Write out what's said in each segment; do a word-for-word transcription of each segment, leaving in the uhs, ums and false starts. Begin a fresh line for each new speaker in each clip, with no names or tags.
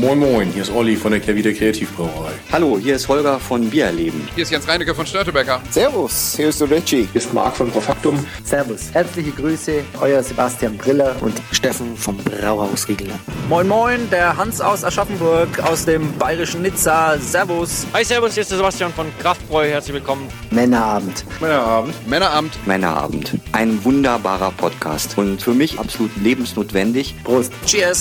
Moin Moin, hier ist Olli von der Kehrwieder Kreativbrauerei.
Hallo, hier ist Holger von Biererleben.
Hier ist Jens Reinecke von Störtebecker.
Servus, hier ist der Richie.
Hier ist Marc von Profaktum.
Servus, herzliche Grüße, euer Sebastian Briller und Steffen vom Brauhaus Riegler.
Moin Moin, der Hans aus Aschaffenburg, aus dem bayerischen Nizza. Servus.
Hi, servus, hier ist der Sebastian von Kraftbräu. Herzlich willkommen.
Männerabend.
Männerabend.
Männerabend.
Männerabend. Ein wunderbarer Podcast und für mich absolut lebensnotwendig.
Prost.
Cheers.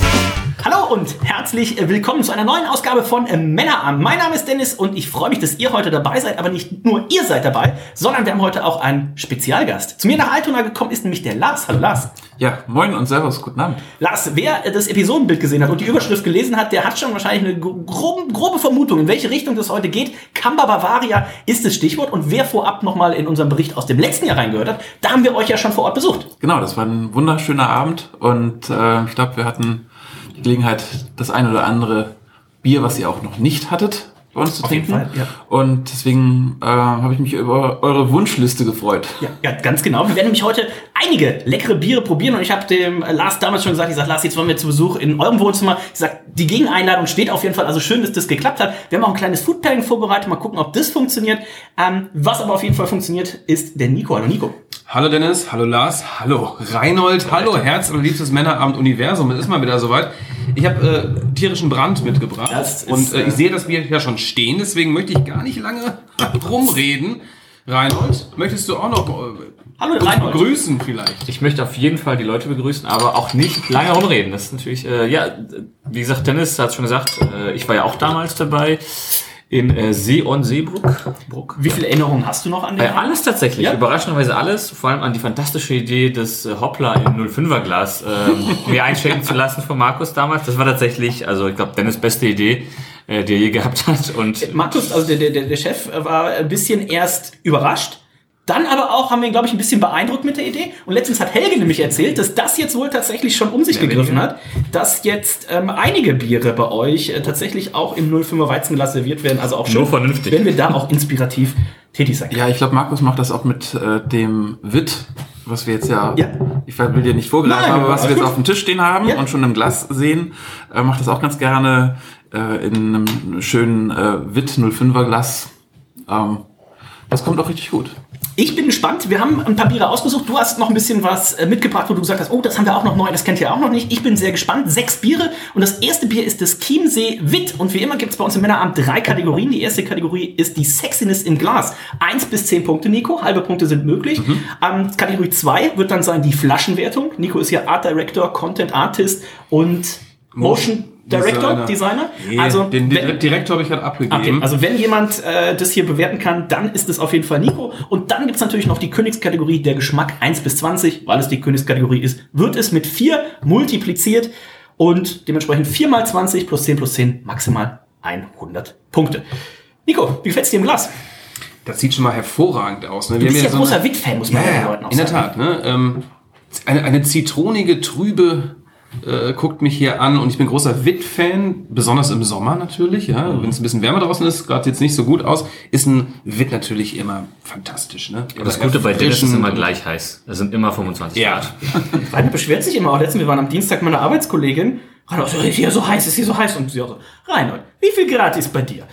Hallo und herzlich willkommen zu einer neuen Ausgabe von Männerabend. Mein Name ist Dennis und ich freue mich, dass ihr heute dabei seid, aber nicht nur ihr seid dabei, sondern wir haben heute auch einen Spezialgast. Zu mir nach Altona gekommen ist nämlich der Lars. Hallo Lars.
Ja, moin und servus, guten Abend.
Lars, wer das Episodenbild gesehen hat und die Überschrift gelesen hat, der hat schon wahrscheinlich eine grobe, grobe Vermutung, in welche Richtung das heute geht. Kamba Bavaria ist das Stichwort und wer vorab nochmal in unserem Bericht aus dem letzten Jahr reingehört hat, da haben wir euch ja schon vor Ort besucht.
Genau, das war ein wunderschöner Abend und äh, ich glaube, wir hatten die Gelegenheit, das ein oder andere Bier, was ihr auch noch nicht hattet, bei uns zu
Auf
trinken.
jeden Fall, ja.
Und deswegen äh, habe ich mich über eure Wunschliste gefreut.
Ja, ja, ganz genau. Wir werden nämlich heute einige leckere Biere probieren und ich habe dem Lars damals schon gesagt, ich sage, Lars, jetzt wollen wir zu Besuch in eurem Wohnzimmer. Ich sage, die Gegeneinladung steht auf jeden Fall, also schön, dass das geklappt hat. Wir haben auch ein kleines Foodpairing vorbereitet, mal gucken, ob das funktioniert. Ähm, was aber auf jeden Fall funktioniert, ist der Nico. Hallo Nico.
Hallo Dennis, hallo Lars, hallo Reinhold, hallo Herz und liebstes Männerabend-Universum. Es ist mal wieder soweit. Ich habe äh, tierischen Brand mitgebracht
ist,
und äh, ich sehe das Bier ja schon stehen, deswegen möchte ich gar nicht lange rumreden. Reinhold, möchtest du auch noch äh,
Hallo,
uns
Reinhold.
begrüßen vielleicht?
Ich möchte auf jeden Fall die Leute begrüßen, aber auch nicht lange rumreden. Das ist natürlich, äh, ja, wie gesagt, Dennis hat es schon gesagt, äh, ich war ja auch damals dabei in äh, See-on-Seebruck. Bruck.
Wie viele Erinnerungen hast du noch an den
Äh, alles tatsächlich,
Ja?
überraschenderweise alles. Vor allem an die fantastische Idee, das äh, Hoppla im null fünfer Glas äh, mir einschenken zu lassen von Markus damals. Das war tatsächlich, also ich glaube, Dennis' beste Idee, äh, die er je gehabt hat. Und
Markus, also der, der, der Chef war ein bisschen erst überrascht, dann aber auch haben wir ihn, glaube ich, ein bisschen beeindruckt mit der Idee. Und letztens hat Helge nämlich erzählt, dass das jetzt wohl tatsächlich schon um sich
Ja,
gegriffen
weniger.
hat, dass jetzt ähm, einige Biere bei euch äh, tatsächlich auch im null fünfer Weizenglas serviert werden. Also auch schon,
Nur vernünftig.
wenn wir da auch inspirativ tätig sein können.
Ja, ich glaube, Markus macht das auch mit äh, dem Witt, was wir jetzt ja,
Ja.
ich will dir nicht vorgreifen,
Nein,
aber was wir
alles
jetzt
gut.
auf dem Tisch stehen haben
Ja.
und schon im Glas sehen, äh, macht das auch ganz gerne äh, in einem schönen äh, Witt null fünfer Glas. Ähm, das kommt auch richtig gut.
Ich bin gespannt. Wir haben ein paar Biere ausgesucht. Du hast noch ein bisschen was äh, mitgebracht, wo du gesagt hast, oh, das haben wir auch noch neu, das kennt ihr auch noch nicht. Ich bin sehr gespannt. Sechs Biere. Und das erste Bier ist das Chiemsee Witt. Und wie immer gibt es bei uns im Männerabend drei Kategorien. Die erste Kategorie ist die Sexiness im Glas. Eins bis zehn Punkte, Nico. Halbe Punkte sind möglich. Mhm. Ähm, Kategorie zwei wird dann sein die Flaschenwertung. Nico ist ja Art Director, Content Artist und Motion Director, Designer. Designer.
Nee,
also
den
wenn,
Direktor habe ich gerade abgegeben.
Okay, also wenn jemand äh, das hier bewerten kann, dann ist es auf jeden Fall Nico. Und dann gibt's natürlich noch die Königskategorie der Geschmack eins bis zwanzig. Weil es die Königskategorie ist, wird es mit vier multipliziert. Und dementsprechend vier mal zwanzig plus zehn plus zehn maximal hundert Punkte. Nico, wie gefällt's dir im Glas?
Das sieht schon mal hervorragend aus. Ne?
Du
Wir
bist
haben
ja
so
großer
eine-
Witt-Fan, muss man
Ja,
ja den
ja,
Leuten auch
in der
sagen.
Tat. Ne? Ähm, eine, eine zitronige, trübe äh, guckt mich hier an und ich bin großer Witt-Fan, besonders im Sommer natürlich. Ja?
Mhm.
Wenn es ein bisschen wärmer draußen ist, gerade jetzt nicht so gut aus, ist ein Witt natürlich immer fantastisch. Ne?
das Gute bei Dennis ist immer gleich heiß. Das sind immer fünfundzwanzig
Ja.
Grad.
Rainer beschwert sich immer auch letztens, wir waren am Dienstag mit einer Arbeitskollegin. Reinhold, ist hier so heiß, ist hier so heiß. Und sie auch so, Reinhold, wie viel Grad ist bei dir?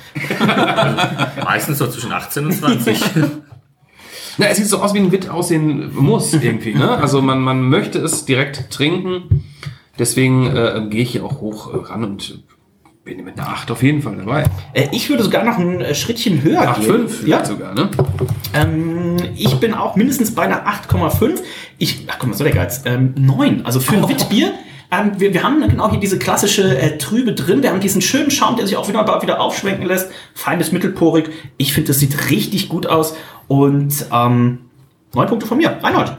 Meistens so zwischen achtzehn und zwanzig.
Na, es sieht so aus, wie ein Witt aussehen muss irgendwie. Ne? Also man, man möchte es direkt trinken. Deswegen äh, gehe ich hier auch hoch äh, ran und bin mit einer acht auf jeden Fall dabei.
Äh, ich würde sogar noch ein äh, Schrittchen höher
acht
gehen.
Komma fünf
Ja.
sogar, ne?
Ähm, ich bin auch mindestens bei einer acht Komma fünf. Ich, ach guck mal, so der Geiz. Ähm, neun. Also für ein Wittbier. Ähm, wir, wir haben genau hier diese klassische äh, Trübe drin. Wir haben diesen schönen Schaum, der sich auch wieder, wieder aufschwenken lässt. Fein bis mittelporig. Ich finde, das sieht richtig gut aus. Und ähm, neun Punkte von mir. Reinhold.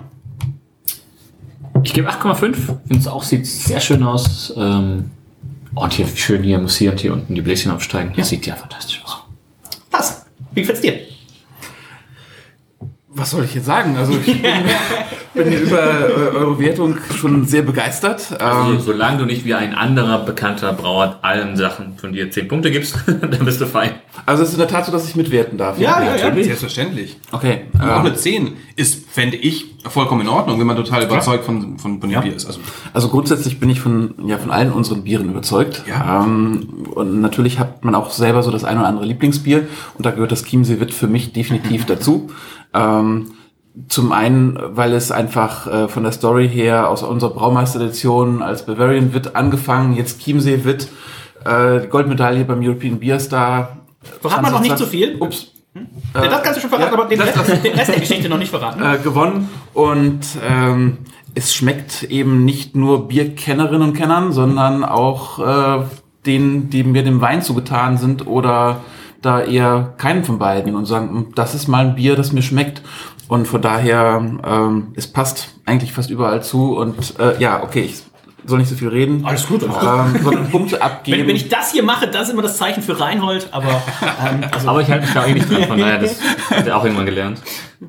Ich gebe acht Komma fünf. Finde es auch, sieht sehr schön aus. Ähm, und hier schön hier mussierend hier unten die Bläschen aufsteigen. Das sieht ja fantastisch aus.
Was? Wie gefällt's dir?
Was soll ich jetzt sagen? Also ich bin, bin über äh, eure Wertung schon sehr begeistert.
Also,
Ähm,
solange du nicht wie ein anderer bekannter Brauer allen Sachen von dir zehn Punkte gibst, dann bist du fein.
also es ist in der Tat so, dass ich mitwerten darf.
Ja, ja, ja.
Selbstverständlich.
Okay.
Und auch
Ähm,
eine zehn ist, fände ich, vollkommen in Ordnung, wenn man total überzeugt von, von, von dem Bier ist. Also,
Also grundsätzlich bin ich von, ja, von allen unseren Bieren überzeugt.
Ja.
Ähm, und natürlich hat man auch selber so das ein oder andere Lieblingsbier. Und da gehört das Chiemsee Witt für mich definitiv dazu. Ähm, zum einen, weil es einfach äh, von der Story her aus unserer Braumeister-Edition als Bavarian Witt angefangen, jetzt Chiemsee Witt, äh, die Goldmedaille beim European Beer Star.
Verrat man noch nicht so viel.
Ups.
Ja, das kannst du schon verraten,
ja,
aber den,
das-
Rest, den Rest der Geschichte noch nicht verraten.
Äh, gewonnen und ähm, es schmeckt eben nicht nur Bierkennerinnen und Kennern, sondern auch äh, denen, die mir dem Wein zugetan sind oder da eher keinen von beiden und sagen, das ist mal ein Bier, das mir schmeckt. Und von daher, ähm, es passt eigentlich fast überall zu und äh, ja, okay, ich soll nicht so viel reden.
Alles gut.
Ähm, sondern Punkte abgeben.
Wenn, wenn ich das hier mache, das ist immer das Zeichen für Reinhold, aber ähm, also
Aber ich halte mich da eh nicht dran, von daher, das hat er auch irgendwann gelernt.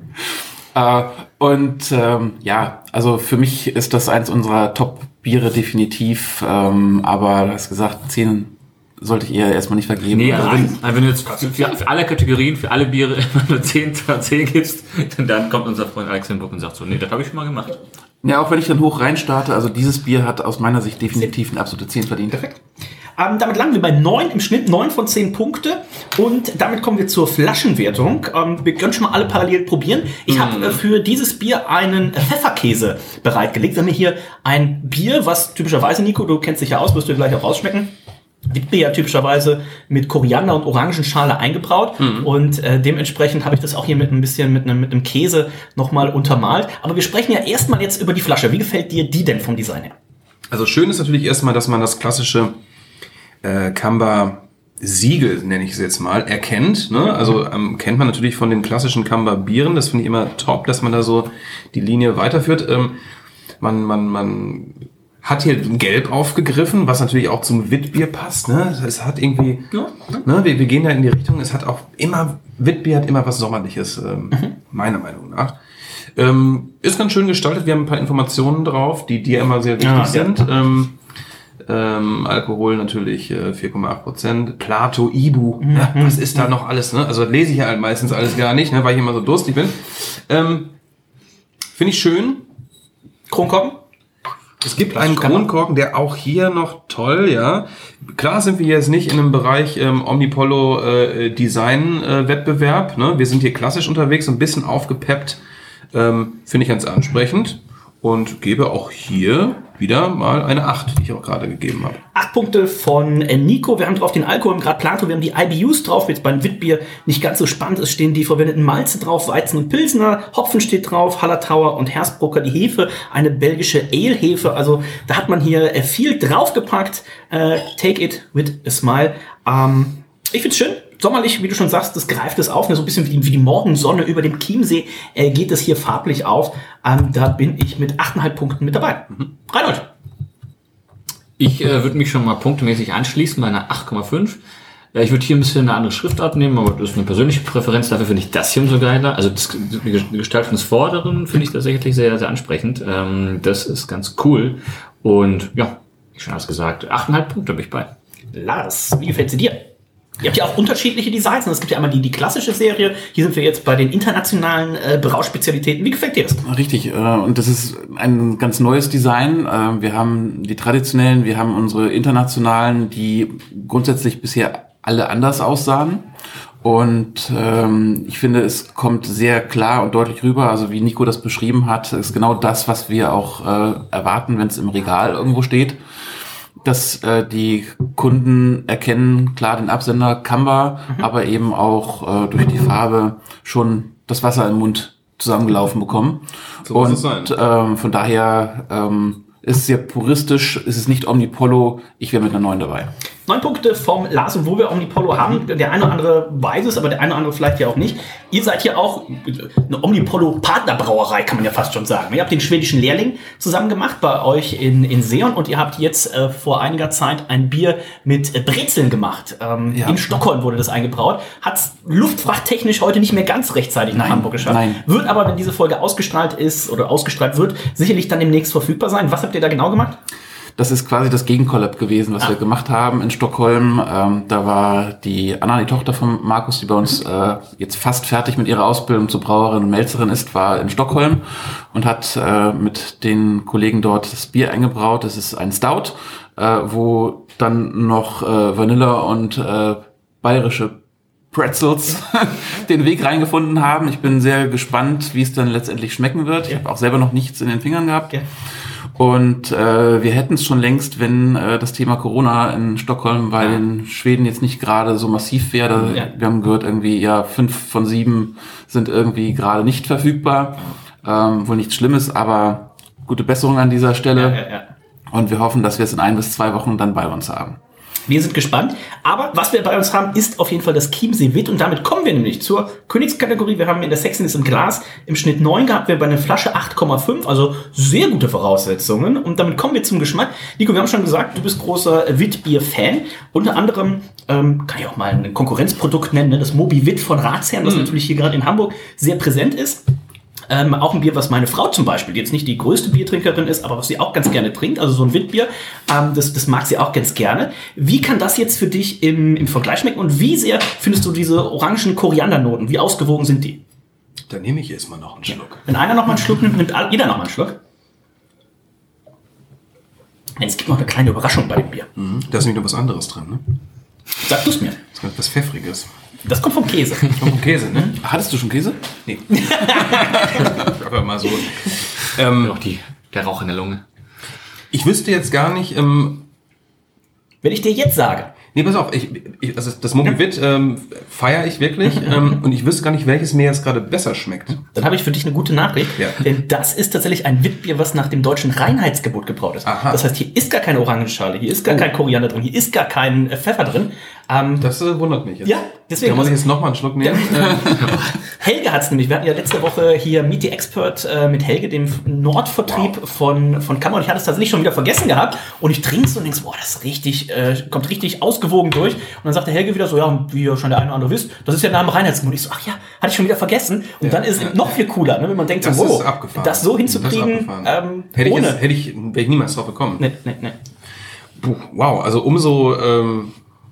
Äh, und ähm, ja, also für mich ist das eins unserer Top-Biere definitiv, ähm, aber du hast gesagt, zehn sollte ich eher erstmal nicht vergeben.
Nee, also wenn, also wenn du jetzt für, für alle Kategorien, für alle Biere immer nur zehn von zehn gibst, dann kommt unser Freund Alex Hinburg und sagt so, nee, das habe ich schon mal gemacht.
Ja, auch wenn ich dann hoch reinstarte, also dieses Bier hat aus meiner Sicht definitiv eine absolute zehn verdient.
perfekt. Ähm, damit landen wir bei neun im Schnitt, neun von zehn Punkte. Und damit kommen wir zur Flaschenwertung. Ähm, wir können schon mal alle parallel probieren. Ich habe äh, für dieses Bier einen Pfefferkäse bereitgelegt. Wir haben hier ein Bier, was typischerweise, Nico, du kennst dich ja aus, wirst du gleich auch rausschmecken. Wird Bier ja typischerweise mit Koriander und Orangenschale eingebraut.
Mhm.
Und äh, dementsprechend habe ich das auch hier mit ein bisschen mit einem, mit einem Käse nochmal untermalt. Aber wir sprechen ja erstmal jetzt über die Flasche. Wie gefällt dir die denn vom Design her?
also schön ist natürlich erstmal, dass man das klassische äh, Kamba Siegel, nenne ich es jetzt mal, erkennt. Ne? Also ähm, kennt man natürlich von den klassischen Kamba Bieren. Das finde ich immer top, dass man da so die Linie weiterführt. Ähm, man, man, man hat hier Gelb aufgegriffen, was natürlich auch zum Witbier passt. Ne? Es hat irgendwie, ne? wir, wir gehen da in die Richtung, es hat auch immer, Witbier hat immer was Sommerliches, ähm, meiner Meinung nach. Ähm, ist ganz schön gestaltet, wir haben ein paar Informationen drauf, die dir immer sehr wichtig
Ja,
sind. Ähm, ähm, Alkohol natürlich äh, vier Komma acht Prozent. Plato, Ibu, ja, was ist da noch alles? Ne? Also das lese ich ja halt meistens alles gar nicht, ne? Weil ich immer so durstig bin. Ähm, Finde ich schön.
Kronkorken?
Es gibt einen Kronkorken, der auch hier noch toll, ja. Klar sind wir jetzt nicht in einem Bereich ähm, Omnipollo äh, Design äh, Wettbewerb, ne? Wir sind hier klassisch unterwegs, ein bisschen aufgepeppt, ähm, finde ich ganz ansprechend und gebe auch hier wieder mal eine acht, die ich auch gerade gegeben habe.
Acht Punkte von äh, Nico. Wir haben drauf den Alkohol im Grad Plato. Wir haben die I B Us drauf. Jetzt beim Witbier nicht ganz so spannend. Es stehen die verwendeten Malze drauf. Weizen und Pilsner. Hopfen steht drauf. Hallertauer und Hersbrucker. Die Hefe. Eine belgische Ale-Hefe. Also da hat man hier äh, viel draufgepackt. Äh, take it with a smile. Ähm, ich find's schön. Sommerlich, wie du schon sagst, das greift es auf. Ne? So ein bisschen wie die, wie die Morgensonne über dem Chiemsee äh, geht es hier farblich auf. Ähm, da bin ich mit acht Komma fünf Punkten mit dabei. Mhm. Reinhold.
Ich äh, würde mich schon mal punktemäßig anschließen bei einer acht Komma fünf. Äh, ich würde hier ein bisschen eine andere Schriftart nehmen, aber das ist eine persönliche Präferenz. Dafür finde ich das hier umso geiler. Also das, die Gestaltung des Vorderen finde ich tatsächlich sehr, sehr ansprechend. Ähm, das ist ganz cool. Und ja, wie schon alles gesagt, acht Komma fünf Punkte bin ich bei.
Lars, wie gefällt sie dir? Ihr habt ja auch unterschiedliche Designs. Es gibt ja einmal die, die klassische Serie. Hier sind wir jetzt bei den internationalen äh, Brauspezialitäten. Wie gefällt dir das?
Richtig, äh, und das ist ein ganz neues Design. Äh, wir haben die traditionellen, wir haben unsere internationalen, die grundsätzlich bisher alle anders aussahen. Und ähm, ich finde, es kommt sehr klar und deutlich rüber, also wie Nico das beschrieben hat, ist genau das, was wir auch äh, erwarten, wenn es im Regal irgendwo steht. Dass äh, die Kunden erkennen, klar, den Absender Kamba, mhm. aber eben auch äh, durch die Farbe schon das Wasser im Mund zusammengelaufen bekommen.
So muss
und
es sein.
Ähm, von daher ähm, ist es sehr puristisch, ist es nicht Omnipollo, ich wäre mit einer neun dabei.
Neun Punkte vom Lars, und wo wir Omnipollo haben. Der eine oder andere weiß es, aber der eine oder andere vielleicht ja auch nicht. Ihr seid ja auch eine Omnipollo-Partnerbrauerei, kann man ja fast schon sagen. Ihr habt den schwedischen Lehrling zusammen gemacht bei euch in, in Seon, und ihr habt jetzt äh, vor einiger Zeit ein Bier mit äh, Brezeln gemacht. Ähm,
Ja.
In Stockholm wurde das eingebraut. Hat es luftfrachttechnisch heute nicht mehr ganz rechtzeitig nach
Nein,
Hamburg geschafft.
nein.
Wird aber, wenn diese Folge ausgestrahlt ist oder ausgestrahlt wird, sicherlich dann demnächst verfügbar sein. Was habt ihr da genau gemacht?
Das ist quasi das Gegenkollab gewesen, was
Ah.
wir gemacht haben in Stockholm. Ähm, da war die Anna, die Tochter von Markus, die bei uns äh, jetzt fast fertig mit ihrer Ausbildung zur Brauerin und Melzerin ist, war in Stockholm und hat äh, mit den Kollegen dort das Bier eingebraut. Das ist ein Stout, äh, wo dann noch äh, Vanille und äh, bayerische Pretzels den Weg reingefunden haben. Ich bin sehr gespannt, wie es dann letztendlich schmecken wird. Ich habe auch selber noch nichts in den Fingern gehabt.
Ja.
Und äh, wir hätten es schon längst, wenn äh, das Thema Corona in Stockholm bei den Schweden jetzt nicht gerade so massiv wäre. Da,
Ja.
Wir haben gehört, irgendwie ja fünf von sieben sind irgendwie gerade nicht verfügbar. Ähm, wohl nichts Schlimmes, aber gute Besserung an dieser Stelle.
Ja, ja, ja.
Und wir hoffen, dass wir es in ein bis zwei Wochen dann bei uns haben.
Wir sind gespannt. Aber was wir bei uns haben, ist auf jeden Fall das Chiemsee Witt. Und damit kommen wir nämlich zur Königskategorie. Wir haben in der Sexiness im Glas im Schnitt neun gehabt. Wir haben bei einer Flasche acht Komma fünf. Also sehr gute Voraussetzungen. Und damit kommen wir zum Geschmack. Nico, wir haben schon gesagt, du bist großer Wittbier-Fan. Unter anderem, ähm, kann ich auch mal ein Konkurrenzprodukt nennen, ne? Das Moby Witt von Ratsherrn, das natürlich hier gerade in Hamburg sehr präsent ist. Ähm, auch ein Bier, was meine Frau zum Beispiel, die jetzt nicht die größte Biertrinkerin ist, aber was sie auch ganz gerne trinkt, also so ein Wittbier, ähm, das, das mag sie auch ganz gerne. Wie kann das jetzt für dich im, im Vergleich schmecken, und wie sehr findest du diese orangen Koriandernoten, wie ausgewogen sind die?
Dann nehme ich erstmal noch einen Schluck.
Wenn einer noch mal einen Schluck nimmt, nimmt jeder noch mal einen Schluck. Es gibt noch eine kleine Überraschung bei dem Bier.
Mhm. Da ist nämlich noch was anderes drin, ne?
Sag du es mir.
Das ist was Pfeffriges.
Das kommt vom Käse.
Kommt vom Käse, ne?
Hattest du schon Käse?
Nee. Aber mal so. Ähm,
Auch die, der Rauch in der Lunge.
ich wüsste jetzt gar nicht, ähm,
Wenn ich dir jetzt sage,
nee, pass auf, ich, ich, also das Moby Witt ähm, feiere ich wirklich ähm, und ich wüsste gar nicht, welches mir jetzt gerade besser schmeckt.
dann habe ich für dich eine gute Nachricht,
Ja.
denn das ist tatsächlich ein Wittbier, was nach dem deutschen Reinheitsgebot gebraut ist.
Aha.
Das heißt, hier ist gar keine Orangenschale, hier ist gar kein Koriander drin, hier ist gar kein äh, Pfeffer drin. Ähm,
Das äh, wundert mich jetzt.
ja, deswegen.
Da muss ich jetzt nochmal einen Schluck nehmen.
Helge hat es nämlich, wir hatten ja letzte Woche hier Meet the Expert äh, mit Helge, dem Nordvertrieb von, von Kammer, und ich hatte es tatsächlich schon wieder vergessen gehabt, und ich trinke es und denke, boah, das ist richtig, äh, kommt richtig ausgewogen durch, und dann sagt der Helge wieder so, ja, wie ihr schon der eine oder andere wisst, das ist ja nach dem Reinheitsgebot. Ich so, ach ja, hatte ich schon wieder vergessen, und dann ist es noch viel cooler, ne, wenn man denkt,
Das
so, wow,
ist abgefahren.
das so
Das ist
hinzukriegen,
abgefahren.
ähm,
hätte, ich
ohne.
jetzt, hätte ich, wäre ich niemals drauf gekommen.
Nee, nee, nee.
Puh, wow, also umso ähm,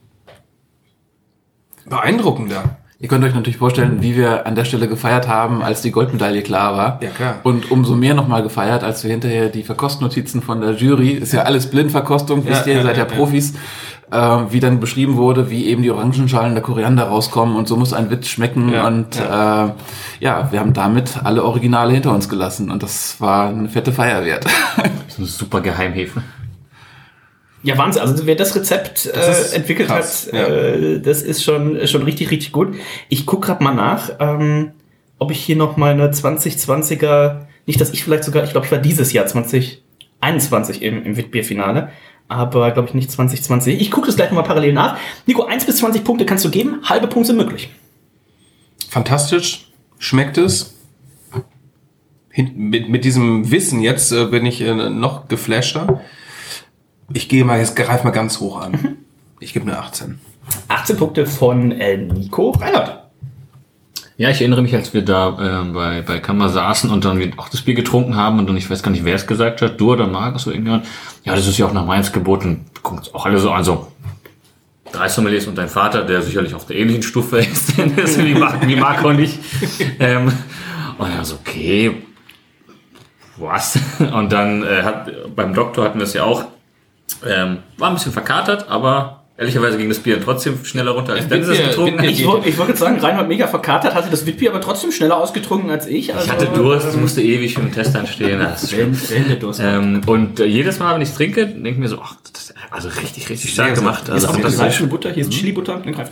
beeindruckender.
Ihr könnt euch natürlich vorstellen, wie wir an der Stelle gefeiert haben, als die Goldmedaille klar war.
Ja, klar.
Und umso mehr nochmal gefeiert, als wir hinterher die Verkostnotizen von der Jury, ist ja alles Blindverkostung, wisst
Ja,
ihr,
ja,
seid ja,
ja, ja.
Profis, äh, wie dann beschrieben wurde, wie eben die Orangenschalen der Koriander rauskommen, und so muss ein Witt schmecken.
Ja,
und ja. Äh, ja, wir haben damit alle Originale hinter uns gelassen, und das war eine fette Feier wert.
Das ist eine super Geheimhefe.
Ja, Wahnsinn. Also wer das Rezept
Das ist
äh, entwickelt
krass,
hat,
ja.
äh, das ist schon, schon richtig, richtig gut. Ich gucke gerade mal nach, ähm, ob ich hier noch meine zwanzig zwanziger, nicht, dass ich vielleicht sogar, ich glaube, ich war dieses Jahr zwanzig einundzwanzig im, im Wittbier-Finale, aber glaube ich nicht zwanzig zwanzig. Ich gucke das gleich nochmal parallel nach. Nico, eins bis zwanzig Punkte kannst du geben, halbe Punkte sind möglich.
Fantastisch, schmeckt es. Hin, mit, mit diesem Wissen jetzt äh, bin ich äh, noch geflashter. Ich gehe mal, jetzt greif mal ganz hoch an.
Mhm.
Ich gebe eine achtzehn.
achtzehn Punkte von äh, Nico. Reinhard.
Ja, ich erinnere mich, als wir da äh, bei, bei Kammer saßen und dann wir auch das Bier getrunken haben, und dann, ich weiß gar nicht, wer es gesagt hat, du oder Markus oder irgendjemand, ja, das ist ja auch nach Mainz geboten, gucken uns auch alle so an, so drei Sommeliers und dein Vater, der sicherlich auf der ähnlichen Stufe ist, wie, Mar- wie Marco und ich. Ähm, und er so, okay, was? Und dann äh, hat, beim Doktor hatten wir es ja auch, ähm, war ein bisschen verkatert, aber ehrlicherweise ging das Bier trotzdem schneller runter, als Dennis es
Wittbier-
getrunken hat.
Wittbier-
Ich, wollte- ich wollte jetzt sagen, Reinhard mega verkatert, hatte das Wittbier aber trotzdem schneller ausgetrunken als ich. Also,
Ich hatte Durst, ich musste ewig für den Test anstehen. Das ist schlimm.
Wenn, wenn der Durst hat.
Ähm, und äh, jedes Mal, wenn ich trinke, denke ich mir so, ach, das ist also richtig, richtig stark
Sehr, sehr-
gemacht.
Hier ist
Also
auch eine
fantastisch.
gesalzene Butter, hier ist Chili-Butter, dann greif zu.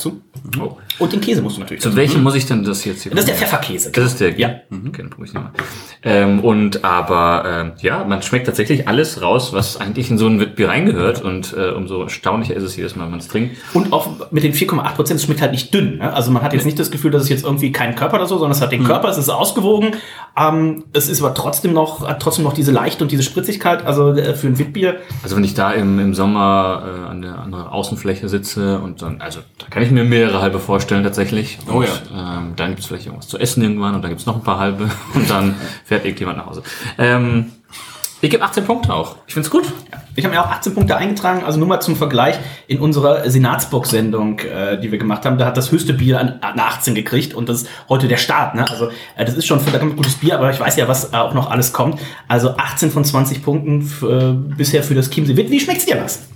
Oh.
Und den Käse musst du natürlich.
Zu welchem muss ich denn das jetzt hier
Das ist der Pfefferkäse.
Das ist der.
Ja.
Mhm. Okay, dann probiere ich mal. Ähm, und aber ähm, ja, man schmeckt tatsächlich alles raus, was eigentlich in so ein Witbier reingehört. Und äh, umso erstaunlicher ist es jedes Mal, wenn man es trinkt.
Und auch mit den vier Komma acht Prozent, es schmeckt halt nicht dünn. Ne? Also man hat jetzt nicht das Gefühl, dass es jetzt irgendwie keinen Körper oder so, sondern es hat den mhm. Körper, es ist ausgewogen. Ähm, es ist aber trotzdem noch, hat trotzdem noch diese Leichte und diese Spritzigkeit. Also äh, für ein Witbier.
Also wenn ich da im, im Sommer äh, an der, an der Außenfläche sitze und dann, also da kann ich mir mehrere halbe vorstellen tatsächlich. Und,
oh ja.
Ähm, dann gibt's vielleicht irgendwas zu essen irgendwann und dann gibt's noch ein paar halbe und dann fährt irgendjemand nach Hause. Ähm, ich gebe achtzehn Punkte auch. Ich find's gut.
Ich habe mir auch achtzehn Punkte eingetragen, also nur mal zum Vergleich. In unserer Senatsbox-Sendung, äh, die wir gemacht haben, da hat das höchste Bier an, an achtzehn gekriegt und das ist heute der Start. Ne? Also äh, das ist schon ein verdammt gutes Bier, aber ich weiß ja, was äh, auch noch alles kommt. Also achtzehn von zwanzig Punkten für, äh, bisher für das Chiemsee Witt. Wie schmeckt's dir was?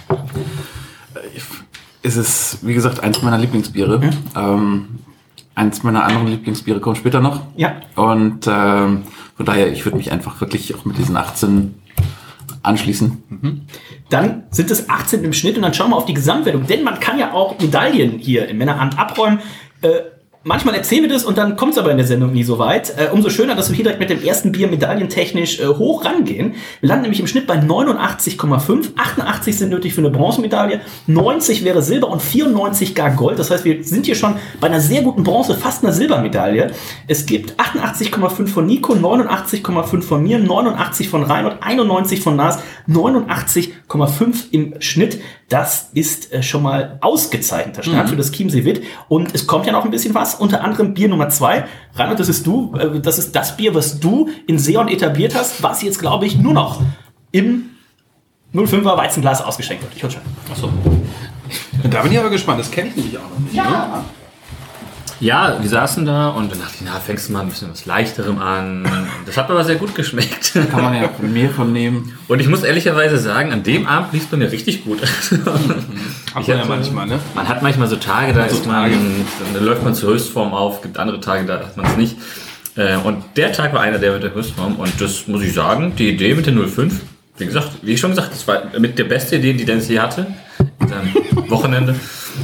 Es ist, wie gesagt, eins meiner Lieblingsbiere. Mhm. Ähm, eins meiner anderen Lieblingsbiere kommt später noch.
Ja.
Und ähm, von daher, ich würde mich einfach wirklich auch mit diesen achtzehn anschließen.
Mhm. Dann sind es achtzehn im Schnitt und dann schauen wir auf die Gesamtwertung. Denn man kann ja auch Medaillen hier im Männeramt abräumen. Äh, Manchmal erzählen wir das und dann kommt es aber in der Sendung nie so weit. Äh, umso schöner, dass wir hier direkt mit dem ersten Bier medaillentechnisch äh, hoch rangehen. Wir landen nämlich im Schnitt bei neunundachtzig Komma fünf. achtundachtzig sind nötig für eine Bronzemedaille. neunzig wäre Silber und vierundneunzig gar Gold. Das heißt, wir sind hier schon bei einer sehr guten Bronze, fast einer Silbermedaille. Es gibt achtundachtzig Komma fünf von Nico, neunundachtzig Komma fünf von mir, neunundachtzig von Reinhold, einundneunzig von Lars, neunundachtzig Komma fünf im Schnitt. Das ist äh, schon mal ausgezeichneter Start mhm. für das Chiemsee Witt. Und es kommt ja noch ein bisschen was. Unter anderem Bier Nummer zwei. Reinhold, das ist du. Äh, das ist das Bier, was du in Seon etabliert hast, was jetzt, glaube ich, nur noch im null Komma fünfer Weizenglas ausgeschenkt wird. Ich höre schon. Achso.
Da bin ich aber gespannt. Das kenne ich nämlich auch noch nicht.
Ja.
Ne?
Ja, wir saßen da und dann dachte ich, na, fängst du mal ein bisschen was Leichterem an. Das hat mir aber sehr gut geschmeckt.
Kann man ja mehr von nehmen.
Und ich muss ehrlicherweise sagen, an dem Abend lief es bei mir richtig gut.
Hat man ja manchmal, ne?
Man hat manchmal so Tage, da
so
ist man, da läuft man zur Höchstform auf, gibt andere Tage, da hat man es nicht. Und der Tag war einer der mit der Höchstform und das muss ich sagen, die Idee mit der null Komma fünf, wie gesagt, wie ich schon gesagt, das war mit der beste Idee, die Dennis je hatte, am Wochenende.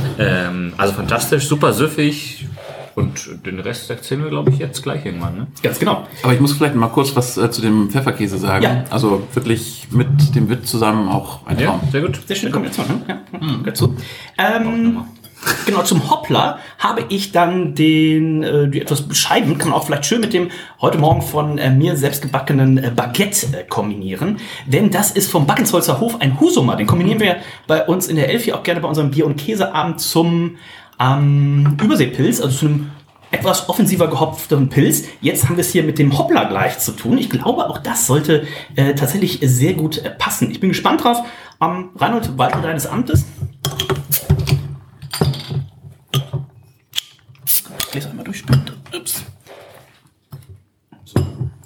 Also fantastisch, super süffig. Und den Rest erzählen wir, glaube ich, jetzt gleich irgendwann. Ne?
Ganz genau.
Aber ich muss vielleicht mal kurz was äh, zu dem Pfefferkäse sagen.
Ja.
Also wirklich mit dem Witt zusammen auch ein Traum.
Ja, sehr gut.
Sehr schön, kommt jetzt mal. Ne? Ja, mhm. dazu. Ähm, genau, zum Hoppler habe ich dann den, äh, die etwas bescheiden, kann man auch vielleicht schön mit dem heute Morgen von äh, mir selbst gebackenen äh, Baguette äh, kombinieren. Denn das ist vom Backensholzer Hof ein Husumer. Den kombinieren wir bei uns in der Elfi auch gerne bei unserem Bier- und Käseabend zum Ähm, Überseepilz, also zu einem etwas offensiver gehopften Pilz. Jetzt haben wir es hier mit dem Hoppler gleich zu tun. Ich glaube, auch das sollte äh, tatsächlich sehr gut äh, passen. Ich bin gespannt drauf. Ähm, Reinhold, Walter deines Amtes. Ich lese einmal durchspülen. Ups. So.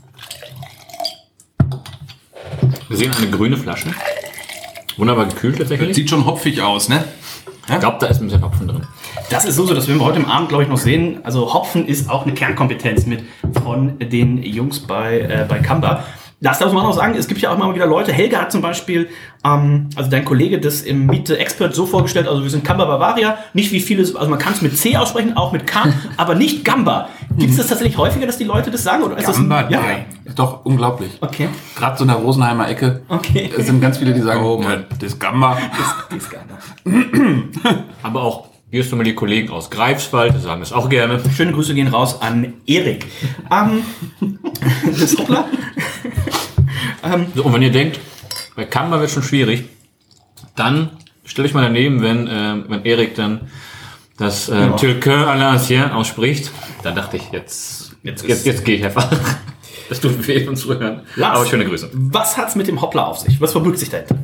Wir sehen eine grüne Flasche. Wunderbar gekühlt tatsächlich.
Sieht schon hopfig aus, ne?
Ich glaube, da ist ein bisschen Hopfen drin.
Das ist so, das werden wir heute im Abend, glaube ich, noch sehen. Also Hopfen ist auch eine Kernkompetenz mit von den Jungs bei, äh, bei Kamba. Das darf man auch sagen, es gibt ja auch immer wieder Leute. Helga hat zum Beispiel, ähm, also dein Kollege, das im Meet the Expert so vorgestellt, also wir sind Kamba Bavaria, nicht wie viele, also man kann es mit C aussprechen, auch mit K, aber nicht Gamba. Gibt es das tatsächlich häufiger, dass die Leute das sagen? Oder ist
Gamba,
das ein, ja?
nein.
Doch, unglaublich.
Okay.
Gerade so in der Rosenheimer Ecke
Okay.
es sind ganz viele, die sagen,
Oh Mann, das Gamba.
Das ist Gamba.
Aber auch, hier ist nochmal die Kollegen aus Greifswald, die sagen das auch gerne.
Schöne Grüße gehen raus an Erik. Ähm, das Hoppler. ähm,
So, und wenn ihr denkt, bei Kamba wird schon schwierig, dann stellt euch mal daneben, wenn, äh, wenn Erik dann das äh,
Ja.
Türkei à l'ancien ausspricht, dann dachte ich, jetzt, jetzt, jetzt, jetzt gehe ich einfach. Das tut weh und zuhören.
Lars,
Aber schöne Grüße.
Was hat's mit dem Hoppler auf sich? Was verbirgt sich dahinter?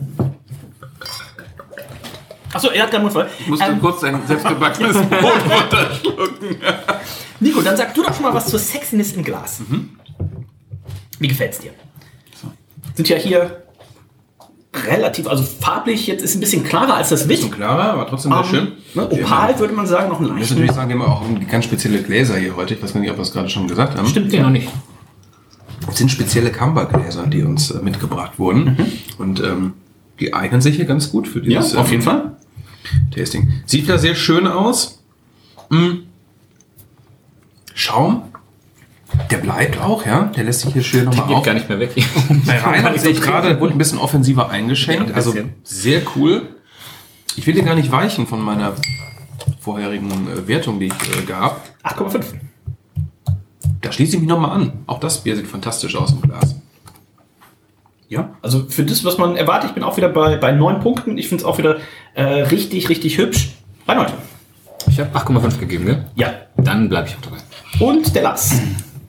Achso, er hat keinen Mund voll.
ich musste
Ähm,
kurz ein selbstgebackenes Brot runterschlucken.
Nico, dann sag du doch schon mal was zur Sexiness im Glas.
Mhm.
Wie gefällt's dir? Sind ja hier relativ, also farblich jetzt ist ein bisschen klarer als das Witt.
Klarer, aber trotzdem sehr
Ähm,
schön.
ne, Opal würde man sagen, noch ein
Ich muss
leichten.
natürlich sagen, wir haben auch ganz spezielle Gläser hier heute. Ich weiß gar nicht, ob wir es gerade schon gesagt haben.
Stimmt,
Den
ja.
noch nicht.
Es sind spezielle Kamba-Gläser, die uns äh, mitgebracht wurden. Und ähm, die eignen sich hier ganz gut für
Ja,
dieses
auf jeden
ähm,
Fall.
Tasting. Sieht ja sehr schön aus.
Schaum, der bleibt auch, ja. Der lässt sich hier schön nochmal
Geht
auf.
gar nicht mehr weg.
Bei Rainer sehe ich gerade, wurde ein bisschen offensiver eingeschenkt.
Ja, ein
Also
bisschen.
sehr cool. Ich will dir gar nicht weichen von meiner vorherigen äh, Wertung, die ich äh, gab.
acht Komma fünf.
Da schließe ich mich nochmal an. Auch das Bier sieht fantastisch aus im Glas.
Ja, also für das, was man erwartet, ich bin auch wieder bei, bei neun Punkten. Ich finde es auch wieder äh, richtig, richtig hübsch. Bei neun.
Ich habe acht Komma fünf gegeben, gell?
Ja.
Dann bleibe ich auch dabei.
Und der Lars.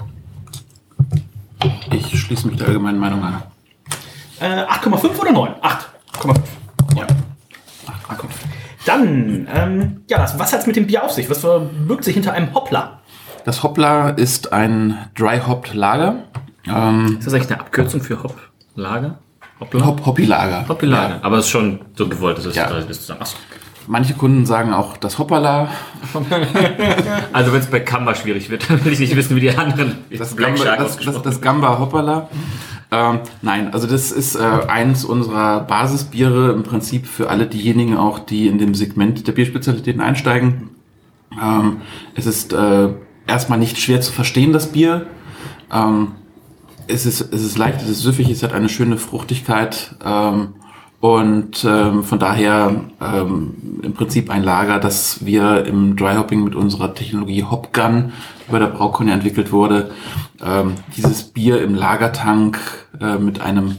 Ich schließe mich der allgemeinen Meinung an.
Äh, acht Komma fünf oder neun? acht Komma fünf. Ja. acht Komma fünf. Dann, ähm, ja, Lars, was hat es mit dem Bier auf sich? Was verbirgt sich hinter einem Hoppler?
Das Hoppler ist ein Dry-Hopped-Lager. Ähm,
Ist das eigentlich eine Abkürzung für Hop-Lager? Hoppla?
Hop Hoppi-Lager.
Hoppi-Lager. Aber es ist schon so gewollt, dass es
Ja.
das zusammen. Achso.
Manche Kunden sagen auch das Hoppala.
Also wenn es bei Kamba schwierig wird, dann will ich nicht wissen, wie die anderen
Das
Black
Gamba,
Shark
das, das,
ausgesprochen
das Gamba Hoppala. Ähm, nein, also das ist äh, eins unserer Basisbiere im Prinzip für alle diejenigen auch, die in dem Segment der Bierspezialitäten einsteigen. Ähm, es ist äh, erstmal nicht schwer zu verstehen, das Bier. Ähm, es ist, es ist leicht, es ist süffig, es hat eine schöne Fruchtigkeit. Ähm, Und ähm, von daher ähm, im Prinzip ein Lager, das wir im Dryhopping mit unserer Technologie Hopgun, die bei der Braukunde entwickelt wurde, ähm, dieses Bier im Lagertank äh, mit einem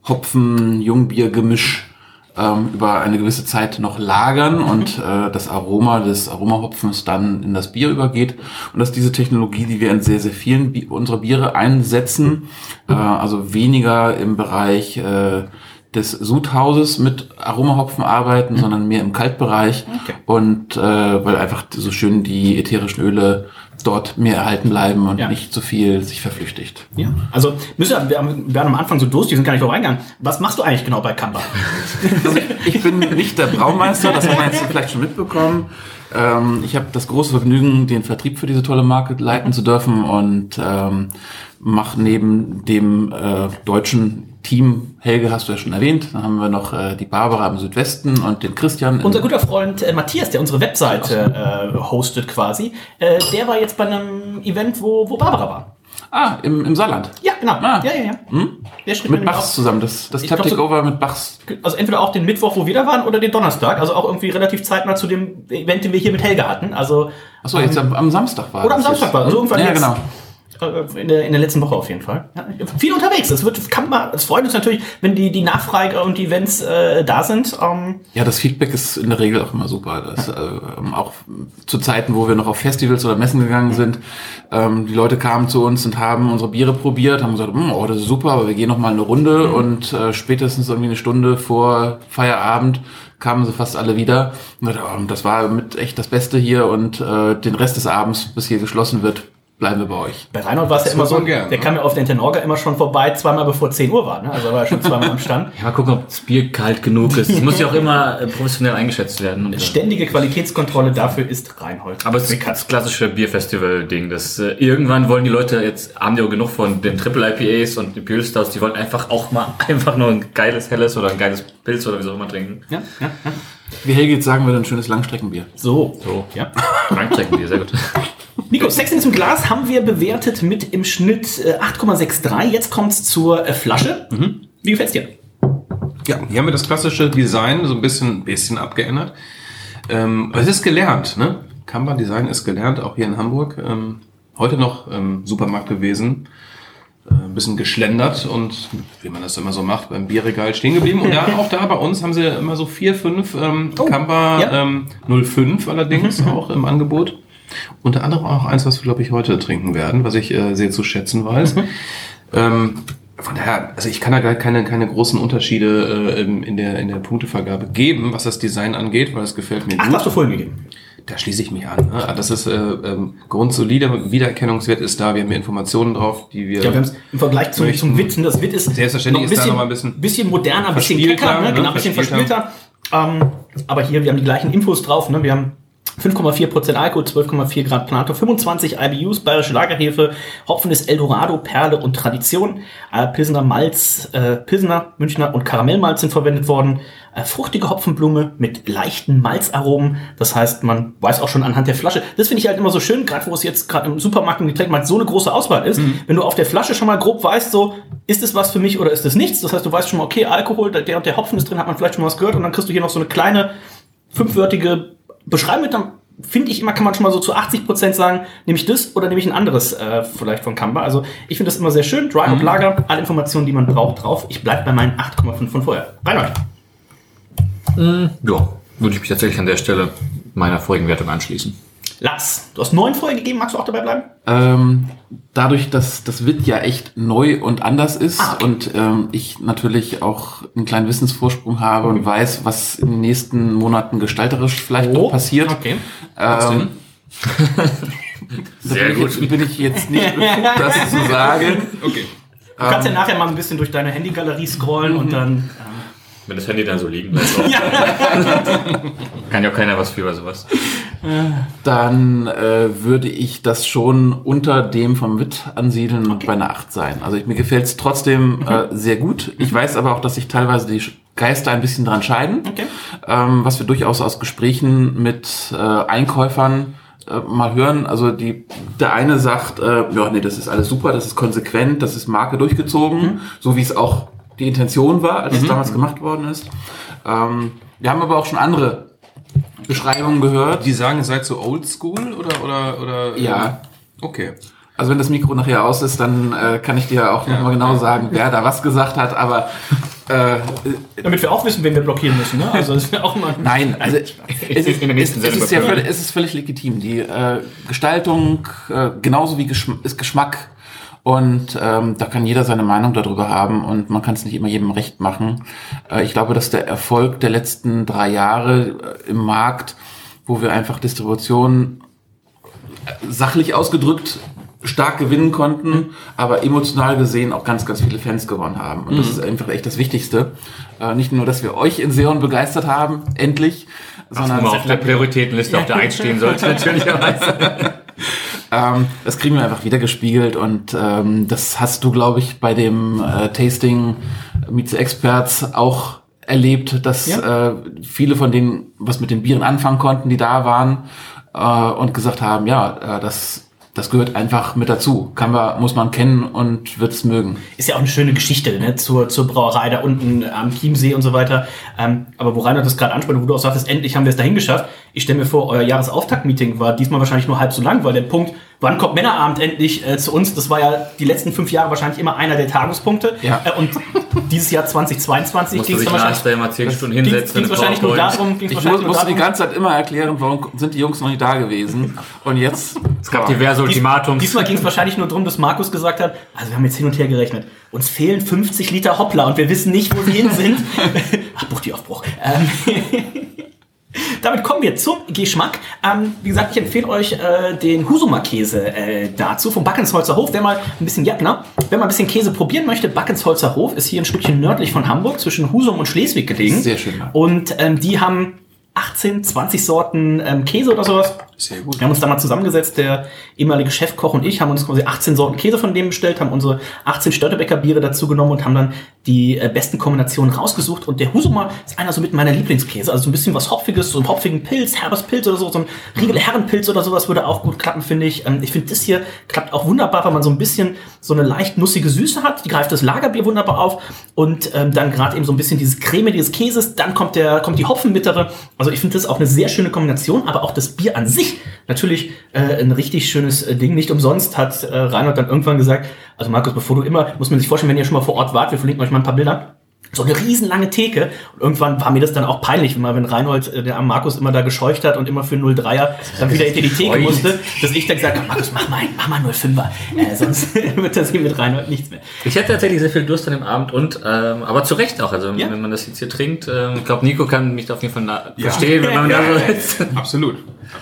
Hopfen-Jungbier-Gemisch ähm, über eine gewisse Zeit noch lagern und äh, das Aroma des Aromahopfens dann in das Bier übergeht. Und das ist diese Technologie, die wir in sehr, sehr vielen Bi- unserer Biere einsetzen, äh, also weniger im Bereich äh, des Sudhauses mit Aromahopfen arbeiten, mhm. sondern mehr im Kaltbereich.
Okay.
Und äh, weil einfach so schön die ätherischen Öle dort mehr erhalten bleiben und
Ja.
nicht so viel sich verflüchtigt.
Ja. Also, müssen wir, wir haben- wir waren am Anfang so durstig, sind gar nicht drauf eingegangen. Was machst du eigentlich genau bei Kamba?
Also ich, ich bin nicht der Braumeister, das haben wir jetzt vielleicht schon mitbekommen. Ähm, ich habe das große Vergnügen, den Vertrieb für diese tolle Marke leiten zu dürfen und ähm, mache neben dem äh, deutschen Team, Helge hast du ja schon erwähnt, dann haben wir noch äh, die Barbara im Südwesten und den Christian.
Unser guter Freund äh, Matthias, der unsere Webseite äh, hostet quasi, äh, der war jetzt bei einem Event, wo, wo Barbara war.
Ah, im, im Saarland.
Ja, genau.
Ah.
Ja, ja, ja.
Hm?
Der schrieb
Mit
mir
Bachs
auch-
zusammen, das, das
Ich glaub,
Tap
so-
Over mit Bachs.
Also entweder auch den Mittwoch, wo wir da waren, oder den Donnerstag. Also auch irgendwie relativ zeitnah zu dem Event, den wir hier mit Helge hatten. Also
Achso, jetzt am, am Samstag war
Oder am
das
Samstag
jetzt.
war, also irgendwann
Ja,
jetzt.
genau.
äh, in der, in der letzten Woche auf jeden Fall. Ja, viel unterwegs. Es wird, kann man, es freut uns natürlich, wenn die, die Nachfrage und die Events äh, da sind. Ähm,
Ja, das Feedback ist in der Regel auch immer super. Das, äh, auch zu Zeiten, wo wir noch auf Festivals oder Messen gegangen sind, ähm, die Leute kamen zu uns und haben unsere Biere probiert, haben gesagt, oh, das ist super, aber wir gehen noch mal eine Runde. Mhm. Und äh, spätestens irgendwie eine Stunde vor Feierabend kamen sie fast alle wieder. Und gesagt, oh, das war mit echt das Beste hier und äh, den Rest des Abends, bis hier geschlossen wird, bleiben wir bei euch.
Bei Reinhold war es ja immer
hört
so,
man gern,
der
ne?
kam ja auf den Tenorga immer schon vorbei, zweimal bevor zehn Uhr war. Ne? Also er war ja schon zweimal am Stand.
Ja, mal gucken, ob das Bier kalt genug ist. Es muss ja auch immer äh, professionell eingeschätzt werden. Und, äh,
Ständige Qualitätskontrolle, dafür ist Reinhold.
aber es ist das klassische Bierfestival-Ding. Das äh, irgendwann wollen die Leute, jetzt haben die auch genug von den Triple I P As und den Imperial Stouts, die wollen einfach auch mal einfach nur ein geiles Helles oder ein geiles Pilz oder wie auch immer trinken.
Ja, ja, ja.
Wie Helge jetzt sagen würde, ein schönes Langstreckenbier.
So.
So.
Ja.
Langstreckenbier, sehr gut.
Nico, Sex in zum Glas haben wir bewertet mit im Schnitt äh, acht Komma dreiundsechzig. Jetzt kommt's zur äh, Flasche. Mhm. Wie gefällt's dir?
Ja, hier haben wir das klassische Design so ein bisschen, bisschen abgeändert. Ähm, es ist gelernt, ne? Kamba Design ist gelernt, auch hier in Hamburg. Ähm, heute noch im Supermarkt gewesen. Äh, ein bisschen geschlendert und wie man das immer so macht, beim Bierregal stehen geblieben. Und ja, auch da bei uns haben sie immer so vier, fünf ähm,
Oh,
Kamba
ja.
ähm, null fünf allerdings auch im Angebot. Unter anderem auch eins, was wir, glaube ich, heute trinken werden, was ich äh, sehr zu schätzen weiß. Ähm, von daher, also ich kann da gar keine, keine großen Unterschiede äh, in, in, der, in der Punktevergabe geben, was das Design angeht, weil es gefällt mir
Ach,
gut.
hast du vorhin gegeben.
Da schließe ich mich an. Ne? Das ist äh, ähm, grundsolide, Wiedererkennungswert ist da, wir haben hier Informationen drauf, die wir...
Ja, wir haben es im Vergleich zum, zum Wit, das Wit ist
Selbstverständlich ist da noch mal ein bisschen
bisschen moderner, ein bisschen
verspielter,
kecker, ne?
ne?
Genau, ein bisschen
Verspielter.
verspielter. Ähm, aber hier, wir haben die gleichen Infos drauf. Ne? Wir haben fünf Komma vier Prozent Alkohol, zwölf Komma vier Grad Plato, fünfundzwanzig I B Us, bayerische Lagerhefe, Hopfen ist Eldorado, Perle und Tradition, äh, Pilsener Malz, äh, Pilsener, Münchner und Karamellmalz sind verwendet worden, äh, fruchtige Hopfenblume mit leichten Malzaromen, das heißt, man weiß auch schon anhand der Flasche, das finde ich halt immer so schön, gerade wo es jetzt gerade im Supermarkt im Getränkmarkt so eine große Auswahl ist, mhm. wenn du auf der Flasche schon mal grob weißt, so, ist es was für mich oder ist es nichts, das heißt, du weißt schon mal, okay, Alkohol, der und der Hopfen ist drin, hat man vielleicht schon mal was gehört und dann kriegst du hier noch so eine kleine, fünfwörtige Beschreiben mit, dann finde ich immer, kann man schon mal so zu achtzig Prozent sagen, nehme ich das oder nehme ich ein anderes äh, vielleicht von Kamba. Also ich finde das immer sehr schön. Dry Hop mhm. Lager, alle Informationen, die man braucht, drauf. Ich bleibe bei meinen acht Komma fünf von vorher. Reinhold.
Mm, ja, würde ich mich tatsächlich an der Stelle meiner vorigen Wertung anschließen.
Lars, du hast neun vorher gegeben, magst du auch dabei bleiben?
Ähm, dadurch, dass das Witt ja echt neu und anders ist ah, okay. und ähm, ich natürlich auch einen kleinen Wissensvorsprung habe mhm. und weiß, was in den nächsten Monaten gestalterisch vielleicht oh, noch passiert. Okay. Ähm, Sehr bin gut. Ich, bin ich jetzt nicht befugt, das zu sagen.
Okay. Du kannst ähm, ja nachher mal ein bisschen durch deine Handygalerie scrollen mhm. und dann... Ähm,
wenn das Handy dann so liegen bleibt. Ja. Kann ja auch keiner was für oder sowas.
Dann äh, würde ich das schon unter dem vom Witt ansiedeln und okay. bei einer acht sein. Also ich, mir gefällt es trotzdem mhm. äh, sehr gut. Ich weiß aber auch, dass sich teilweise die Geister ein bisschen dran scheiden. Okay. Ähm, was wir durchaus aus Gesprächen mit äh, Einkäufern äh, mal hören. Also die der eine sagt, äh, ja, nee, das ist alles super, das ist konsequent, das ist Marke durchgezogen, mhm. so wie es auch die Intention war, als mhm. es damals gemacht worden ist. Ähm, wir haben aber auch schon andere Beschreibungen gehört.
Die sagen, ihr seid so oldschool oder, oder, oder?
Ja.
Okay.
Also wenn das Mikro nachher aus ist, dann äh, kann ich dir auch ja. nochmal genau sagen, wer da was gesagt hat, aber äh,
damit wir auch wissen, wen wir blockieren müssen, ne? Also das wäre auch mal.
Nein, also es ist, es, es ist ja völlig, es ist völlig legitim. Die äh, Gestaltung, äh, genauso wie Geschm- ist Geschmack. Und ähm, da kann jeder seine Meinung darüber haben und man kann es nicht immer jedem recht machen. Äh, ich glaube, dass der Erfolg der letzten drei Jahre äh, im Markt, wo wir einfach Distribution äh, sachlich ausgedrückt stark gewinnen konnten, aber emotional gesehen auch ganz, ganz viele Fans gewonnen haben. Und mhm. das ist einfach echt das Wichtigste. Äh, nicht nur, dass wir euch in Seon begeistert haben, endlich, sondern...
Ach, auf der Prioritätenliste auf der eins stehen sollte, natürlicherweise.
Ähm, das kriegen wir einfach wieder gespiegelt und ähm, das hast du, glaube ich, bei dem äh, Tasting Meet the Experts auch erlebt, dass ja. äh, viele von denen was mit den Bieren anfangen konnten, die da waren äh, und gesagt haben, ja, äh, das das gehört einfach mit dazu. Kann man, muss man kennen und wird es mögen.
Ist ja auch eine schöne Geschichte, ne? Zur, zur Brauerei da unten am Chiemsee und so weiter. Ähm, aber wo Rainer das gerade anspricht, wo du auch sagtest, endlich haben wir es dahin geschafft. Ich stelle mir vor, euer Jahresauftaktmeeting war diesmal wahrscheinlich nur halb so lang, weil der Punkt, wann kommt Männerabend endlich äh, zu uns? Das war ja die letzten fünf Jahre wahrscheinlich immer einer der Tagespunkte. Ja. Äh, und dieses Jahr zwanzig zweiundzwanzig ging es dann wahrscheinlich,
mal zehn Stunden hinsetzen.
Ging's wahrscheinlich nur darum,
ich muss, musste darum, die ganze Zeit immer erklären, warum sind die Jungs noch nicht da gewesen. Und jetzt...
Es gab diverse Ultimatums.
Dies, diesmal ging es wahrscheinlich nur darum, dass Markus gesagt hat, also wir haben jetzt hin und her gerechnet. Uns fehlen fünfzig Liter Hoppla und wir wissen nicht, wo sie hin sind. Abbruch, die Aufbruch. Ähm, damit kommen wir zum Geschmack. Ähm, wie gesagt, ich empfehle euch äh, den Husumer Käse äh, dazu vom Backensholzer Hof. Wer mal ein bisschen, ja, genau, wer mal ein bisschen Käse probieren möchte, Backensholzer Hof ist hier ein Stückchen nördlich von Hamburg, zwischen Husum und Schleswig gelegen.
Sehr schön. Ja.
Und ähm, die haben achtzehn, zwanzig Sorten ähm, Käse oder sowas.
Sehr gut.
Wir haben uns da mal zusammengesetzt, der ehemalige Chefkoch und ich haben uns quasi achtzehn Sorten Käse von dem bestellt, haben unsere achtzehn Störtebecker Biere dazu genommen und haben dann die äh, besten Kombinationen rausgesucht. Und der Husumer ist einer so mit meiner Lieblingskäse. Also so ein bisschen was Hopfiges, so einen hopfigen Pilz, herbes Pilz oder so, so ein Riegel Herrenpilz oder sowas würde auch gut klappen, finde ich. Ähm, ich finde, das hier klappt auch wunderbar, weil man so ein bisschen so eine leicht nussige Süße hat. Die greift das Lagerbier wunderbar auf. Und ähm, dann gerade eben so ein bisschen dieses Creme dieses Käses. Dann kommt der kommt die Hopfenbittere. Also ich finde, das ist auch eine sehr schöne Kombination. Aber auch das Bier an sich natürlich äh, ein richtig schönes äh, Ding. Nicht umsonst hat äh, Reinhold dann irgendwann gesagt, also Markus, bevor du immer, muss man sich vorstellen, wenn ihr schon mal vor Ort wart, wir verlinken euch mal ein paar Bilder, so eine riesenlange Theke. Und irgendwann war mir das dann auch peinlich, wenn, man, wenn Reinhold, äh, der am Markus immer da gescheucht hat und immer für null Komma dreier dann wieder hinter die Theke musste, dass ich dann gesagt habe, Markus, mach mal, mach mal null Komma fünfer, äh, sonst wird das hier mit Reinhold nichts mehr.
Ich hatte tatsächlich sehr viel Durst an dem Abend und, ähm, aber zu Recht auch, also ja? Wenn man das jetzt hier trinkt, ähm, ich glaube, Nico kann mich da auf jeden Fall na- ja. verstehen, wenn man
ja,
da so
ja,
ist.
Absolut, absolut.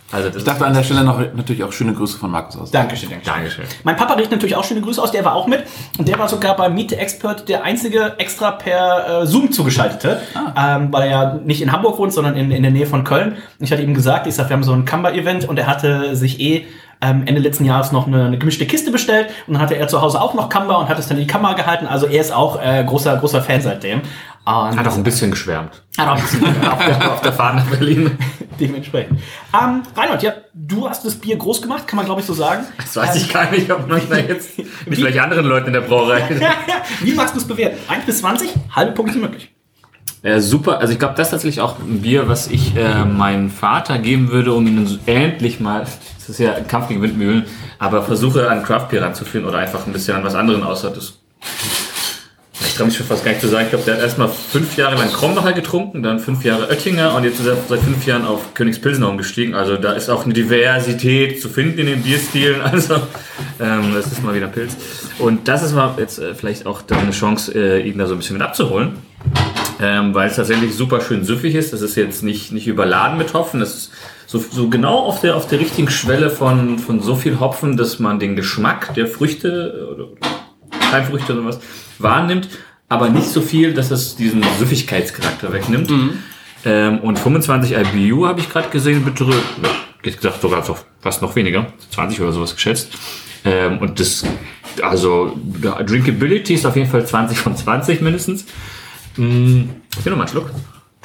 Also das
Ich dachte an der Stelle noch natürlich auch schöne Grüße von Markus aus.
Dankeschön, Dankeschön.
Dankeschön.
Mein Papa richtet natürlich auch schöne Grüße aus, der war auch mit. Und der war sogar beim Meet the Expert der einzige extra per äh, Zoom zugeschaltete. Ah. Ähm, weil er ja nicht in Hamburg wohnt, sondern in, in der Nähe von Köln. Und ich hatte ihm gesagt, ich sag, wir haben so ein Kamba-Event und er hatte sich eh ähm, Ende letzten Jahres noch eine, eine gemischte Kiste bestellt. Und dann hatte er zu Hause auch noch Kamba und hat es dann in die Kamera gehalten. Also er ist auch äh, großer, großer Fan seitdem. Und
Hat auch ein bisschen geschwärmt.
Hat auch ein bisschen
auf, der, auf der Fahrt nach Berlin.
Dementsprechend. Ähm, Reinhold, ja, du hast das Bier groß gemacht, kann man glaube ich so sagen.
Das weiß ich gar nicht, ob man da jetzt mit vielleicht anderen Leuten in der Brauerei.
Wie magst du es bewerten? eins bis zwanzig, halbe Punkte sind möglich.
Äh, super, also ich glaube, das ist tatsächlich auch ein Bier, was ich äh, meinem Vater geben würde, um ihn so endlich mal, das ist ja ein Kampf gegen Windmühlen, aber versuche an Craft Beer ranzuführen oder einfach ein bisschen an was anderes außer das. Ich traue mich schon fast gar nicht zu sagen, ich glaube, der hat erstmal fünf Jahre lang Krombacher getrunken, dann fünf Jahre Oettinger und jetzt ist er seit fünf Jahren auf Königspilsner umgestiegen. Also da ist auch eine Diversität zu finden in den Bierstilen. Also ähm, das ist mal wieder Pilz. Und das ist mal jetzt äh, vielleicht auch dann eine Chance, äh, ihn da so ein bisschen mit abzuholen. Ähm, weil es tatsächlich super schön süffig ist. Das ist jetzt nicht, nicht überladen mit Hopfen. Das ist so, so genau auf der, auf der richtigen Schwelle von, von so viel Hopfen, dass man den Geschmack der Früchte oder, oder Keimfrüchte oder was wahrnimmt, aber nicht so viel, dass es diesen Süffigkeitscharakter wegnimmt. Mhm. Ähm, und fünfundzwanzig I B U habe ich gerade gesehen, bitte, geht gesagt sogar fast noch weniger, zwanzig oder sowas geschätzt. Ähm, und das, also Drinkability ist auf jeden Fall zwanzig von zwanzig mindestens. Mhm. Ich will noch mal einen Schluck.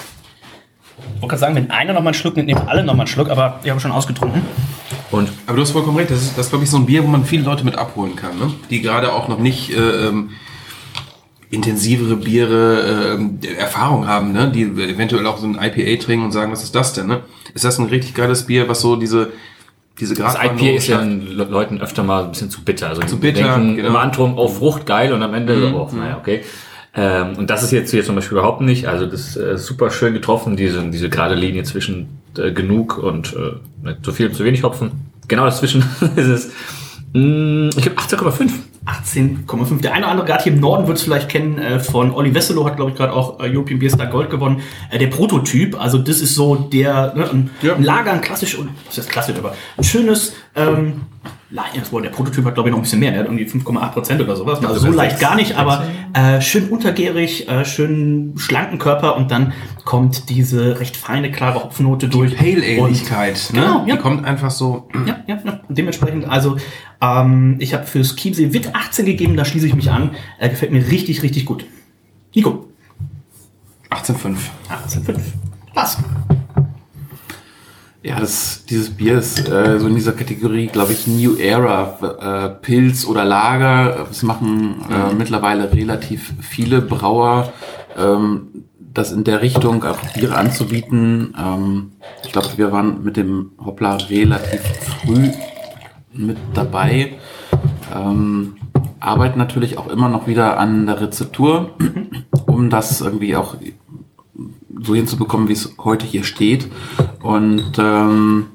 Ich wollte gerade sagen, wenn einer noch mal einen Schluck nimmt, nehmen alle noch mal einen Schluck, aber ich habe schon ausgetrunken.
Und, aber du hast vollkommen recht, das ist, das ist glaube ich, so ein Bier, wo man viele Leute mit abholen kann, ne? Die gerade auch noch nicht äh, ähm, intensivere Biere äh, Erfahrung haben, ne? Die eventuell auch so ein I P A trinken und sagen, was ist das denn? Ne? Ist das ein richtig geiles Bier, was so diese diese
Das I P A ist ja den Leuten öfter mal ein bisschen zu bitter. Also
zu bitter,
denken
genau.
Im Antrum, oh, Frucht, geil, und am Ende, mhm. oh, naja, okay. Ähm, und das ist jetzt hier zum Beispiel überhaupt nicht. Also das ist äh, super schön getroffen, diese, diese gerade Linie zwischen äh, genug und äh, nicht zu viel und zu wenig Hopfen. Genau dazwischen ist es. Mh, ich habe achtzehn Komma fünf.
achtzehn Komma fünf. Der eine oder andere, gerade hier im Norden, wird es vielleicht kennen, äh, von Olli Wesselow, hat, glaube ich, gerade auch äh, European Beer Star Gold gewonnen. Äh, der Prototyp, also das ist so der, ne, ein, ja. ein Lager, ein klassisch, was heißt klassisch, aber ein schönes, ähm, der Prototyp hat, glaube ich, noch ein bisschen mehr, der hat irgendwie fünf Komma acht Prozent oder sowas. Also, also so leicht gar nicht, aber äh, schön untergärig, äh, schön schlanken Körper und dann kommt diese recht feine, klare Hopfennote durch.
Die Pale-Ale-Igkeit, ne?
Genau, ja.
Die kommt einfach so.
Ja, ja, ja. Und dementsprechend, also ähm, ich habe fürs Chiemsee Witt achtzehn gegeben, da schließe ich mich an. Äh, gefällt mir richtig, richtig gut. Nico?
achtzehn Komma fünf.
achtzehn Komma fünf. Was?
Ja, das, dieses Bier ist äh, so in dieser Kategorie, glaube ich, New Era, äh, Pilz oder Lager. Das machen äh, mhm. mittlerweile relativ viele Brauer, ähm, das in der Richtung auch Biere anzubieten. Ähm, ich glaube, wir waren mit dem Hoppla relativ früh mit dabei. Ähm, arbeiten natürlich auch immer noch wieder an der Rezeptur, um das irgendwie auch so hinzubekommen, wie es heute hier steht. Und ähm,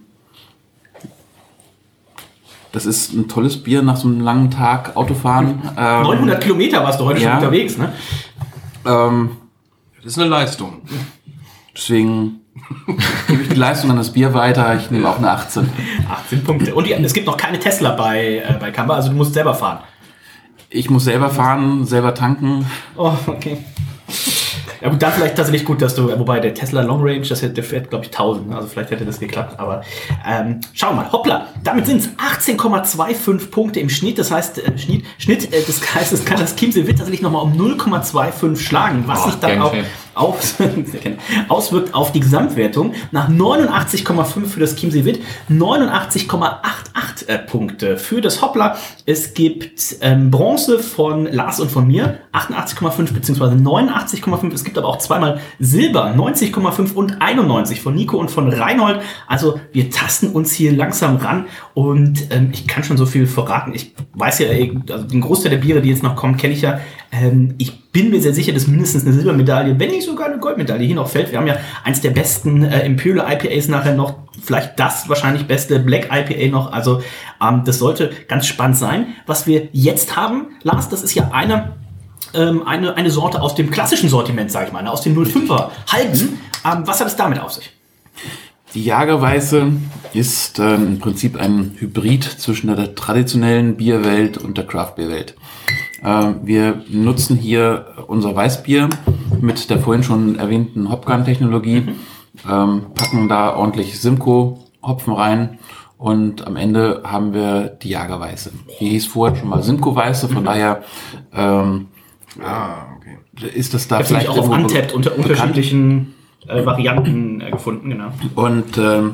das ist ein tolles Bier nach so einem langen Tag Autofahren. Ähm,
neunhundert Kilometer warst du heute ja, schon unterwegs, ne?
Ähm, das ist eine Leistung.
Deswegen gebe ich die Leistung an das Bier weiter. Ich nehme auch eine achtzehn.
achtzehn Punkte. Und die, es gibt noch keine Tesla bei, äh, bei Kamba, also du musst selber fahren.
Ich muss selber fahren, selber tanken.
Oh, okay. Ja gut, dann vielleicht tatsächlich gut, dass du, wobei der Tesla Long Range, das der fährt, glaube ich, tausend, also vielleicht hätte das geklappt, aber ähm, schauen wir mal, hoppla, damit sind es achtzehn Komma fünfundzwanzig Punkte im Schnitt, das heißt, äh, Schnitt, Schnitt äh, das heißt, es kann das Chiemsee Witt tatsächlich nochmal um null Komma fünfundzwanzig schlagen, was
oh,
sich dann auch aus, auswirkt auf die Gesamtwertung. Nach neunundachtzig Komma fünf für das Chiemsee Witt, neunundachtzig Komma achtundachtzig äh, Punkte für das Hoppla. Es gibt ähm, Bronze von Lars und von mir, achtundachtzig Komma fünf bzw. neunundachtzig Komma fünf. Es gibt aber auch zweimal Silber, neunzig Komma fünf und einundneunzig von Nico und von Reinhold. Also wir tasten uns hier langsam ran und ähm, ich kann schon so viel verraten. Ich weiß ja, also den Großteil der Biere, die jetzt noch kommen, kenne ich ja. Ähm, ich bin mir sehr sicher, dass mindestens eine Silbermedaille, wenn nicht sogar eine Goldmedaille hier noch fällt. Wir haben ja eins der besten äh, Imperial I P As nachher noch, vielleicht das wahrscheinlich beste Black I P A noch. Also ähm, das sollte ganz spannend sein. Was wir jetzt haben, Lars, das ist ja eine ähm, eine, eine Sorte aus dem klassischen Sortiment, sage ich mal, aus den null Komma fünfer Halben. Ähm, was hat es damit auf sich?
Die Jagerweiße ist äh, im Prinzip ein Hybrid zwischen der traditionellen Bierwelt und der Craft-Bier-Welt. Äh, wir nutzen hier unser Weißbier mit der vorhin schon erwähnten Hopgarn-Technologie, ähm, packen da ordentlich Simcoe-Hopfen rein und am Ende haben wir die Jagerweiße. Die hieß vorher schon mal Simcoe-Weiße, von daher ähm,
Ah, okay.
ist das da
Das
vielleicht
habe ich auch auf
irgendwo
Untappd unter
bekannt.
unterschiedlichen äh, Varianten äh, gefunden, genau.
Und ähm,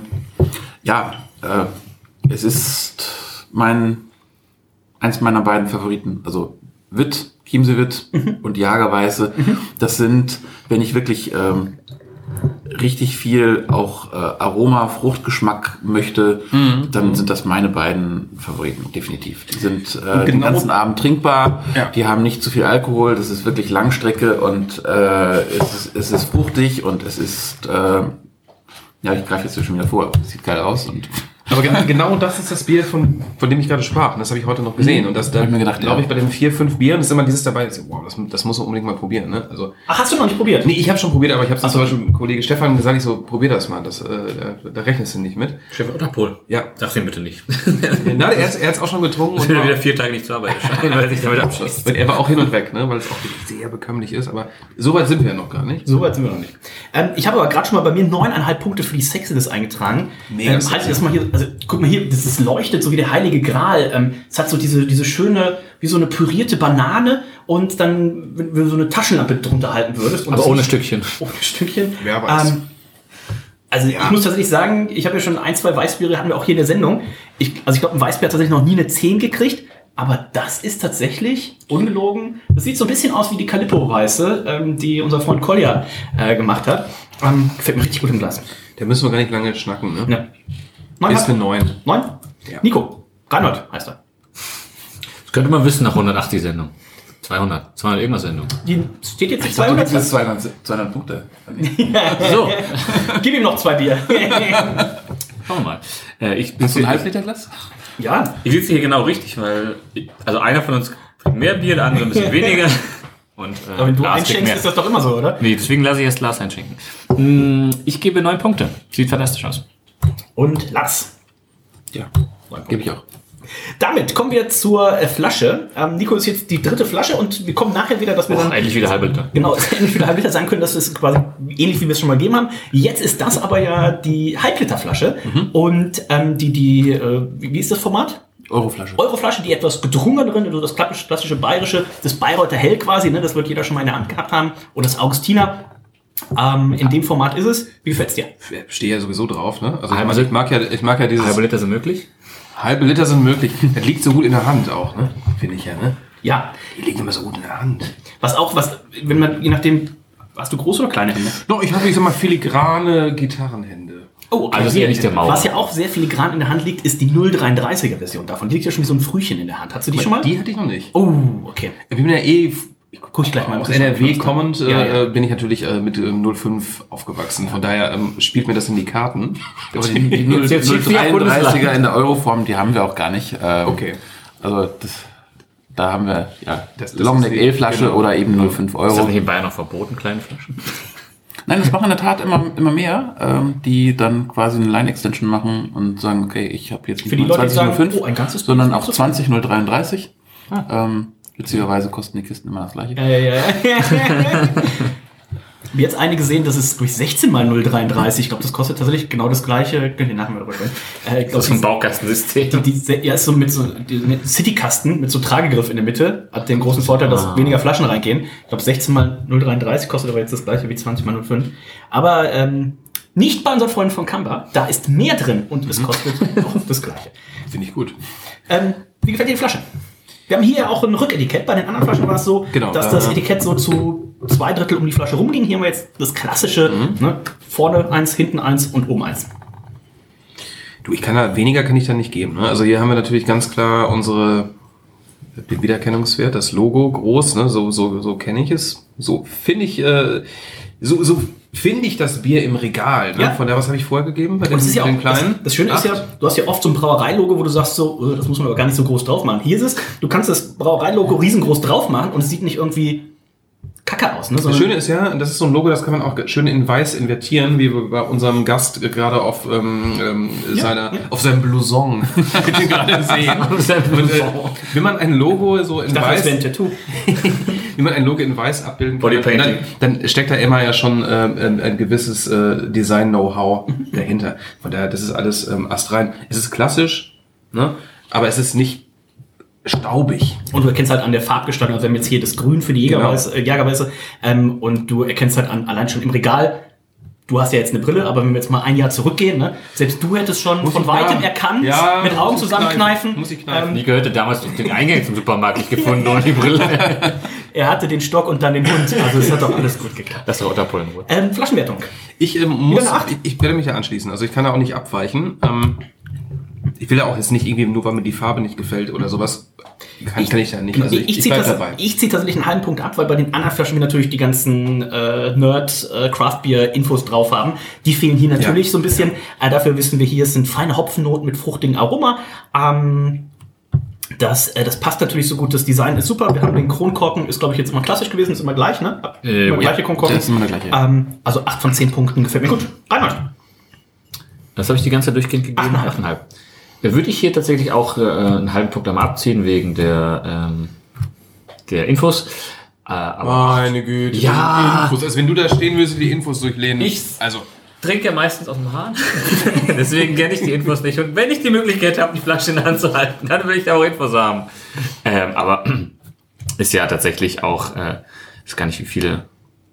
ja, äh, es ist mein eins meiner beiden Favoriten. Also Witt, Chiemsee Witt
Mhm.
und Jagerweiße. Das sind, wenn ich wirklich ähm, richtig viel auch äh, Aroma, Fruchtgeschmack möchte,
Mhm.
dann sind das meine beiden Favoriten, definitiv. Die sind äh, den
genau-
ganzen Abend trinkbar,
Ja.
die haben nicht zu viel Alkohol, das ist wirklich Langstrecke und äh, es, ist, es ist fruchtig und es ist, äh, ja, ich greife jetzt hier schon wieder vor, das sieht geil aus und
Aber gen- genau das ist das Bier, von, von dem ich gerade sprach. Und das habe ich heute noch gesehen. Und das da,
Hab ich mir gedacht,
glaube
ja.
ich, bei den vier, fünf Bieren ist immer dieses dabei. Ich so, wow, das, das muss man unbedingt mal probieren. Ne? Also,
Ach, hast du noch nicht probiert?
nee, ich habe schon probiert, aber ich habe zum Beispiel dem Kollege Stefan gesagt, ich so, probier das mal. Das, äh, da, da rechnest du nicht mit.
Chef oder Pol?
Ja.
Sag den bitte nicht.
Na, er hat es auch schon getrunken.
Ich
Und
will
war,
wieder vier Tage nicht zur Arbeit erscheinen, weil sich damit abschließt.
und er war auch hin und weg, ne? Weil es auch wirklich sehr bekömmlich ist. Aber so weit sind wir ja noch gar nicht.
So weit sind wir noch nicht. Ähm, ich habe aber gerade schon mal bei mir neuneinhalb Punkte für die Sexiness eingetragen.
Mega
ähm,
sexy.
halt das mal hier, also guck mal hier, das ist, leuchtet so wie der heilige Gral. Ähm, es hat so diese, diese schöne, wie so eine pürierte Banane und dann, wenn, wenn du so eine Taschenlampe drunter halten würdest. Und
Aber
das
ohne
nicht-
Stückchen.
Ohne Stückchen.
Wer weiß.
Ähm, also ich muss tatsächlich sagen, ich habe ja schon ein, zwei Weißbiere, hatten wir auch hier in der Sendung. Ich, also ich glaube, ein Weißbier hat tatsächlich noch nie eine zehn gekriegt. Aber das ist tatsächlich, ungelogen, das sieht so ein bisschen aus wie die Calippo-Weiße, ähm, die unser Freund Kolja äh, gemacht hat. Ähm, gefällt mir richtig gut im Glas.
Da müssen wir gar nicht lange schnacken, ne?
Ja. Neun
Ist
hat-
eine neun.
Neun?
Ja.
Nico, Reinhold heißt er.
Das könnte man wissen nach hundertachtzig Sendungen. zweihundert, zweihundert irgendwas Sendung.
Die steht jetzt
ich dachte,
zweihundert.
das ist zweihundert, zweihundert Punkte.
So,
Gib ihm noch zwei Bier.
schauen wir mal. Äh, ich
Hast du ein Halbliterglas?
Ja,
Ich sitze hier genau richtig, weil ich, also einer von uns trinkt mehr Bier, der andere ein bisschen weniger. Und, äh,
aber wenn du
Lars kriegt
einschenkst,
mehr.
ist das doch immer so, oder?
Nee, deswegen lasse ich jetzt Glas einschenken. Mm, Ich gebe neun Punkte. Sieht fantastisch aus.
Und Lars.
Ja, gebe ich auch.
Damit kommen wir zur äh, Flasche. Ähm, Nico ist jetzt die dritte Flasche und wir kommen nachher wieder, dass wir
Boah,
dann
endlich wieder halbe Liter.
genau endlich wieder Halbliter sagen können, dass wir es quasi ähnlich wie wir es schon mal gegeben haben. Jetzt ist das aber ja die Halbliterflasche und ähm, die die äh, wie wie ist das Format?
Euroflasche.
Euroflasche, die etwas gedrungen drin, also das klassische, klassische bayerische, das Bayreuther Hell quasi, ne, das wird jeder schon mal in der Hand gehabt haben oder das Augustiner. Ähm, in dem Format ist es. Wie gefällt's dir?
Ich stehe ja sowieso drauf, ne? Also ich
Halbe
mag, ich mag ja, ich mag ja dieses
Halbe Liter sind möglich?
halbe Liter sind möglich. Das liegt so gut in der Hand auch, ne? Finde ich ja, ne?
Ja.
Die liegen immer so gut in der Hand.
Was auch, was, wenn man, je nachdem, hast du große oder kleine Hände?
Doch, ich habe, ich sag mal, filigrane Gitarrenhände.
Oh, okay.
Also ist eher nicht der Mauer.
Was ja auch sehr filigran in der Hand liegt, ist die null dreiunddreißiger Version davon. Die liegt ja schon wie so ein Frühchen in der Hand. Hast du die schon mal?
Die hatte ich noch nicht.
Oh, okay.
Ich bin ja eh
Guck ich gleich mal.
aus N R W kommend, äh,
Ja, ja.
bin ich natürlich äh, mit ähm, null fünf aufgewachsen. Von daher ähm, spielt mir das in die Karten.
Aber die, die null
Jetzt steht vier
dreiunddreißiger in der Euroform, die haben wir auch gar nicht. Ähm,
Okay.
Also das, da haben wir ja
Das- das
Longneck
ist die-
Ale-Flasche
genau.
oder eben null Komma fünf
Ist das
Euro.
nicht in Bayern noch verboten, kleine Flaschen?
Nein, das machen in der Tat immer, immer mehr, ähm, die dann quasi eine Line-Extension machen und sagen, okay, ich habe jetzt
Für
nicht
die
nur
Leute, die
zwanzig null fünf,
sagen, oh, ein ganzes Bier
sondern
ist
auch
nicht so
zwanzig null dreiunddreißig. Ähm, witzigerweise kosten die Kisten immer das gleiche.
Ja, ja, ja. Wie jetzt einige sehen, das ist durch sechzehn mal null dreiunddreißig. Ich glaube, das kostet tatsächlich genau das gleiche. Können wir nachher mal drüber sprechen. Äh, ich glaub,
Das ist ein Baukastensystem.
Die, die, ja, ist so mit so die, mit Citykasten mit so Tragegriff in der Mitte. Hat den großen Vorteil, dass
Ah.
weniger Flaschen reingehen. Ich glaube, sechzehn mal null dreiunddreißig kostet aber jetzt das gleiche wie zwanzig mal null fünf. Aber ähm, nicht bei unseren Freunden von Kamba. Da ist mehr drin und es kostet auch das gleiche.
Finde ich gut.
Ähm, wie gefällt dir die Flasche? Wir haben hier ja auch ein Rücketikett. Bei den anderen Flaschen war es so,
Genau,
dass
da-
das Etikett so zu zwei Drittel um die Flasche rumging. Hier haben wir jetzt das klassische, ne? Vorne eins, hinten eins und oben eins.
Du, ich kann da, weniger kann ich da nicht geben. Ne? Also hier haben wir natürlich ganz klar unsere, den Wiedererkennungswert, das Logo groß, ne? so, so, so kenne ich es. So finde ich, äh, so, so finde ich das Bier im Regal. Ne?
Ja.
Von der, was habe ich vorher gegeben? Bei
Und
den,
das ist ja
bei
auch,
den kleinen?
das, das Schöne ist
Acht?
ja, du hast ja oft so ein Brauereilogo, wo du sagst so, äh, das muss man aber gar nicht so groß drauf machen. Hier ist es, du kannst das Brauereilogo riesengroß drauf machen und es sieht nicht irgendwie kacke Marke aus. Ne?
Das Schöne ist ja, das ist so ein Logo, das kann man auch schön in weiß invertieren, wie wir bei unserem Gast gerade auf ähm, ähm, ja, seiner, ja. auf seinem Blouson gerade sehen. Und, äh, wenn man ein Logo so in
ich dachte,
weiß,
das wäre ein Tattoo.
wie man ein Logo in weiß abbilden kann, dann, dann steckt da immer ja schon äh, ein, ein gewisses äh, Design-Know-how dahinter. Von daher, das ist alles ähm, astrein. Es ist klassisch, ne? Aber es ist nicht staubig.
Und du erkennst halt an der Farbgestaltung, also wir haben jetzt hier das Grün für die Jägerweiße, genau. äh, Jägerweiße ähm, und du erkennst halt an, allein schon im Regal, du hast ja jetzt eine Brille, aber wenn wir jetzt mal ein Jahr zurückgehen, ne, selbst du hättest schon muss von weitem da erkannt, ja, mit Augen zusammenkneifen.
Muss ich kneifen. Ähm, ich gehörte damals den Eingang zum Supermarkt nicht gefunden ohne die Brille.
Er hatte den Stock und dann den Hund, also es hat doch alles gut geklappt.
Das war Unterpollen.
Ähm, Flaschenwertung.
Ich ähm, muss, ich, ich werde mich da anschließen, also ich kann da auch nicht abweichen. Ähm, Ich will ja auch jetzt nicht irgendwie, nur weil mir die Farbe nicht gefällt oder sowas, kann ich, kann ich da nicht. Also ich,
ich, ich ziehe tats- ich zieh tatsächlich einen halben Punkt ab, weil bei den anderen Flaschen wir natürlich die ganzen äh, Nerd-Craft-Beer-Infos drauf haben. Die fehlen hier natürlich ja. so ein bisschen. Äh, dafür wissen wir hier, es sind feine Hopfennoten mit fruchtigem Aroma. Ähm, das, äh, das passt natürlich so gut. Das Design ist super. Wir haben den Kronkorken, ist glaube ich jetzt immer klassisch gewesen, ist immer gleich, ne?
Äh,
immer
ja.
gleiche Kronkorken.
Das ist immer der gleiche.
Ähm, also acht von zehn Punkten gefällt mir gut. Einmal.
Das habe ich die ganze Zeit durchgehend gegeben. achteinhalb. Da würde ich hier tatsächlich auch äh, einen halben Punkt am abziehen wegen der, ähm, der Infos. Äh, aber
meine Güte.
Ja.
Infos. Also wenn du da stehen würdest, die Infos durchlehnen.
Ich also trinke ja meistens aus dem Hahn. Deswegen kenne ich die Infos nicht. Und wenn ich die Möglichkeit habe, die Flasche in der Hand zu halten, dann will ich da auch Infos haben. Ähm, aber ist ja tatsächlich auch, äh, ich weiß gar nicht, wie viele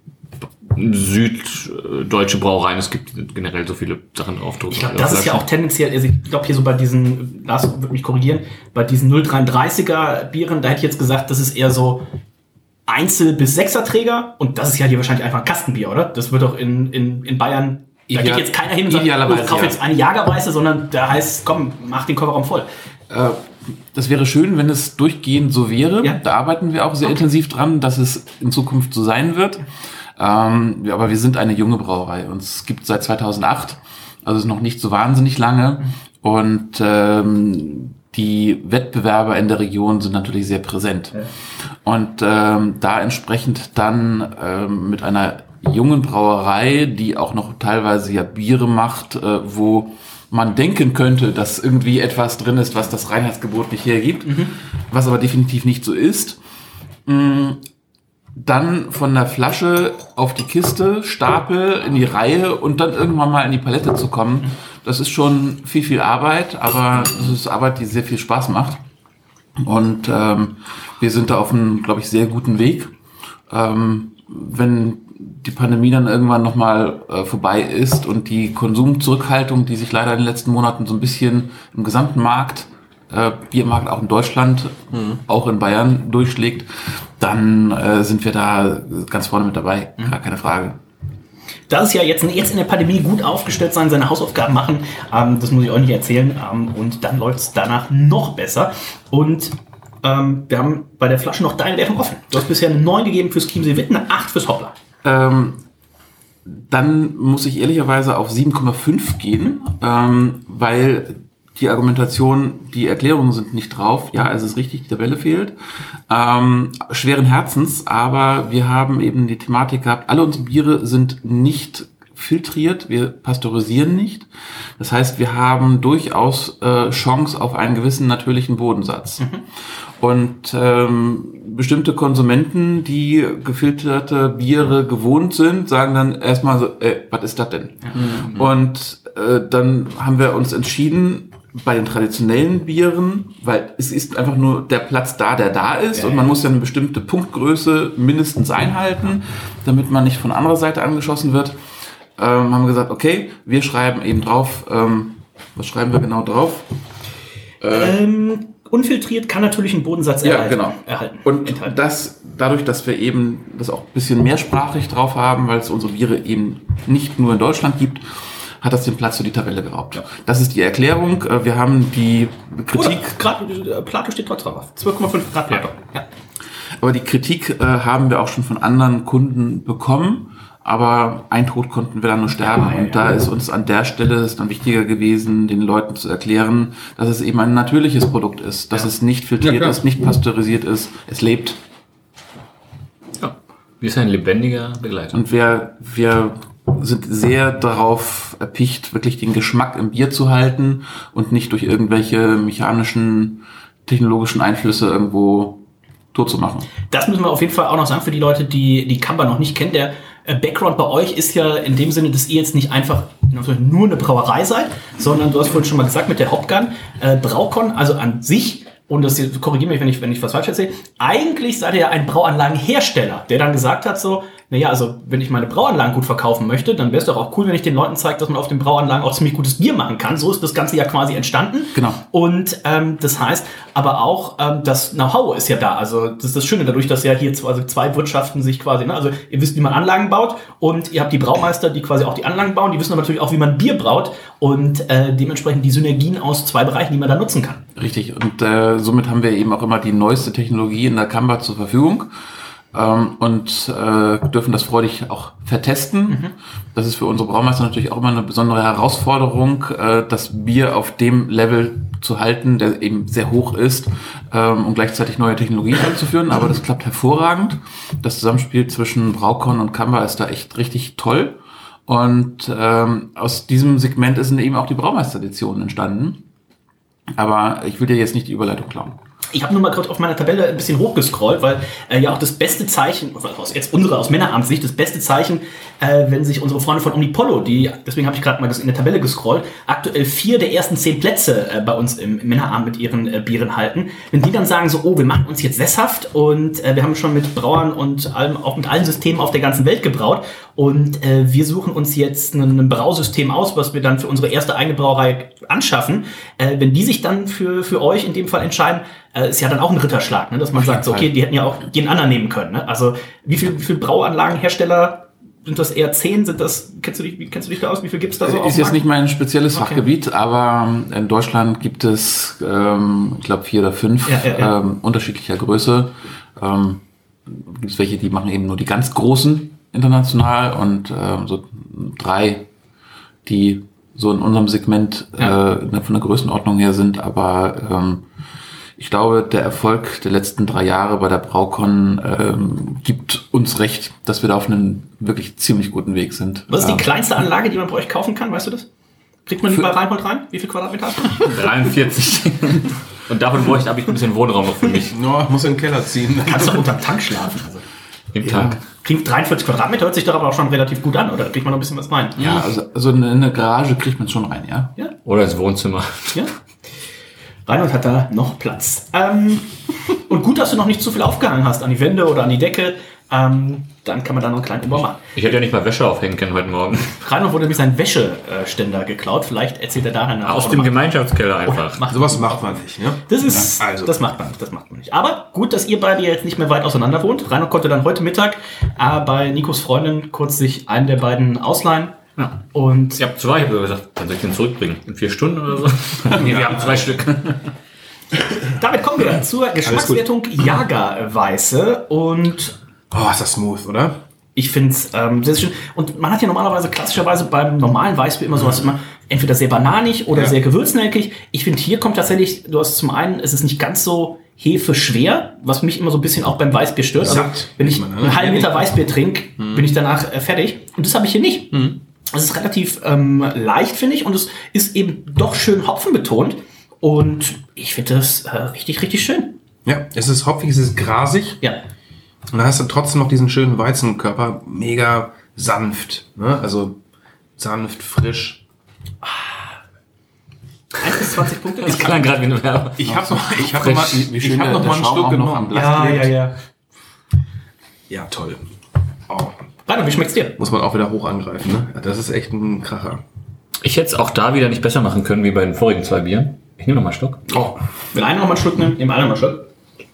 süddeutsche Brauereien es gibt, generell so viele Sachen draufdrucken.
Ich glaube, das ist ja auch tendenziell, also ich glaube hier so bei diesen, Lars wird mich korrigieren, bei diesen null Komma dreiunddreißiger Bieren, da hätte ich jetzt gesagt, das ist eher so Einzel- bis Sechserträger und das ist ja hier wahrscheinlich einfach ein Kastenbier, oder? Das wird doch in, in, in Bayern, da
Ideal,
geht jetzt keiner hin und sagt, oh, ich kaufe jetzt eine Jagerweiße, sondern da heißt, komm, mach den Kofferraum voll.
Äh, das wäre schön, wenn es durchgehend so wäre. Ja. Da arbeiten wir auch sehr okay. intensiv dran, dass es in Zukunft so sein wird. Ähm, aber wir sind eine junge Brauerei und es gibt seit zweitausendacht, also ist noch nicht so wahnsinnig lange und ähm, die Wettbewerber in der Region sind natürlich sehr präsent. Ja. Und ähm, da entsprechend dann ähm, mit einer jungen Brauerei, die auch noch teilweise ja Biere macht, äh, wo man denken könnte, dass irgendwie etwas drin ist, was das Reinheitsgebot nicht hergibt, mhm. was aber definitiv nicht so ist. Mhm. Dann von der Flasche auf die Kiste, Stapel, in die Reihe und dann irgendwann mal in die Palette zu kommen. Das ist schon viel, viel Arbeit, aber das ist Arbeit, die sehr viel Spaß macht. Und ähm, wir sind da auf einem, glaube ich, sehr guten Weg. Ähm, wenn die Pandemie dann irgendwann nochmal äh, vorbei ist und die Konsumzurückhaltung, die sich leider in den letzten Monaten so ein bisschen im gesamten Markt Äh, Biermarkt auch in Deutschland, mhm. auch in Bayern durchschlägt, dann äh, sind wir da ganz vorne mit dabei. Mhm. Gar keine Frage.
Das ist ja jetzt, jetzt in der Pandemie gut aufgestellt sein, seine Hausaufgaben machen, ähm, das muss ich euch nicht erzählen, ähm, und dann läuft es danach noch besser. Und ähm, wir haben bei der Flasche noch deine Wertung offen. Du hast bisher eine neun gegeben fürs Chiemsee Witt, eine acht fürs Hoppler.
Ähm, dann muss ich ehrlicherweise auf sieben Komma fünf gehen, ähm, weil die Argumentation, die Erklärungen sind nicht drauf. Ja, es ist richtig, die Tabelle fehlt. Ähm, schweren Herzens, aber wir haben eben die Thematik gehabt, alle unsere Biere sind nicht filtriert, wir pasteurisieren nicht. Das heißt, wir haben durchaus äh, Chance auf einen gewissen natürlichen Bodensatz. Mhm. Und ähm, bestimmte Konsumenten, die gefilterte Biere gewohnt sind, sagen dann erstmal so, ey, was ist das denn? Mhm. Und äh, dann haben wir uns entschieden, bei den traditionellen Bieren, weil es ist einfach nur der Platz da, der da ist, ja, und man ja. muss ja eine bestimmte Punktgröße mindestens einhalten, damit man nicht von anderer Seite angeschossen wird. Ähm, haben wir gesagt, okay, wir schreiben eben drauf, ähm, was schreiben wir genau drauf?
Äh, ähm, unfiltriert kann natürlich einen Bodensatz
ja,
erhalten.
Genau.
erhalten.
Und enthalten. das dadurch, dass wir eben das auch ein bisschen mehrsprachig drauf haben, weil es unsere Biere eben nicht nur in Deutschland gibt, hat das den Platz für die Tabelle geraubt. Ja. Das ist die Erklärung. Wir haben die Kritik...
Grad, Plato steht trotzdem drauf. zwölf Komma fünf Grad Plato. Ja.
Aber die Kritik äh, haben wir auch schon von anderen Kunden bekommen. Aber ein Tod konnten wir dann nur sterben. Ja, ja, und da ja. ist uns an der Stelle ist dann wichtiger gewesen, den Leuten zu erklären, dass es eben ein natürliches Produkt ist. Dass ja. es nicht filtriert ja, ist, nicht pasteurisiert ist. Es lebt.
Ja.
Wie ist ein lebendiger Begleiter?
Und wir, wir sind sehr darauf erpicht, wirklich den Geschmack im Bier zu halten und nicht durch irgendwelche mechanischen, technologischen Einflüsse irgendwo tot zu machen.
Das müssen wir auf jeden Fall auch noch sagen für die Leute, die die Kamba noch nicht kennen. Der äh, Background bei euch ist ja in dem Sinne, dass ihr jetzt nicht einfach nur eine Brauerei seid, sondern du hast vorhin schon mal gesagt mit der Hauptgun, äh, Braukon, also an sich, und das korrigiere mich, wenn ich, wenn ich was falsch erzähle, eigentlich seid ihr ja ein Brauanlagenhersteller, der dann gesagt hat so, naja, also wenn ich meine Brauanlagen gut verkaufen möchte, dann wäre es doch auch cool, wenn ich den Leuten zeige, dass man auf den Brauanlagen auch ziemlich gutes Bier machen kann. So ist das Ganze ja quasi entstanden.
Genau.
Und ähm, das heißt aber auch, ähm, das Know-how ist ja da. Also das ist das Schöne, dadurch, dass ja hier zwei, also zwei Wirtschaften sich quasi, ne, also ihr wisst, wie man Anlagen baut und ihr habt die Braumeister, die quasi auch die Anlagen bauen, die wissen aber natürlich auch, wie man Bier braut und äh, dementsprechend die Synergien aus zwei Bereichen, die man da nutzen kann.
Richtig, und äh, somit haben wir eben auch immer die neueste Technologie in der Kamba zur Verfügung. Ähm, und äh, dürfen das freudig auch vertesten. Mhm. Das ist für unsere Braumeister natürlich auch immer eine besondere Herausforderung, äh, das Bier auf dem Level zu halten, der eben sehr hoch ist, ähm, und gleichzeitig neue Technologien einzuführen. Aber das klappt hervorragend. Das Zusammenspiel zwischen Braukon und Kamba ist da echt richtig toll. Und ähm, aus diesem Segment sind eben auch die Braumeister-Editionen entstanden. Aber ich will dir jetzt nicht die Überleitung klauen.
Ich habe nur mal gerade auf meiner Tabelle ein bisschen hochgescrollt, weil äh, ja auch das beste Zeichen, aus jetzt unsere aus Männeramtssicht, das beste Zeichen, äh, wenn sich unsere Freunde von Omnipollo, die, deswegen habe ich gerade mal in der Tabelle gescrollt, aktuell vier der ersten zehn Plätze äh, bei uns im, im Männerabend mit ihren äh, Bieren halten. Wenn die dann sagen so, oh, wir machen uns jetzt sesshaft und äh, wir haben schon mit Brauern und allem, auch mit allen Systemen auf der ganzen Welt gebraut und äh, wir suchen uns jetzt ein, ein Brausystem aus, was wir dann für unsere erste eigene Brauerei anschaffen. Äh, wenn die sich dann für, für euch in dem Fall entscheiden, äh, ist ja dann auch ein Ritterschlag, ne? Dass man sagt, so, okay, die hätten ja auch jeden anderen nehmen können. Ne? Also wie viel, wie viel Brauanlagenhersteller sind das, eher zehn? Sind das, kennst du dich, wie kennst du dich da aus? Wie viel gibt's da so?
Ist jetzt nicht mein spezielles okay. Fachgebiet, aber in Deutschland gibt es, ähm, ich glaube, vier oder fünf ja, ja, ja. Ähm, unterschiedlicher Größe. Ähm, gibt es welche, die machen eben nur die ganz großen international und ähm, so drei, die so in unserem Segment ja. äh, von der Größenordnung her sind, aber ähm, ich glaube, der Erfolg der letzten drei Jahre bei der Braukon ähm, gibt uns recht, dass wir da auf einem wirklich ziemlich guten Weg sind.
Was ist die
ähm,
kleinste Anlage, die man bei euch kaufen kann? Weißt du das? Kriegt man die bei Reinhold rein? Wie viel Quadratmeter hast du?
dreiundvierzig. Und davon bräuchte ich ein bisschen Wohnraum noch für mich.
No, muss in den Keller ziehen.
Kannst du unterm Tank schlafen. Also.
Im Tank.
Klingt dreiundvierzig Quadratmeter, hört sich doch aber auch schon relativ gut an, oder kriegt man noch ein bisschen was rein?
Ja, also, also in eine Garage kriegt man schon rein, ja.
ja.
Oder ins Wohnzimmer.
Ja. Reinhold hat da noch Platz. Ähm, und gut, dass du noch nicht zu viel aufgehangen hast an die Wände oder an die Decke. Ähm, dann kann man da noch einen kleinen Umbau machen.
Ich hätte ja nicht mal Wäsche aufhängen können heute Morgen.
Reinhold wurde nämlich sein Wäscheständer geklaut. Vielleicht erzählt er daher
Aus dem Gemeinschaftskeller einfach.
Oh, macht Sowas macht man nicht, ne?
Das ist, ja, also. das macht man nicht, das macht man nicht. Aber gut, dass ihr beide jetzt nicht mehr weit auseinander wohnt. Reinhold konnte dann heute Mittag äh, bei Nikos Freundin kurz sich einen der beiden ausleihen.
Ja.
Und
ich habe zwei, ich habe gesagt, dann soll ich den zurückbringen. In vier Stunden oder so? Nee, wir haben zwei Stück.
Damit kommen wir zur Geschmackswertung Jagerweiße und
oh, ist das smooth, oder?
Ich finde es ähm, sehr schön. Und man hat ja normalerweise klassischerweise beim normalen Weißbier immer sowas immer entweder sehr bananig oder ja. sehr gewürznelkig. Ich finde, hier kommt tatsächlich, du hast zum einen, es ist nicht ganz so hefeschwer, was mich immer so ein bisschen auch beim Weißbier stört. Also, wenn ich einen halben Liter Weißbier trinke, hm. bin ich danach äh, fertig. Und das habe ich hier nicht. Hm. Es ist relativ ähm, leicht, finde ich. Und es ist eben doch schön hopfenbetont. Und ich finde das äh, richtig, richtig schön.
Ja, es ist hopfig, es ist grasig.
Ja.
Und dann hast du trotzdem noch diesen schönen Weizenkörper, mega sanft. Ne? Also sanft, frisch.
eins bis zwanzig Punkte.
Das klang gerade wie eine Werbung.
Ich habe noch, ich hab noch mal, ich hab noch mal einen Schluck genommen.
Ja, ja, ja.
Ja, toll. Oh.
Rainer, wie schmeckt's dir?
Muss man auch wieder hoch angreifen. Ne? Das ist echt ein Kracher.
Ich hätte es auch da wieder nicht besser machen können wie bei den vorigen zwei Bieren. Ich nehme noch mal einen Schluck.
Oh. Will einer noch mal einen Schluck nehmen? Nehmen alle noch mal einen Schluck.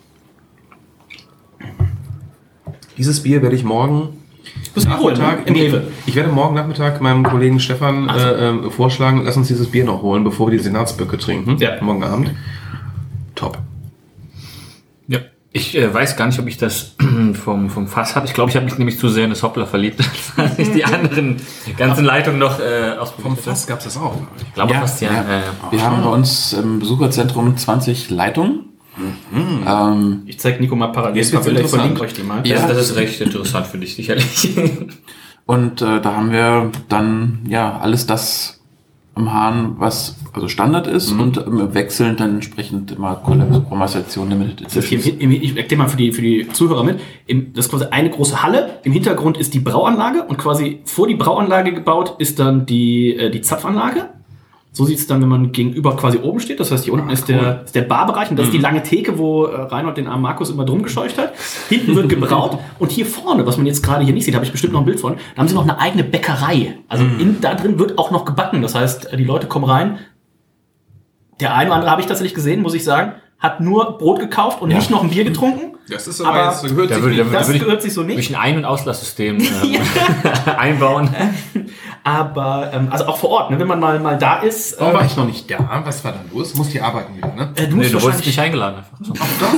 Dieses Bier werde ich morgen Nachmittag,
im Rewe.
Ich werde morgen Nachmittag meinem Kollegen Stefan also. äh, vorschlagen, lass uns dieses Bier noch holen, bevor wir die Senatsböcke trinken. Ja. Morgen Abend. Top.
Ja. Ich äh, weiß gar nicht, ob ich das vom, vom Fass habe. Ich glaube, ich habe mich nämlich zu sehr in das Hoppler verliebt, als ich die anderen ganzen Leitungen noch äh, ausprobiert.
Vom Fass gab es das auch.
Ich glaube
ja,
fast, ja.
ja. Äh, wir haben bei uns im Besucherzentrum zwanzig Leitungen. Mhm. Ähm,
ich zeige Nico mal parallel.
Jetzt wird's
Ich
interessant.
verlinke euch die mal.
Ja,
Ja.
das ist recht interessant für dich, sicherlich.
Und äh, da haben wir dann ja alles das am Hahn, was also Standard ist
Mhm.
und ähm, wechselnd dann entsprechend immer Kollaboration Limited
Das hier,
Edition.
im- im- ich erkläre mal für die, für die Zuhörer mit. Im, das ist quasi eine große Halle. Im Hintergrund ist die Brauanlage und quasi vor die Brauanlage gebaut ist dann die, äh, die Zapfanlage. So sieht es dann, wenn man gegenüber quasi oben steht. Das heißt, hier unten ist, der, ist der Barbereich und das ist die lange Theke, wo äh, Reinhold den armen Markus immer drum gescheucht hat. Hinten wird gebraut und hier vorne, was man jetzt gerade hier nicht sieht, habe ich bestimmt noch ein Bild von, da haben sie noch eine eigene Bäckerei. Also in, da drin wird auch noch gebacken. Das heißt, die Leute kommen rein. Der eine oder andere habe ich tatsächlich gesehen, muss ich sagen, hat nur Brot gekauft und
Ja.
nicht noch ein Bier getrunken.
Das ist aber,
Aber
jetzt, gehört
da
sich
würde-
nicht.
da würde-
Das
ich-
gehört sich so
Durch
nicht.
ein Ein- und Auslasssystem ähm, einbauen.
Aber ähm, also auch vor Ort, ne, wenn man mal, mal da ist.
Warum war
äh,
ich noch nicht da? Was war da los? Muss die arbeiten wieder, ne?
äh, du
Nee,
musst
du wurdest
wahrscheinlich.
nicht eingeladen. Einfach.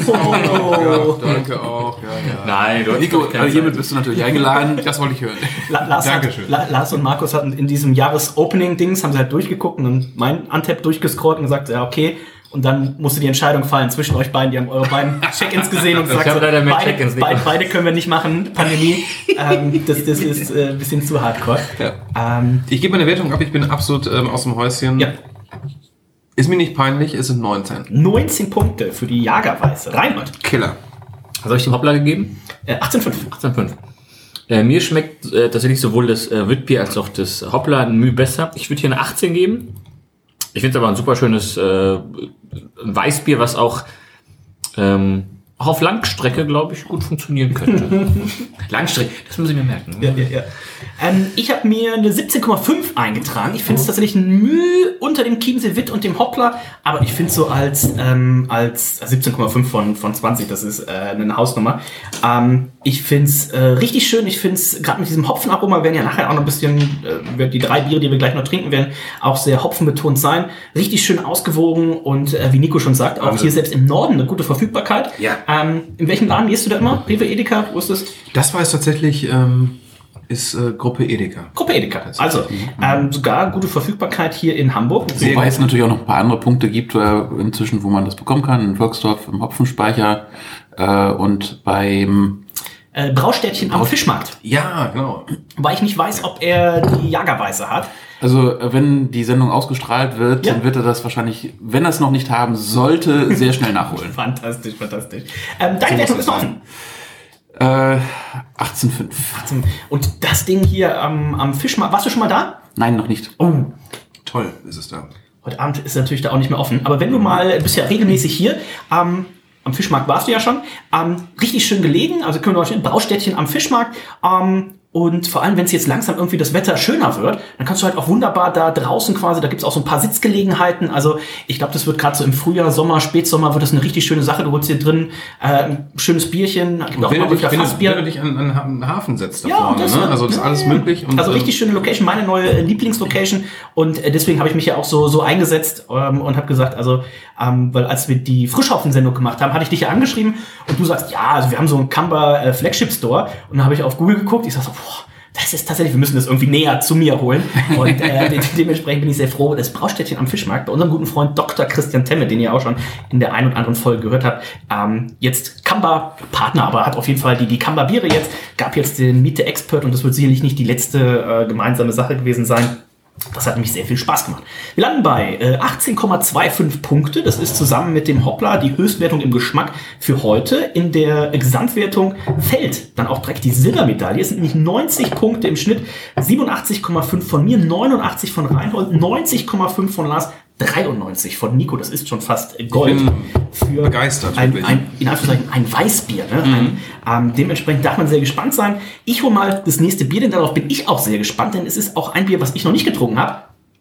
Oh.
Ja, danke auch. Ja, ja.
Nein, du hast
Nico,
keine
äh, hiermit
Zeit.
bist du natürlich eingeladen.
Das wollte ich hören.
La Lars, hat,
Dankeschön.
La Lars und Markus hatten in diesem Jahres-Opening-Dings, haben sie halt durchgeguckt und dann mein Untap durchgescrollt und gesagt, ja, okay. Und dann musste die Entscheidung fallen zwischen euch beiden. Die haben eure beiden Check-ins gesehen und gesagt,
Ich habe leider mehr
beide,
Check-ins nicht
beide,
gemacht.
beide können wir nicht machen, Pandemie. ähm, das, das ist äh, ein bisschen zu hardcore.
Ja.
Ähm,
Ich gebe meine Wertung ab, ich bin absolut ähm, aus dem Häuschen.
ja,
Ist mir nicht peinlich, es sind neunzehn.
neunzehn Punkte für die Jagerweiße. Reinhold,
Killer.
Was habe ich dem Hoppla gegeben?
äh, achtzehn Komma fünf.
achtzehn Komma fünf. Äh, mir schmeckt äh, tatsächlich sowohl das äh, Witbier als auch das Hoppla ein Mühe besser. Ich würde hier eine achtzehn geben. Ich finde es aber ein super schönes äh, Weißbier, was auch ähm, auch auf Langstrecke, glaube ich, gut funktionieren könnte. Langstrecke, das muss ich mir merken.
Ja, ja, ja. Ähm, ich habe mir eine siebzehn Komma fünf eingetragen. Ich finde es tatsächlich ein Mühe unter dem Chiemsee Witt und dem Hoppla, aber ich finde es so als, ähm, als siebzehn Komma fünf von, von zwanzig, das ist äh, eine Hausnummer. Ähm, ich finde es äh, richtig schön. Ich finde es gerade mit diesem Hopfenaroma, wir werden ja nachher auch noch ein bisschen, äh, die drei Biere, die wir gleich noch trinken werden, auch sehr hopfenbetont sein. Richtig schön ausgewogen und äh, wie Nico schon sagt, auch hier selbst im Norden eine gute Verfügbarkeit.
Ja.
Ähm, in welchem Laden gehst du da immer? Rewe, Edeka, wo ist das?
Das war es tatsächlich, ähm, ist äh, Gruppe Edeka.
Gruppe Edeka. Also, ähm, sogar gute Verfügbarkeit hier in Hamburg.
Wobei es natürlich auch noch ein paar andere Punkte gibt, äh, inzwischen, wo man das bekommen kann. In Volksdorf, im Hopfenspeicher äh, und beim
Äh, Braustädtchen am Fischmarkt.
Ja, genau.
Weil ich nicht weiß, ob er die Jagerweiße hat.
Also äh, wenn die Sendung ausgestrahlt wird,
Ja.
dann wird er das wahrscheinlich, wenn er es noch nicht haben sollte, sehr schnell nachholen.
Fantastisch, fantastisch. Ähm, deine Wertung ist offen.
Äh, achtzehn Komma fünf.
Und das Ding hier am, am Fischmarkt, warst du schon mal da?
Nein, noch nicht.
Oh,
Toll ist es da.
heute Abend ist natürlich da auch nicht mehr offen. Aber wenn du mal, du bist ja regelmäßig hier, ähm, am Fischmarkt warst du ja schon, ähm, richtig schön gelegen, also können wir euch in Braustädtchen am Fischmarkt, ähm, und vor allem, wenn es jetzt langsam irgendwie das Wetter schöner wird, dann kannst du halt auch wunderbar da draußen quasi, da gibt's auch so ein paar Sitzgelegenheiten. Also ich glaube, das wird gerade so im Frühjahr, Sommer, Spätsommer, wird das eine richtig schöne Sache. Du holst hier drin äh, ein schönes Bierchen, gibt auch
Wenn
mal
du, dich,
wieder
wenn, du,
Fassbier.
wenn du dich an, an einen Hafen setzt da
Ja,
vorne,
das,
ne? Also das ist alles möglich. Und,
Also
ähm,
richtig schöne Location, meine neue äh, Lieblingslocation. Und äh, deswegen habe ich mich ja auch so so eingesetzt ähm, und habe gesagt, also, ähm, weil als wir die Frischhopfen-Sendung gemacht haben, hatte ich dich ja angeschrieben und du sagst, ja, also wir haben so einen Kamba äh, Flagship Store. Und dann habe ich auf Google geguckt, ich sag so, boah, das ist tatsächlich, wir müssen das irgendwie näher zu mir holen. Und äh, de dementsprechend bin ich sehr froh, das Braustädtchen am Fischmarkt bei unserem guten Freund Doktor Christian Temme, den ihr auch schon in der ein oder anderen Folge gehört habt, ähm, jetzt Kamba Partner, aber hat auf jeden Fall die, die Kamba Biere jetzt, gab jetzt den Meet the Expert und das wird sicherlich nicht die letzte äh, gemeinsame Sache gewesen sein. Das hat nämlich sehr viel Spaß gemacht. Wir landen bei äh, achtzehn Komma fünfundzwanzig Punkte. Das ist zusammen mit dem Hoppla die Höchstwertung im Geschmack für heute. In der Gesamtwertung fällt dann auch direkt die Silbermedaille. Es sind nämlich neunzig Punkte im Schnitt. siebenundachtzig Komma fünf von mir, neunundachtzig von Reinhold, neunzig Komma fünf von Lars, dreiundneunzig von Nico. Das ist schon fast Gold.
bin
für
begeistert,
ein,
wirklich.
ein, in Anführungszeichen ein Weißbier. Ne?
Mhm.
Ein, ähm, dementsprechend darf man sehr gespannt sein. Ich hole mal das nächste Bier, denn darauf bin ich auch sehr gespannt, denn es ist auch ein Bier, was ich noch nicht getrunken habe.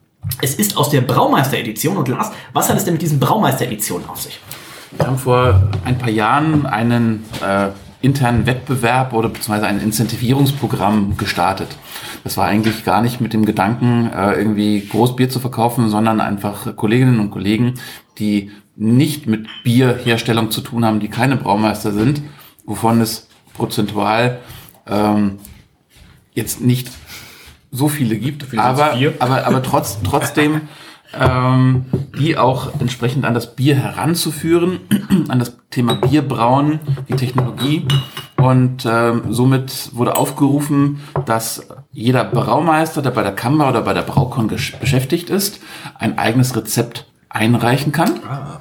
Es ist aus der Braumeister-Edition. Und Lars, was hat es denn mit diesen Braumeister-Editionen auf sich?
Wir haben vor ein paar Jahren einen äh, internen Wettbewerb oder beziehungsweise ein Incentivierungsprogramm gestartet. Das war eigentlich gar nicht mit dem Gedanken, äh, irgendwie Großbier zu verkaufen, sondern einfach Kolleginnen und Kollegen, die nicht mit Bierherstellung zu tun haben, die keine Braumeister sind, wovon es prozentual ähm, jetzt nicht so viele gibt,
Viele
aber,
sind's vier.
aber, aber trotz, trotzdem ähm, die auch entsprechend an das Bier heranzuführen, an das Thema Bierbrauen, die Technologie. Und ähm, somit wurde aufgerufen, dass jeder Braumeister, der bei der Kammer oder bei der Braukon gesch- beschäftigt ist, ein eigenes Rezept einreichen kann.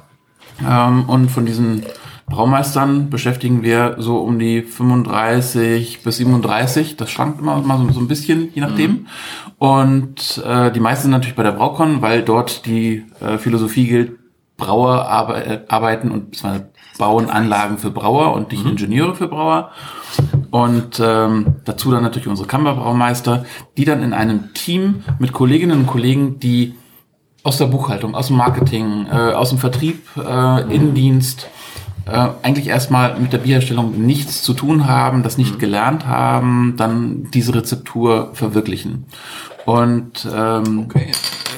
Ah. Ähm, und von diesen Braumeistern beschäftigen wir so um die fünfunddreißig bis siebenunddreißig. Das schwankt immer mal so, so ein bisschen, je nachdem. Mhm. Und äh, die meisten sind natürlich bei der Braukon, weil dort die äh, Philosophie gilt, Brauer arbe- arbeiten und zwar bauen Anlagen für Brauer und nicht mhm. Ingenieure für Brauer. Und ähm, dazu dann natürlich unsere Kammerbraumeister, die dann in einem Team mit Kolleginnen und Kollegen, die aus der Buchhaltung, aus dem Marketing, äh, aus dem Vertrieb, äh, mhm. Innendienst, äh, eigentlich erstmal mit der Bierherstellung nichts zu tun haben, das nicht mhm. gelernt haben, dann diese Rezeptur verwirklichen. Und ähm, okay.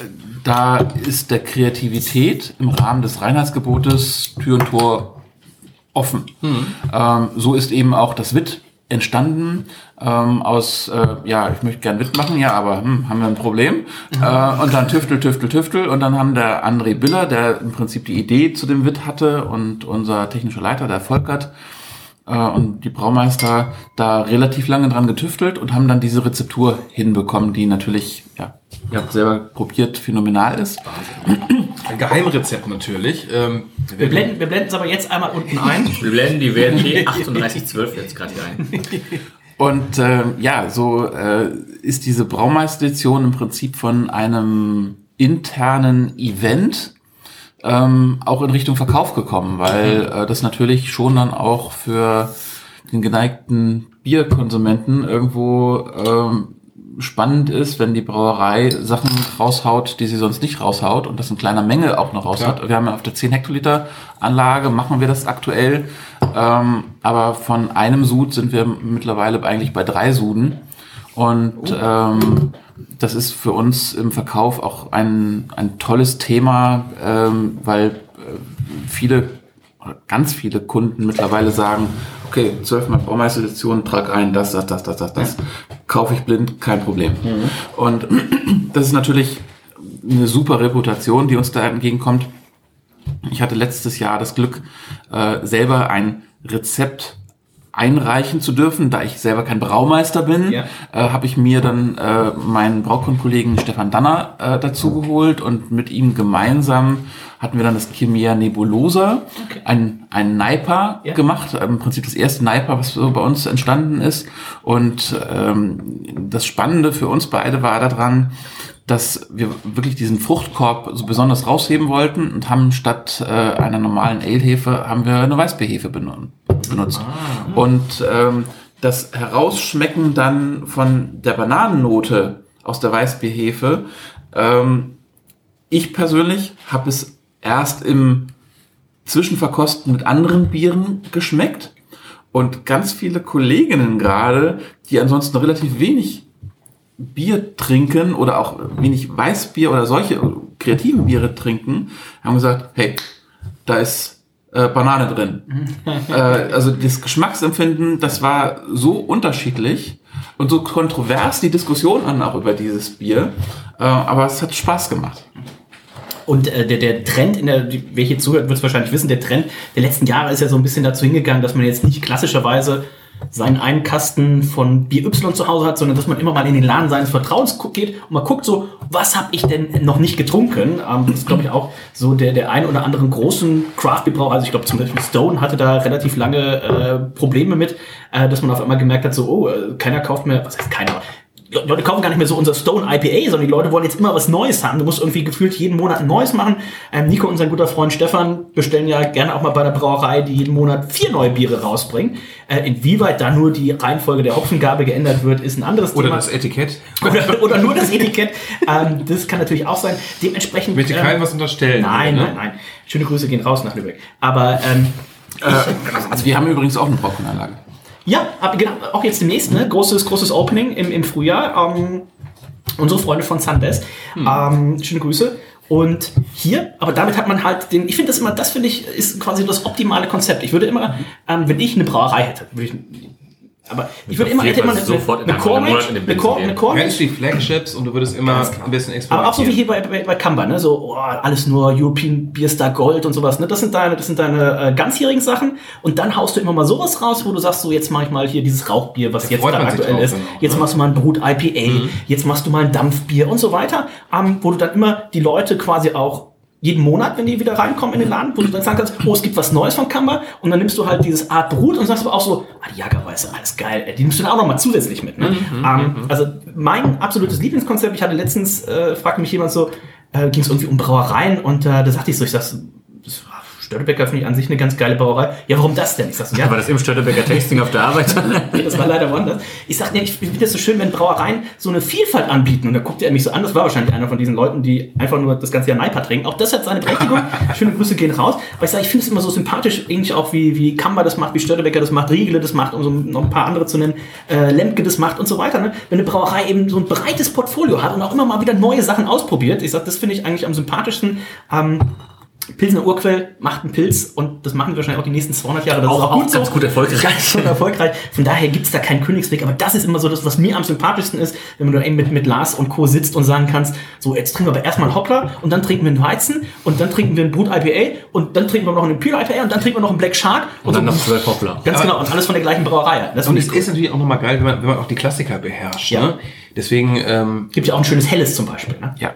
da ist der Kreativität im Rahmen des Reinheitsgebotes Tür und Tor offen. Mhm. Ähm, so ist eben auch das W I T entstanden ähm, aus, äh, ja, ich möchte gern W I T machen, ja, aber hm, haben wir ein Problem. Mhm. Äh, und dann Tüftel, Tüftel, Tüftel und dann haben der André Biller, der im Prinzip die Idee zu dem W I T hatte und unser technischer Leiter, der Volkert, äh, und die Braumeister da relativ lange dran getüftelt und haben dann diese Rezeptur hinbekommen, die natürlich, ja, ihr habt selber probiert, phänomenal ist.
Ein Geheimrezept natürlich. Ähm,
wir blenden wir blenden es aber jetzt einmal unten ein.
Wir blenden die W R T achtunddreißig zwölf jetzt gerade ein.
Und äh, ja, so äh, ist diese Braumeister-Edition im Prinzip von einem internen Event ähm, auch in Richtung Verkauf gekommen, weil äh, das natürlich schon dann auch für den geneigten Bierkonsumenten irgendwo ähm, spannend ist, wenn die Brauerei Sachen raushaut, die sie sonst nicht raushaut und das in kleiner Menge auch noch raushaut. Ja. Wir haben ja auf der zehn Hektoliter Anlage, machen wir das aktuell, ähm, aber von einem Sud sind wir mittlerweile eigentlich bei drei Suden und ähm, das ist für uns im Verkauf auch ein, ein tolles Thema, ähm, weil äh, viele, ganz viele Kunden mittlerweile sagen, okay, zwölfmal Braumeister-Edition, trag ein, das, das, das, das, das, das. Kaufe ich blind, kein Problem. Mhm. Und das ist natürlich eine super Reputation, die uns da entgegenkommt. Ich hatte letztes Jahr das Glück, äh, selber ein Rezept einreichen zu dürfen. Da ich selber kein Braumeister bin, ja. äh, habe ich mir dann äh, meinen Braukon-Kollegen Stefan Danner äh, dazu geholt und mit ihm gemeinsam hatten wir dann das Chimia Nebulosa, okay. ein, ein Naipa ja. gemacht, im Prinzip das erste Naipa, was so bei uns entstanden ist. Und ähm, das Spannende für uns beide war daran, dass wir wirklich diesen Fruchtkorb so besonders rausheben wollten und haben statt äh, einer normalen Ale-Hefe haben wir eine Weißbierhefe benutzt. Ah. Und ähm, das Herausschmecken dann von der Bananennote aus der Weißbierhefe, ähm, ich persönlich habe es erst im Zwischenverkosten mit anderen Bieren geschmeckt und ganz viele Kolleginnen gerade, die ansonsten relativ wenig Bier trinken oder auch wenig Weißbier oder solche kreativen Biere trinken, haben gesagt, hey, da ist äh, Banane drin. äh, also das Geschmacksempfinden, das war so unterschiedlich und so kontrovers, die Diskussion an auch über dieses Bier, äh, aber es hat Spaß gemacht.
Und äh, der, der Trend, in der, die, wer hier zuhört, wird es wahrscheinlich wissen, der Trend der letzten Jahre ist ja so ein bisschen dazu hingegangen, dass man jetzt nicht klassischerweise seinen einen Kasten von Bier Y zu Hause hat, sondern dass man immer mal in den Laden seines Vertrauens geht und mal guckt so, was habe ich denn noch nicht getrunken? Ähm, das ist, glaube ich, auch so der, der ein oder anderen großen Craft-Bier-Brauer, also ich glaube zum Beispiel Stone hatte da relativ lange äh, Probleme mit, äh, dass man auf einmal gemerkt hat, so, oh, äh, keiner kauft mehr, was heißt keiner, Leute kaufen gar nicht mehr so unser Stone I P A, sondern die Leute wollen jetzt immer was Neues haben. Du musst irgendwie gefühlt jeden Monat ein Neues machen. Ähm, Nico und sein guter Freund Stefan bestellen ja gerne auch mal bei der Brauerei, die jeden Monat vier neue Biere rausbringen. Äh, inwieweit da nur die Reihenfolge der Hopfengabe geändert wird, ist ein anderes
oder
Thema.
Oder das Etikett.
Oder, oder nur das Etikett. Ähm, das kann natürlich auch sein. Dementsprechend.
Ich möchte keinem ähm, was unterstellen.
Nein, oder, ne? nein, nein. Schöne Grüße gehen raus nach Lübeck. Aber ähm,
äh, also wir haben übrigens auch eine Braukonanlage.
Ja, aber genau, auch jetzt demnächst, ne? Großes, großes Opening im, im Frühjahr. Ähm, unsere Freunde von Sundays. Hm. Ähm, schöne Grüße. Und hier, aber damit hat man halt den, ich finde das immer, das finde ich, ist quasi das optimale Konzept. Ich würde immer, ähm, wenn ich eine Brauerei hätte, würde ich Aber ich würde immer, hätte immer eine,
sofort in
eine
einem
Core
Monat
Range,
in den
eine Core,
Pilzen
eine Core Range.
Range die Flagships und du würdest immer
genau.
ein bisschen
Aber auch so wie
experimentieren.
hier bei, bei, bei Kamba, ne? So, oh, alles nur European Beer Star Gold und sowas, ne? Das sind deine, das sind deine äh, ganzjährigen Sachen. Und dann haust du immer mal sowas raus, wo du sagst, so, jetzt mach ich mal hier dieses Rauchbier, was
Da
jetzt
freut
gerade
man sich
aktuell
drauf
ist.
dann auch,
Jetzt
ne?
machst du mal ein Brut I P A, jetzt machst du mal ein Dampfbier und so weiter. Ähm, wo du dann immer die Leute quasi auch jeden Monat, wenn die wieder reinkommen in den Laden, wo du dann sagen kannst, oh, es gibt was Neues von Kamba, und dann nimmst du halt dieses Art Brut und sagst aber auch so, ah, die Jagerweiße, alles geil, ey, die nimmst du dann auch noch mal zusätzlich mit. Ne?
Mhm,
ähm, also mein absolutes Lieblingskonzept, ich hatte letztens, äh, fragte mich jemand so, äh, ging es irgendwie um Brauereien, und äh, da sagte ich so, ich sag's, das war Störtebeker finde ich an sich eine ganz geile Brauerei. Ja, warum das denn? Ich sag so, ja,
Aber das im Störtebeker Tasting auf der Arbeit.
nee, das war leider woanders. Ich sag, nee, ich finde das so schön, wenn Brauereien so eine Vielfalt anbieten. Und da guckt er mich so an, das war wahrscheinlich einer von diesen Leuten, die einfach nur das ganze Jahr Naipa trinken. Auch das hat seine Berechtigung. Schöne Grüße gehen raus. Aber ich sage, ich finde es immer so sympathisch, ähnlich auch wie, wie Kamba das macht, wie Störtebeker das macht, Riegele das macht, um so noch ein paar andere zu nennen, äh, Lemke das macht und so weiter. Ne? Wenn eine Brauerei eben so ein breites Portfolio hat und auch immer mal wieder neue Sachen ausprobiert. Ich sag, das finde ich eigentlich am sympathischsten. Ähm, Pilsner Urquell macht einen Pilz, und das machen wir wahrscheinlich auch die nächsten zweihundert Jahre. Das
Auch-
ist auch,
auch
gut
ganz
so.
gut erfolgreich.
Ganz gut erfolgreich. Von daher gibt's da keinen Königsweg, aber das ist immer so das, was mir am sympathischsten ist, wenn du da eben mit, mit Lars und Co. sitzt und sagen kannst, so, jetzt trinken wir aber erstmal einen Hoppler, und dann trinken wir einen Weizen, und dann trinken wir einen Brut I P A, und dann trinken wir noch einen Pure I P A, und dann trinken wir noch einen Black Shark.
Und dann
so.
noch zwölf Hoppler.
Ganz genau, und alles von der gleichen Brauerei. Das
Und
finde
es
ich cool.
ist natürlich auch nochmal geil, wenn man, wenn man auch die Klassiker beherrscht.
Ja.
Ne? Deswegen, ähm,
Gibt ja auch ein schönes Helles zum Beispiel. Ne?
ja.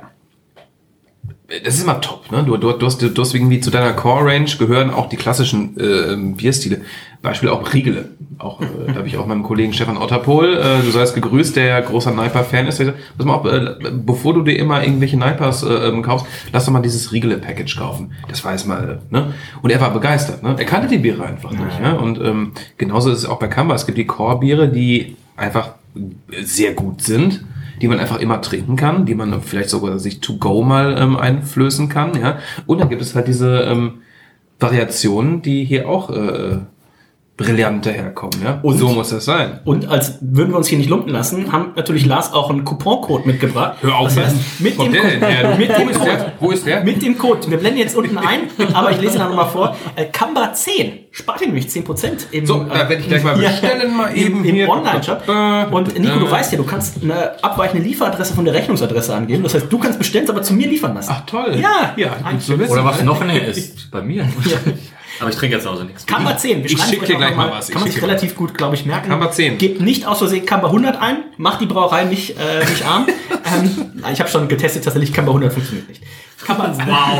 Das ist immer top, ne? Du, du, du, hast, du hast irgendwie zu deiner Core-Range gehören auch die klassischen äh, Bierstile. Beispiel auch Riegele. Auch, äh, da habe ich auch meinem Kollegen Stefan Otterpohl, äh, du seist gegrüßt, der ja großer Naipa-Fan ist. Pass mal auf, äh, bevor du dir immer irgendwelche Naipas äh, ähm, kaufst, lass doch mal dieses Riegele-Package kaufen. Das weiß mal, ne? Und er war begeistert, ne? Er kannte die Biere einfach nicht, ja? Und ähm, genauso ist es auch bei Kamba. Es gibt die Core-Biere, die einfach sehr gut sind, die man einfach immer trinken kann, die man vielleicht sogar sich to go mal ähm, einflößen kann, ja. Und dann gibt es halt diese ähm, Variationen, die hier auch äh, brillant daherkommen, ja.
Und-
so muss das sein.
Und als würden wir uns hier nicht lumpen lassen, haben natürlich Lars auch einen Couponcode mitgebracht.
Hör auf,
das heißt,
was
mit dem,
kommt der denn her?
mit
Wo
dem
ist
Code,
der? Wo ist der?
mit dem Code, wir blenden jetzt unten ein, aber ich lese ihn nochmal vor, äh, Kamba zehn, spart ihr nämlich zehn Prozent im,
So, da werde ich gleich mal bestellen, mal eben
im, im
hier.
Online-Shop. Und Nico, du weißt ja, du kannst eine abweichende Lieferadresse von der Rechnungsadresse angeben. Das heißt, du kannst bestellen, aber zu mir liefern lassen.
Ach toll.
Ja,
ja, gut zu wissen.
Oder was noch näher ist. Bei mir. Aber ich trinke jetzt auch so nichts.
Kamba zehn. Wir
Ich
schreiben
schick
euch
dir
auch
gleich
noch
mal was. Ich
Kann man
schick
sich
dir
relativ gut, glaube ich, merken.
Kamba zehn.
Gebt nicht aus Versehen Kamba hundert ein. Macht die Brauerei nicht, äh, nicht arm. ähm, ich habe schon getestet, tatsächlich Kamba hundert funktioniert nicht. Kamba,
Wow.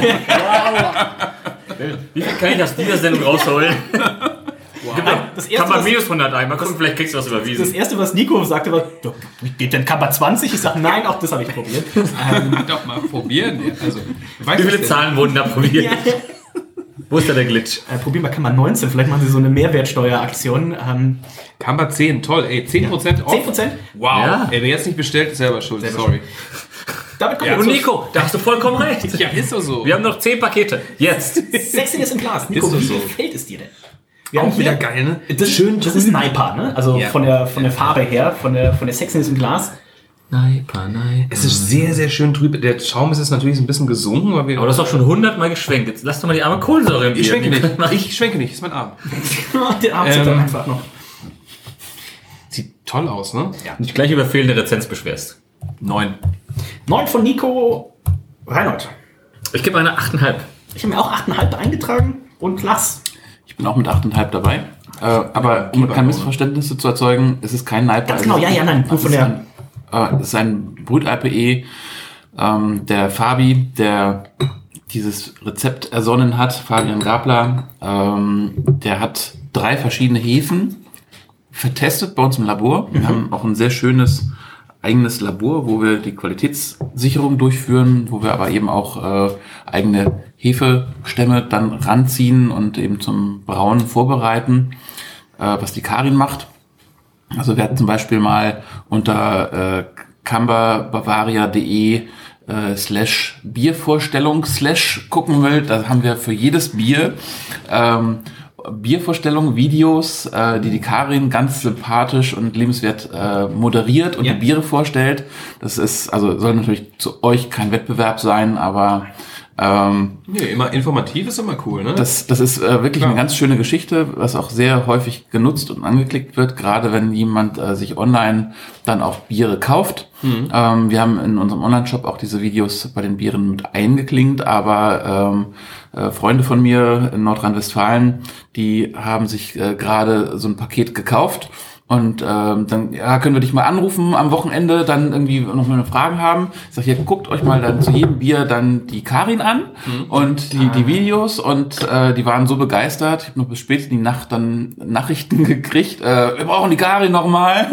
Wie viel kann ich aus dieser Sendung rausholen?
das
Kann
erste,
man
was,
minus hundert ein. Mal gucken, vielleicht kriegst du was
das
überwiesen.
erste, was Nico sagte, war, "Du, wie geht denn Kamba zwanzig? Ich sage, nein, auch das habe ich probiert. Ähm,
Doch mal probieren. Ja. Also, weißt
Wie
du
viele
denn?
Zahlen wurden da probiert?
ja,
Wo ist da der Glitch?
äh, probieren wir Kamba neunzehn. Vielleicht machen sie so eine Mehrwertsteueraktion. Ähm,
Kamba zehn, toll, ey, zehn Prozent off.
zehn Prozent.
Wow.
Ja.
Ey, wer jetzt nicht bestellt, ist selber schuld.
Selber
Sorry.
Damit kommen
Ja,
wir
Und
zu
Nico, da hast du vollkommen recht.
Ja, ist doch so.
Wir haben noch zehn Pakete. Jetzt.
Sexiness im Glas. Nico,
Ist doch
wie
so.
gefällt es dir denn?
Auch wieder geil, ne?
Das, Schön das ist Naipa, ne? Also
Ja.
von, der, von der Farbe her, von der, von der Sexiness im Glas.
Nein, nein.
Es ist sehr, sehr schön trüb. Der Schaum ist jetzt natürlich ein bisschen gesunken, weil wir.
Aber das ist auch schon hundertmal geschwenkt. Jetzt lass doch mal die arme Kohlensäure im Bier.
ich schwenke
Die
nicht.
können-
Ich schwenke nicht. Ist mein Arm.
Den Arm ähm,
Ähm,
dann einfach noch.
Sieht toll aus, ne?
Nicht gleich über fehlende Rezenz beschwerst.
Neun.
neun von Nico Reinhold.
Ich gebe eine acht Komma fünf.
Ich habe mir auch acht Komma fünf eingetragen und Lars.
Ich bin auch mit acht Komma fünf dabei. Äh, aber um keine Missverständnisse zu erzeugen, es ist kein Naipa.
Ganz genau, ja, ja, nein, nur
Es
von
ist
der-
ein, äh, es ist ein Brut-I P A. Ähm, der Fabi, der dieses Rezept ersonnen hat, Fabian Grabler, ähm, der hat drei verschiedene Hefen vertestet bei uns im Labor. Wir haben auch ein sehr schönes eigenes Labor, wo wir die Qualitätssicherung durchführen, wo wir aber eben auch äh, eigene Hefestämme dann ranziehen und eben zum Brauen vorbereiten, äh, was die Karin macht. Also wir hatten zum Beispiel mal unter äh, kambabavaria.de äh, slash Biervorstellung slash gucken will, da haben wir für jedes Bier ähm, Biervorstellungen, Videos, äh, die die Karin ganz sympathisch und liebenswert äh, moderiert und
Ja.
die Biere vorstellt. Das ist, also soll natürlich zu euch kein Wettbewerb sein, aber Ähm,
Nee, immer informativ ist immer cool, ne?
Das, das ist äh, wirklich
Klar.
eine ganz schöne Geschichte, was auch sehr häufig genutzt und angeklickt wird, gerade wenn jemand äh, sich online dann auch Biere kauft. Mhm. Ähm, wir haben in unserem Online-Shop auch diese Videos bei den Bieren mit eingeklinkt, aber ähm, äh, Freunde von mir in Nordrhein-Westfalen, die haben sich äh, gerade so ein Paket gekauft. Und ähm, dann ja, können wir dich mal anrufen am Wochenende, dann irgendwie noch mal eine Fragen haben. Ich sag, ja, guckt euch mal dann zu jedem Bier dann die Karin an mhm. und die, die Videos und äh, die waren so begeistert. Ich habe noch bis spät in die Nacht dann Nachrichten gekriegt. Äh, wir brauchen die Karin noch mal.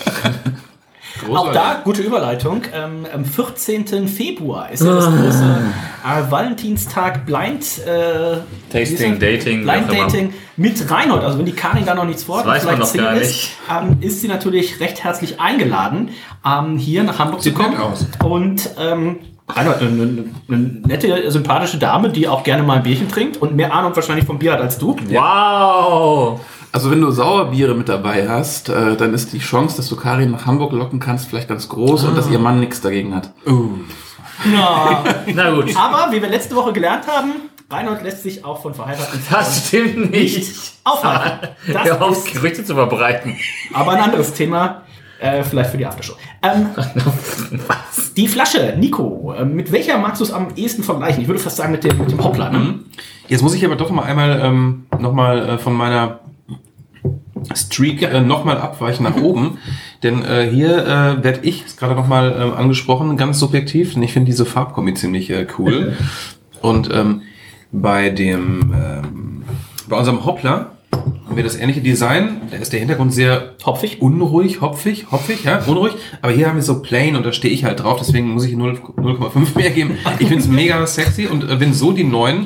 Auch da, gute Überleitung, ähm, am vierzehnten Februar ist ja das große äh, Valentinstag Blind äh,
Tasting, Dating,
Blind
wie auch immer.
Dating mit Reinhold. Also wenn die Karin da noch nichts vor
Das weiß man
vielleicht
noch
Single
gar
ist,
nicht.
ähm, ist sie natürlich recht herzlich eingeladen, ähm, hier nach Hamburg
Sieht
zu kommen.
nett aus.
Und ähm, Reinhold, eine, eine, eine nette, sympathische Dame, die auch gerne mal ein Bierchen trinkt und mehr Ahnung wahrscheinlich vom Bier hat als du.
Wow!
Also wenn du Sauerbiere mit dabei hast, äh, dann ist die Chance, dass du Karin nach Hamburg locken kannst, vielleicht ganz groß ah. und dass ihr Mann nichts dagegen hat.
Uh.
Ja.
Na gut.
Aber wie wir letzte Woche gelernt haben, Reinhold lässt sich auch von verheirateten
Das stimmt nicht.
aufhalten. Das
Hör auf,
ist
Gerüchte zu verbreiten.
aber ein anderes Thema. Äh, vielleicht für die Aftershow. Ähm,
Was?
die Flasche, Nico, äh, mit welcher magst du es am ehesten vergleichen? Ich würde fast sagen mit dem, mit dem Hoppler. Ne?
Jetzt muss ich aber doch mal einmal ähm, nochmal äh, von meiner Streak äh, nochmal abweichen nach oben. Denn äh, hier äh, werde ich, ist gerade nochmal äh, angesprochen, ganz subjektiv, denn ich finde diese Farbkombi ziemlich äh, cool. Und ähm, bei dem ähm, bei unserem Hoppler haben wir das ähnliche Design. Da ist der Hintergrund sehr
Hopfig.
unruhig, hopfig, hopfig, ja, unruhig. Aber hier haben wir so plain und da stehe ich halt drauf, deswegen muss ich null Komma fünf mehr geben. Ich finde es mega sexy und äh, wenn so die neuen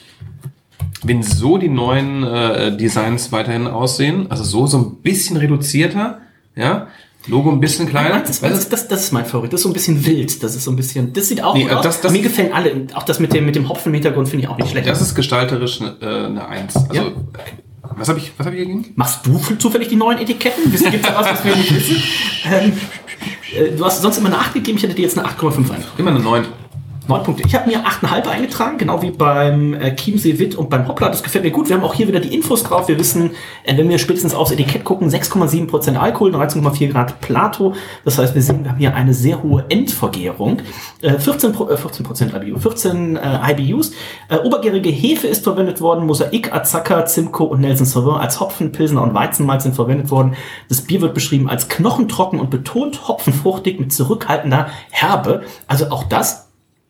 wenn so die neuen äh, Designs weiterhin aussehen, also so so ein bisschen reduzierter, ja, Logo ein bisschen kleiner.
Das, das, das, das ist mein Favorit. Das ist so ein bisschen wild. Das ist so ein bisschen. Das sieht auch
Nee,
gut aus.
das- das-
Mir gefallen alle. Auch das mit dem mit dem Hopfen im Hintergrund finde ich auch nicht schlecht.
Das ist gestalterisch eine, äh, eine Eins. Also
Ja.
was habe ich was habe ich hier gegeben?
Machst du zufällig die neuen Etiketten? Gibt es da was, was wir nicht wissen? Ähm, äh, du hast sonst immer eine acht gegeben. Ich hätte dir jetzt eine acht Komma fünf ein.
Immer eine neun.
Neun Punkte. Ich habe mir acht Komma fünf eingetragen, genau wie beim äh, Chiemsee Witt und beim Hoppler. Das gefällt mir gut. Wir haben auch hier wieder die Infos drauf. Wir wissen, äh, wenn wir spätestens aufs Etikett gucken, sechs Komma sieben Prozent Alkohol, dreizehn Komma vier Grad Plato. Das heißt, wir sehen, wir haben hier eine sehr hohe Endvergärung. Äh, vierzehn Prozent I B U, vierzehn äh, I B Us. Äh, obergärige Hefe ist verwendet worden. Mosaik, Azaka, Simcoe und Nelson Sauvin als Hopfen, Pilsner und Weizenmalz sind verwendet worden. Das Bier wird beschrieben als knochentrocken und betont hopfenfruchtig mit zurückhaltender Herbe. Also auch das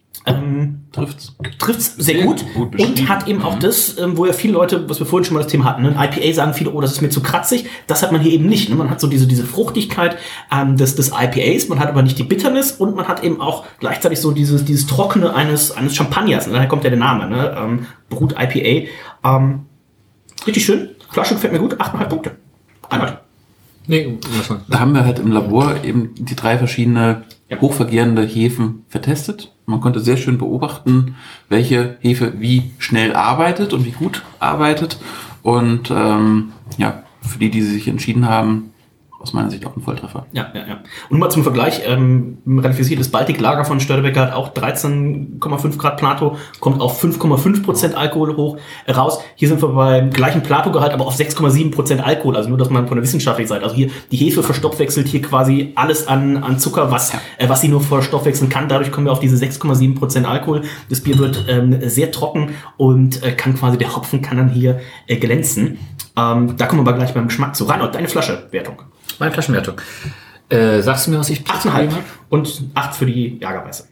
Ähm,
Trifft's.
trifft's sehr,
Sehr
gut,
gut beschrieben.
und hat eben auch das, ähm, wo ja viele Leute, was wir vorhin schon mal das Thema hatten, ne? I P A sagen viele, oh, das ist mir zu kratzig. Das hat man hier eben nicht. Ne? Man hat so diese, diese Fruchtigkeit ähm, des, des I P As, man hat aber nicht die Bitterness und man hat eben auch gleichzeitig so dieses, dieses Trockene eines, eines Champagners. Ne? Daher kommt ja der Name, ne? ähm, Brut I P A. Ähm, richtig schön. Flasche gefällt mir gut. acht Komma fünf Punkte. Einmal.
Nee, lass mal.
Da haben wir halt im Labor eben die drei verschiedene hochvergärende Hefen vertestet. Man konnte sehr schön beobachten, welche Hefe wie schnell arbeitet und wie gut arbeitet. Und ähm, ja, für die, die sich entschieden haben, aus meiner Sicht auch ein Volltreffer.
Ja, ja, ja. Und mal zum Vergleich, ähm, ratificiertes Baltic-Lager von Störtebeker hat auch dreizehn Komma fünf Grad Plato, kommt auf fünf Komma fünf Prozent Alkohol hoch äh, raus. Hier sind wir beim gleichen Plato-Gehalt, aber auf sechs Komma sieben Prozent Alkohol. Also nur, dass man von der wissenschaftlichen Seite, also hier die Hefe verstoffwechselt hier quasi alles an, an Zucker, was,
Ja.
äh, was sie nur verstoffwechseln kann. Dadurch kommen wir auf diese sechs Komma sieben Prozent Alkohol. Das Bier wird ähm, sehr trocken und äh, kann quasi, der Hopfen kann dann hier äh, glänzen. Ähm, da kommen wir aber gleich beim Geschmack zu. Reinhold, deine Flasche, Wertung.
Meine Flaschenwertung. Äh, sagst du mir, was ich
acht Komma fünf und acht für die Jagerweiße.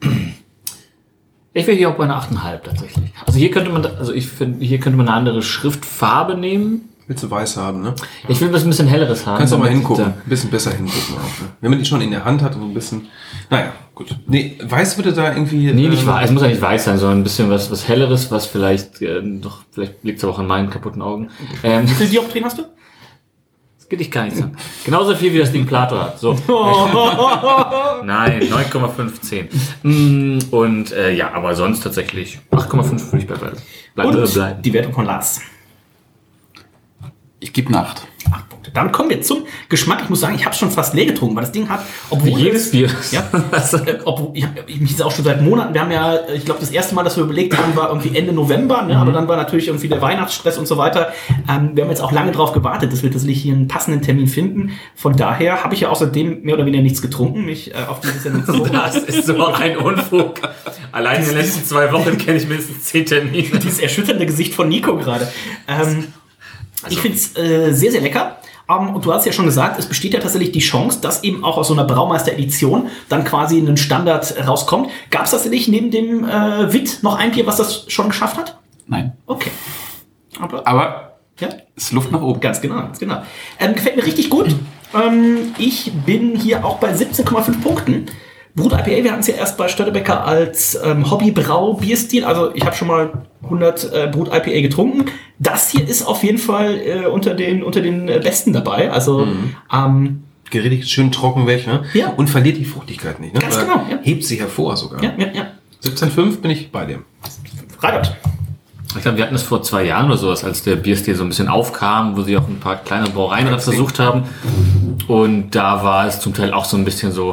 Ich will hier auch bei einer acht Komma fünf tatsächlich. Also hier könnte man, also ich finde, hier könnte man eine andere Schriftfarbe nehmen.
Willst du weiß haben, ne?
Ich will was ein bisschen helleres haben.
Kannst du mal
damit
hingucken.
da-
Ein bisschen besser hingucken auch, ne? Wenn man die schon in der Hand hat und so ein bisschen. Naja, gut. Nee, weiß würde da irgendwie.
Nee, nicht
ähm,
weiß, es muss ja nicht weiß sein, sondern ein bisschen was, was helleres, was vielleicht, äh, doch, vielleicht liegt es aber auch an meinen kaputten Augen. Ähm,
Wie viele Dioptrien hast du?
das geht dich gar nichts an. Genauso viel wie das Ding Plato hat. So. Nein, neun Komma fünfzehn. Mm, Und äh, ja, aber sonst tatsächlich acht Komma fünf würde ich bei bleiben. Bleiben,
Und
äh, bleiben.
die Wertung von Lars.
Ich gebe eine acht.
Acht Punkte. Damit kommen wir zum Geschmack. Ich muss sagen, ich habe es schon fast leer getrunken, weil das Ding hat, obwohl
Wie jedes Bier.
Ja, äh, obwohl, ich, ich mich jetzt auch schon seit Monaten, wir haben ja, ich glaube, das erste Mal, dass wir überlegt haben, war irgendwie Ende November, ne? Mhm. Aber dann war natürlich irgendwie der Weihnachtsstress und so weiter. Ähm, wir haben jetzt auch lange drauf gewartet, dass wir tatsächlich hier einen passenden Termin finden. Von daher habe ich ja außerdem mehr oder weniger nichts getrunken. Mich äh, auf dieses Jahr nichts getrunken.
Das ist so ein Unfug. Allein in den letzten zwei Wochen kenne ich mindestens zehn Termine.
Dieses erschütternde Gesicht von Nico gerade. Ähm, also. Ich finde es äh, sehr, sehr lecker. Um, und du hast ja schon gesagt, es besteht ja tatsächlich die Chance, dass eben auch aus so einer Braumeister-Edition dann quasi ein Standard rauskommt. Gab es tatsächlich neben dem äh, Witt noch ein Bier, was das schon geschafft hat?
Nein.
Okay. Aber,
Aber
ja?
es ist Luft nach oben.
Ganz genau, ganz genau. Ähm, gefällt mir richtig gut. Ähm, ich bin hier auch bei siebzehn Komma fünf Punkten. Brut I P A, wir hatten es ja erst bei Störtebeker als ähm, Hobby-Brau-Bierstil. Also ich habe schon mal hundert äh, Brut I P A getrunken. Das hier ist auf jeden Fall äh, unter den unter den äh, Besten dabei. Also
Mhm.
ähm,
Geredigt schön trocken weg, ne?
Ja.
Und verliert die Fruchtigkeit nicht, ne?
Ganz
Weil
genau, ja.
Hebt sie hervor sogar.
ja, ja, ja.
siebzehn Komma fünf bin ich bei dir.
Reinhard.
Ich glaube, wir hatten das vor zwei Jahren oder sowas, als der Bierstil so ein bisschen aufkam, wo sie auch ein paar kleine Brauereien das versucht haben. Und da war es zum Teil auch so ein bisschen so,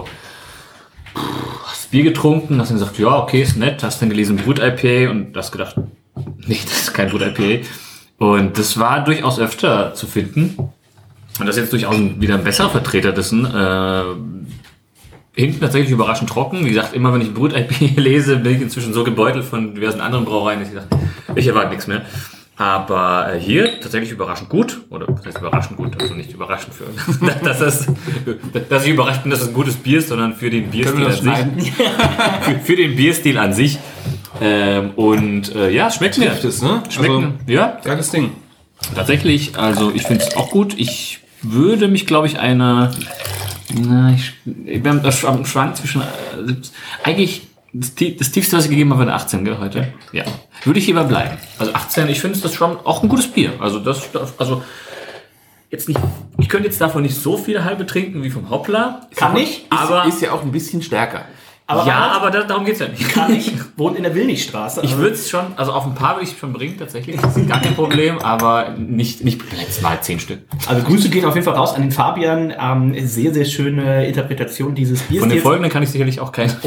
hast Bier getrunken, hast dann gesagt, ja, okay, ist nett, hast dann gelesen Brut I P A und hast gedacht, nee, das ist kein Brut I P A. Und das war durchaus öfter zu finden. Und das ist jetzt durchaus wieder ein besserer Vertreter dessen. Äh, hinten tatsächlich überraschend trocken. Wie gesagt, immer wenn ich Brut I P A lese, bin ich inzwischen so gebeutelt von diversen anderen Brauereien, dass ich dachte, ich erwarte nichts mehr. Aber äh, hier tatsächlich überraschend gut. Oder was heißt überraschend gut? Also nicht überraschend für, dass, es, dass ich überrascht bin, dass es ein gutes Bier ist, sondern für den Bierstil an sich. für, für den Bierstil an sich. Ähm, und äh, ja, es schmeckt mir.
Es, ne?
Schmeckt
Also,
mir. Ja,
geiles Ding.
tatsächlich. Also ich finde es auch gut. Ich würde mich, glaube ich, eine... Na, ich, ich bin am Schwank zwischen... Äh, eigentlich... Das, das tiefste, was ich gegeben habe, war eine achtzehn, gell, heute? Ja. Würde ich hierbei bleiben. Also achtzehn, ich finde das schon auch ein gutes Bier. Also das, also jetzt nicht, ich könnte jetzt davon nicht so viele halbe trinken wie vom Hoppla.
Kann ich,
aber
ist, ist ja auch ein bisschen stärker.
Aber
ja, aber da, darum geht's ja nicht.
kann ich. Wohnt in der Willnichstraße.
Ich würde es schon, also auf ein paar würde ich es schon bringen, tatsächlich. Das ist gar kein Problem, aber nicht, nicht letztes Mal zehn Stück.
Also Grüße gehen auf jeden Fall raus an den Fabian. Ähm, sehr, sehr schöne Interpretation dieses Biers.
Von den folgenden kann ich sicherlich auch keinen.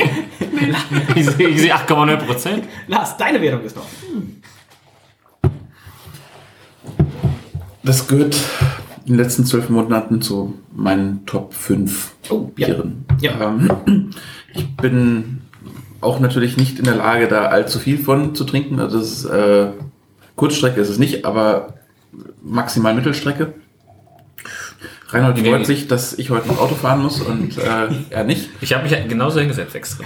ich sehe ich sehe acht Komma neun Prozent.
Lars, deine Wertung ist noch.
Das gehört in den letzten zwölf Monaten zu meinen Top fünf
Oh, ja.
Bieren.
Ja.
Ähm, ich bin auch natürlich nicht in der Lage, da allzu viel von zu trinken. Also das ist, äh, Kurzstrecke ist es nicht, aber maximal Mittelstrecke. Reinhold
Nee,
freut
nee.
sich, dass ich heute noch Auto fahren muss und äh, er nicht.
Ich habe mich ja genauso hingesetzt extra.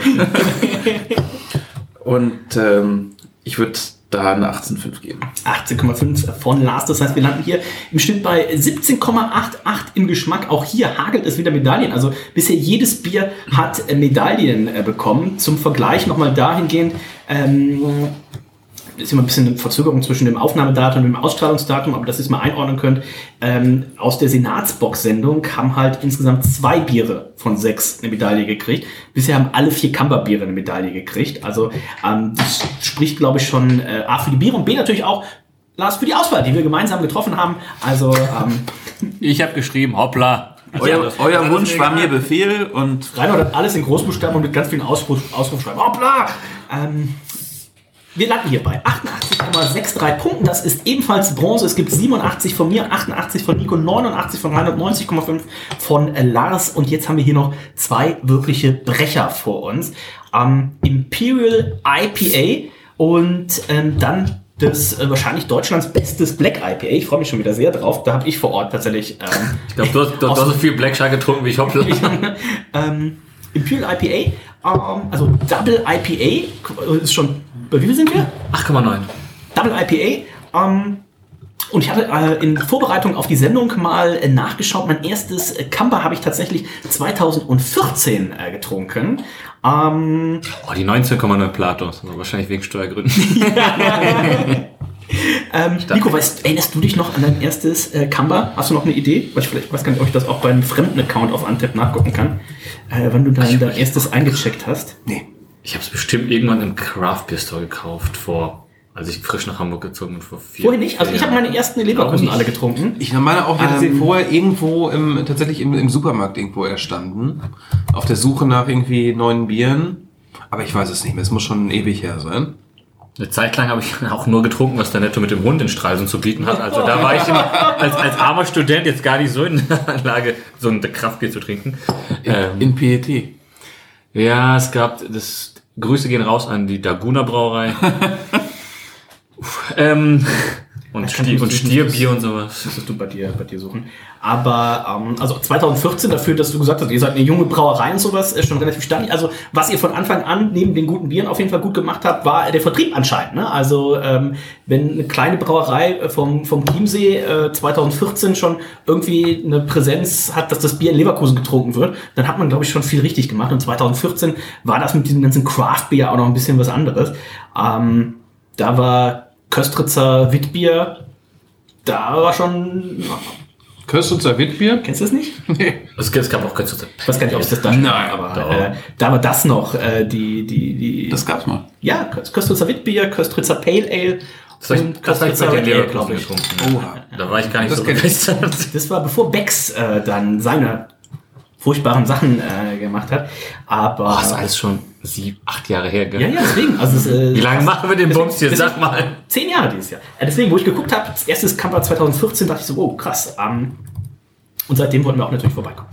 Und ähm, ich würde da eine achtzehn Komma fünf geben.
achtzehn Komma fünf von Lars. Das heißt, wir landen hier im Schnitt bei siebzehn Komma achtundachtzig im Geschmack. Auch hier hagelt es wieder Medaillen. Also bisher jedes Bier hat äh, Medaillen äh, bekommen. Zum Vergleich nochmal dahingehend, ähm, ist immer ein bisschen eine Verzögerung zwischen dem Aufnahmedatum und dem Ausstrahlungsdatum, aber dass ihr es mal einordnen könnt. Ähm, aus der Senatsbox-Sendung haben halt insgesamt zwei Biere von sechs eine Medaille gekriegt. Bisher haben alle vier Kamper-Biere eine Medaille gekriegt. Also ähm, das spricht, glaube ich, schon äh, A für die Biere und B natürlich auch, Lars, für die Auswahl, die wir gemeinsam getroffen haben. Also ähm,
Ich habe geschrieben, hoppla.
Euer, euer Wunsch war mir Befehl und
Reinhold hat alles in Großbuchstaben und mit ganz vielen Ausruf, Ausrufschreiben. Hoppla! Ähm, wir landen hier bei achtundachtzig Komma dreiundsechzig Punkten. Das ist ebenfalls Bronze. Es gibt siebenundachtzig von mir, achtundachtzig von Nico, neunundachtzig von Reinhold, neunzig Komma fünf von äh, Lars. Und jetzt haben wir hier noch zwei wirkliche Brecher vor uns. Ähm, Imperial I P A und ähm, dann das äh, wahrscheinlich Deutschlands bestes Black I P A. Ich freue mich schon wieder sehr drauf. Da habe ich vor Ort tatsächlich... Ähm,
Ich glaube, du hast, du, du hast so viel Black Shark getrunken wie ich hoppla.
ähm, Imperial I P A, ähm, also Double I P A, ist schon, bei wie viel sind wir?
acht Komma neun.
Double I P A, ähm, und ich hatte äh, in Vorbereitung auf die Sendung mal äh, nachgeschaut, mein erstes äh, Camber habe ich tatsächlich zweitausendvierzehn äh, getrunken. Ähm,
Oh, die neunzehn Komma neun Plato. Das war wahrscheinlich wegen Steuergründen.
ähm, Nico, weißt, erinnerst du dich noch an dein erstes äh, Camber? Hast du noch eine Idee? Weil ich vielleicht weiß gar nicht, ob ich das auch beim fremden Account auf Antep nachgucken kann, äh, wann du dein, dein erstes eingecheckt hast.
Nee.
Ich habe es bestimmt irgendwann im Craft Beer Store gekauft vor als ich frisch nach Hamburg gezogen bin vor vier
Vorher nicht? Also ich habe meine ersten Leverkusen
nicht.
alle getrunken.
Ich meine auch, hätte
Ähm,
sie vorher irgendwo im, tatsächlich im, im Supermarkt irgendwo erstanden. Auf der Suche nach irgendwie neuen Bieren. Aber ich weiß es nicht mehr. Es muss schon ewig her sein.
Eine Zeit lang habe ich auch nur getrunken, was der Netto mit dem Hund in Stralsund zu bieten hat. Also da war ich immer als, als armer Student jetzt gar nicht so in der Lage, so ein Kraftbier zu trinken. Ähm,
In P E T.
ja, es gab das. Grüße gehen raus an die Daguna Brauerei. ähm, und,
kann
Stier,
ich
und
nicht-
Stierbier und sowas.
Das musst du bei dir, bei dir suchen. Aber ähm, also zwanzig vierzehn dafür, dass du gesagt hast, ihr seid eine junge Brauerei und sowas, ist schon relativ stark. Also was ihr von Anfang an neben den guten Bieren auf jeden Fall gut gemacht habt, war der Vertrieb anscheinend. Ne? Also ähm, wenn eine kleine Brauerei vom, vom Chiemsee äh, zwanzig vierzehn schon irgendwie eine Präsenz hat, dass das Bier in Leverkusen getrunken wird, dann hat man, glaube ich, schon viel richtig gemacht. Und zwanzig vierzehn war das mit diesem ganzen Craft-Bier auch noch ein bisschen was anderes. Ähm, da war Köstritzer Witbier, da war schon...
Köstritzer Witbier?
Kennst du das nicht?
Es, es gab auch ganz
Ich weiß gar nicht, ob es das da schon
Nein,
war, aber
doch.
äh, da war das noch, äh, die, die, die,
Das gab's mal.
ja, Köstritzer Witbier, Köstritzer Pale Ale
Das habe ich,
und
das hab ich bei
Köstritzer
den
Red Ale,
Leverkusen
glaube ich.
getrunken.
Oha.
Da war ich gar nicht
Das
so
kenn ich.
begeistert.
Das war bevor Becks äh, dann seine furchtbaren Sachen äh, gemacht hat, aber...
Boah, ist alles schon sieben, acht Jahre her, gell?
ja, ja, deswegen. Also es, äh,
Wie lange machen wir den
deswegen-
Bums hier?
deswegen-
Sag mal.
Zehn Jahre dieses Jahr. Äh, deswegen, wo ich geguckt habe, das erste Camper zwanzig vierzehn, dachte ich so, oh, krass. Ähm, und seitdem wollten wir auch natürlich vorbeikommen.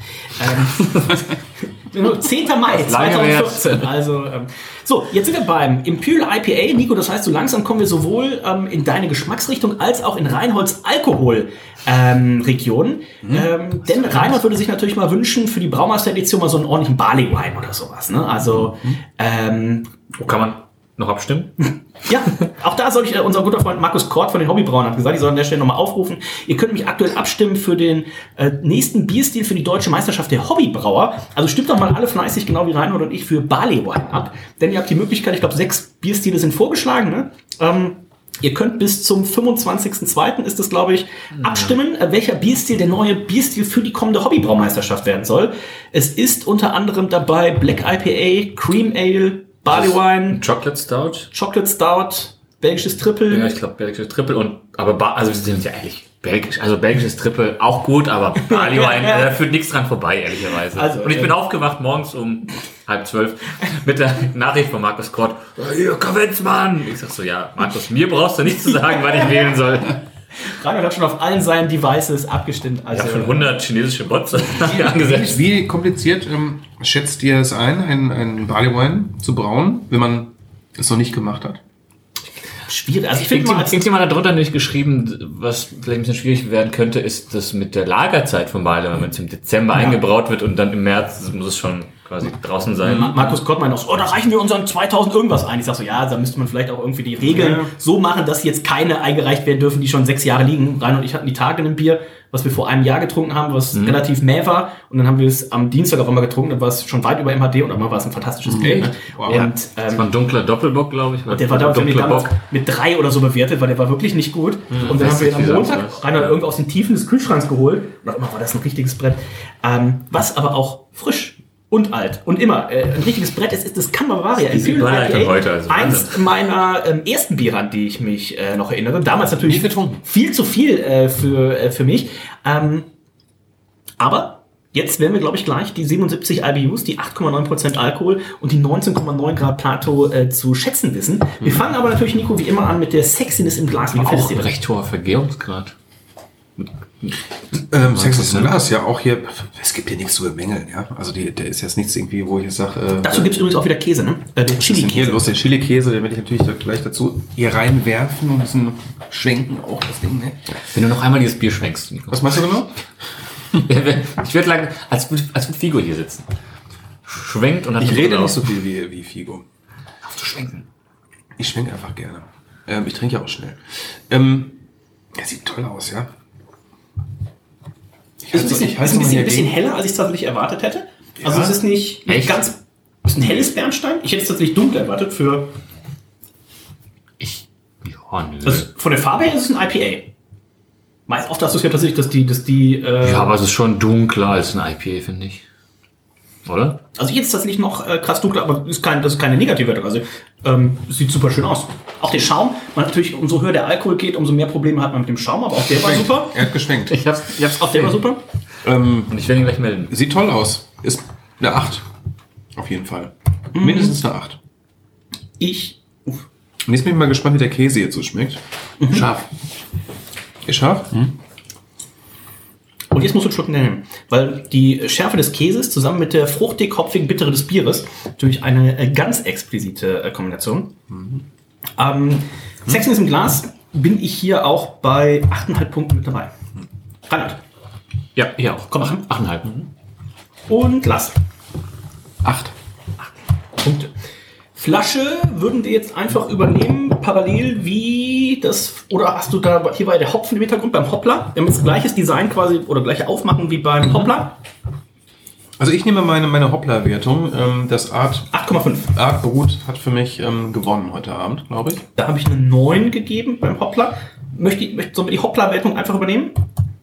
Ähm, zehnten Mai
Lange
zwanzig
her.
vierzehn. Also, ähm, so, jetzt sind wir beim Imperial I P A. Nico, das heißt, so langsam kommen wir sowohl ähm, in deine Geschmacksrichtung als auch in Reinholds Alkoholregion. Ähm, Region. ähm, denn Reinhold würde sich natürlich mal wünschen, für die Braumeister-Edition mal so einen ordentlichen Barley Wine oder sowas. Ne? Also, ähm,
Wo kann man noch abstimmen?
ja, auch da soll ich, äh, unser guter Freund Markus Kort von den Hobbybrauern hat gesagt, ich soll an der Stelle nochmal aufrufen. Ihr könnt mich aktuell abstimmen für den äh, nächsten Bierstil für die Deutsche Meisterschaft der Hobbybrauer. Also stimmt doch mal alle fleißig, genau wie Reinhold und ich, für Barley Wine ab. Denn ihr habt die Möglichkeit, ich glaube, sechs Bierstile sind vorgeschlagen. Ne? Ähm, ihr könnt bis zum fünfundzwanzigsten zweiten ist das, glaube ich, abstimmen, äh, welcher Bierstil der neue Bierstil für die kommende Hobbybraumeisterschaft werden soll. Es ist unter anderem dabei Black I P A, Cream Ale, Barley Wine,
Chocolate Stout?
Chocolate Stout, belgisches Triple.
Ja, ich glaube belgisches Triple und aber ba also wir sind ja ehrlich belgisch, also belgisches Triple auch gut, aber Barley Wine da führt nichts dran vorbei ehrlicherweise.
Also,
und ich bin
äh,
aufgewacht morgens um halb zwölf mit der Nachricht von Markus Kort. Hier, Kavenzmann! Ich sag so, ja, Markus, mir brauchst du nicht zu sagen, wann ich wählen soll.
Reinhold hat schon auf allen seinen Devices abgestimmt.
Ich
Also,
habe schon hundert chinesische Bots angesetzt.
Wie kompliziert ähm, schätzt ihr es ein, einen, einen Barley Wine zu brauen, wenn man es noch nicht gemacht hat?
schwierig. Also ich finde mal,
Irgendjemand
als,
irgendjemand hat drunter nicht geschrieben, was vielleicht ein bisschen schwierig werden könnte, ist das mit der Lagerzeit von Barley, wenn es im Dezember eingebraut wird und dann im März muss es schon quasi draußen sein.
Ma- Markus Kott meint auch so, oh, da reichen wir unseren zweitausend irgendwas ein. Ich sag so, ja, da müsste man vielleicht auch irgendwie die Regeln
Ja.
so machen, dass jetzt keine eingereicht werden dürfen, die schon sechs Jahre liegen. Rein und ich hatten die Tage ein Bier, was wir vor einem Jahr getrunken haben, was
Mhm.
relativ mäh war. Und dann haben wir es am Dienstag auf einmal getrunken, dann war es schon weit über M H D und einmal war es ein fantastisches Bier. Ne?
Wow.
Ja,
Und
das
ähm,
war ein dunkler Doppelbock, glaube ich.
der war da für mich
dunkler
damals
Bock.
mit drei oder so bewertet, weil der war wirklich nicht gut. Und dann haben wir ihn am
wie
Montag
sonst was.
Rainer irgendwo aus den Tiefen des Kühlschranks geholt. Und auf einmal war das ein richtiges Brett. Ähm, was aber auch frisch und alt und immer äh, ein richtiges Brett ist, ist das Camber Bavaria.
Das ist die
Imperial
Überleitung
I P A.
heute, also
Eins meiner ähm, ersten Biere, an die ich mich äh, noch erinnere. Damals natürlich
Nie getrunken.
viel zu viel äh, für, äh, für mich. Ähm, aber jetzt werden wir, glaube ich, gleich die siebenundsiebzig I B Us, die acht Komma neun Prozent Alkohol und die neunzehn Komma neun Grad Plato äh, zu schätzen wissen. Wir fangen aber natürlich, Nico, wie immer an mit der Sexiness im Glas. Wie gefällt es
Auch
dir?
ein recht hoher Vergärungsgrad.
Ähm, Sex ist ein Glas, ja, auch hier, es gibt hier nichts zu bemängeln, ja. Also die, der ist jetzt nichts irgendwie, wo ich jetzt sage, äh,
Dazu gibt es übrigens auch wieder Käse, ne? Äh, den
was ist denn hier
Chili-Käse.
los? Der Chili-Käse, den werde ich natürlich da gleich dazu hier reinwerfen und ein bisschen schwenken auch das Ding, ne?
Wenn du noch einmal dieses Bier schwenkst, Nico.
Was meinst du genau?
Ich würde lang, als würde als würd Figo hier sitzen. Schwenkt und hat
Ich
eine
rede
Brille
nicht
auf.
so viel wie, wie Figo.
Auf zu schwenken.
Ich schwenke einfach gerne. Ähm, ich trinke ja auch schnell. Ähm, der sieht toll aus, ja. Ich
Ist ein bisschen,
ich
ist
halte
ein
mal
bisschen,
hier
bisschen
gegen.
heller, als ich es tatsächlich erwartet hätte. Also
Ja.
es ist nicht, nicht
Echt?
ganz, es ist ein helles Bernstein. Ich hätte es tatsächlich dunkel erwartet. Für,
Ich. Ja, nö.
also von der Farbe her ist es ein I P A. Meist oft hast du es ja tatsächlich, dass die, dass die, äh,
Ja, aber es ist schon dunkler als ein I P A, finde ich. Oder?
Also jetzt ist das Licht noch äh, krass dunkel, aber ist kein, das ist keine negative Wertung. Also ähm, es sieht super schön aus. Auch der Schaum, man natürlich, umso höher der Alkohol geht, umso mehr Probleme hat man mit dem Schaum, aber auch der war super.
Er hat geschwenkt.
Ich hab's, ich hab's
Auch der war super.
Ähm,
Und ich werde ihn gleich melden.
sieht toll aus. Ist eine acht. Auf jeden Fall. Mindestens eine acht.
Ich. Uff.
Und jetzt bin ich mal gespannt, wie der Käse jetzt so schmeckt. Scharf. Ist scharf?
Und jetzt musst du einen Schluck nehmen, weil die Schärfe des Käses zusammen mit der fruchtig hopfigen Bittere des Bieres natürlich eine äh, ganz explizite äh, Kombination. Mhm. Ähm, Sexiness im Glas bin ich hier auch bei acht Komma fünf Punkten mit dabei. Reinhard.
Ja, hier auch. Komm, acht Komma fünf.
Und Glas.
Acht.
Punkte. Flasche würden wir jetzt einfach übernehmen, parallel wie das, oder hast du da, hier war der Hopfen im Hintergrund beim Hoppler, wir haben jetzt gleiches Design quasi, oder gleiche Aufmachen wie beim Hoppler.
Also ich nehme meine, meine Hoppla-Wertung. Ähm, das Art,
acht Komma fünf.
Art Brut hat für mich ähm, gewonnen heute Abend, glaube ich.
Da habe ich eine neun gegeben beim Hoppler. Möchte ich, möchte, sollen wir die Hoppla-Wertung einfach übernehmen?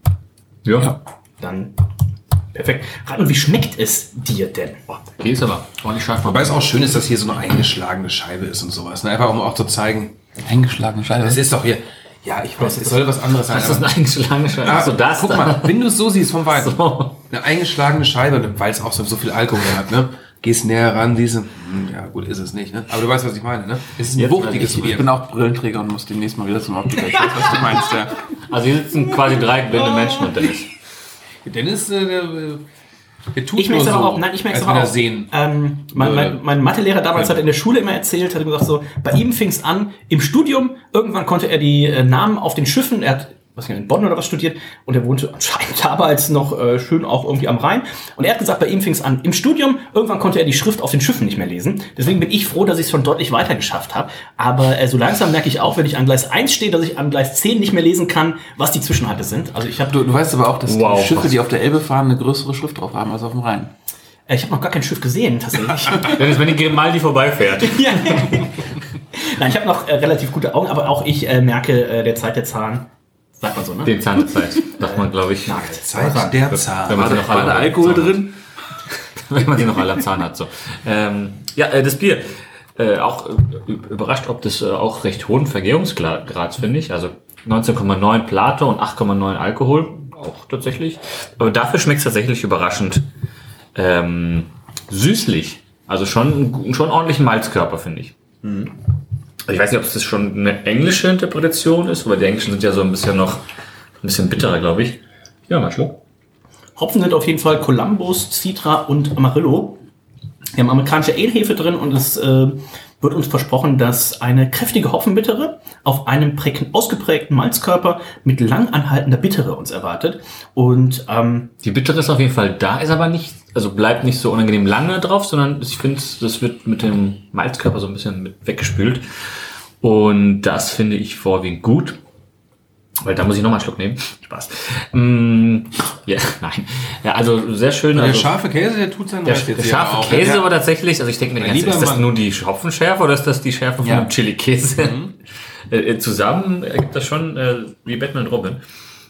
Ja. ja.
Dann perfekt. Und wie schmeckt es dir denn?
Hier ist aber ordentlich scharf.
Wobei es auch schön ist, dass hier so eine eingeschlagene Scheibe ist und sowas. Ne? Einfach um auch zu zeigen,
Eingeschlagene Scheibe.
es ist doch hier. Ja, ich weiß, es soll was anderes sein.
Das ist eine eingeschlagene Scheibe.
Ah,
so das
guck
da.
mal, wenn du es so siehst vom Weiten.
So.
Eine eingeschlagene Scheibe, weil es auch so, so viel Alkohol hat, ne? Gehst näher ran, diese, hm, ja gut, ist es nicht, ne? Aber du weißt, was ich meine, ne? Es ist ein
Jetzt,
wuchtiges
ich,
Bier.
ich bin auch Brillenträger und muss demnächst mal wieder zum Optiker. Ich weiß, was du meinst, ja.
Also hier sitzen quasi drei blinde Menschen und Dennis.
Dennis, äh, der, der tut
Ich merke es
nur
aber
so,
auch, nein, ich merke es
als
aber
wenn er
auch.
sehen.
Ähm, mein, mein, mein Mathelehrer damals hat in der Schule immer erzählt, hat gesagt so, bei ihm fing es an, im Studium, irgendwann konnte er die äh, Namen auf den Schiffen, er hat was in Bonn oder was studiert und er wohnte anscheinend damals noch äh, schön auch irgendwie am Rhein und er hat gesagt, bei ihm fing es an, im Studium, irgendwann konnte er die Schrift auf den Schiffen nicht mehr lesen, deswegen bin ich froh, dass ich es schon deutlich weiter geschafft habe, aber äh, so langsam merke ich auch, wenn ich an Gleis eins stehe, dass ich an Gleis zehn nicht mehr lesen kann, was die Zwischenhalte sind. Also ich habe
Du, du weißt aber auch, dass
Wow,
die Schiffe,
was?
die auf der Elbe fahren, eine größere Schrift drauf haben als auf dem Rhein.
äh, ich habe noch gar kein Schiff gesehen, tatsächlich.
Dennis, wenn die Grimaldi vorbeifährt.
Ja. Nein, ich habe noch äh, relativ gute Augen, aber auch ich äh, merke äh, der Zeit der Zahn. Sagt man so, ne?
Den Zahn der Zeit. Sagt man, glaube ich.
Zeit der Zahn.
Wenn man sie noch alle
War da
am
Alkohol
Zahn hat.
drin?
Wenn man sie noch alle am Zahn hat. So. Ähm, ja, äh, das Bier. Äh, auch äh, überrascht, ob das äh, auch recht hohen Vergärungsgrads, finde ich. Also neunzehn Komma neun Plato und acht Komma neun Alkohol. Auch tatsächlich. Aber dafür schmeckt es tatsächlich überraschend ähm, süßlich. Also schon, schon einen ordentlichen Malzkörper, finde ich. Mhm. Ich weiß nicht, ob es das schon eine englische Interpretation ist, weil die Englischen sind ja so ein bisschen noch ein bisschen bitterer, glaube ich. Ja, mal Schluck.
Hopfen sind auf jeden Fall Columbus, Citra und Amarillo. Wir haben amerikanische Ale-Hefe drin und es äh, wird uns versprochen, dass eine kräftige Hopfenbittere auf einem prä- ausgeprägten Malzkörper mit lang anhaltender Bittere uns erwartet. Und ähm,
Die Bittere ist auf jeden Fall da, ist aber nicht, also bleibt nicht so unangenehm lange drauf, sondern ich finde, das wird mit dem Malzkörper so ein bisschen mit weggespült. Und das finde ich vorwiegend gut. Weil da muss ich nochmal einen Schluck nehmen. Spaß. Mm, ja, nein. Ja, also sehr schön.
Der
Also,
scharfe Käse, der tut seinen
der,
Rest
der
jetzt
scharfe
hier auch.
Käse
Ja.
aber tatsächlich, also ich denke mir, die
Mein
ganze,
lieber
ist das
Mann.
nur die Hopfenschärfe oder ist das die Schärfe von
Ja.
dem Chili-Käse? äh, äh, zusammen ergibt das schon äh, wie Batman und Robin.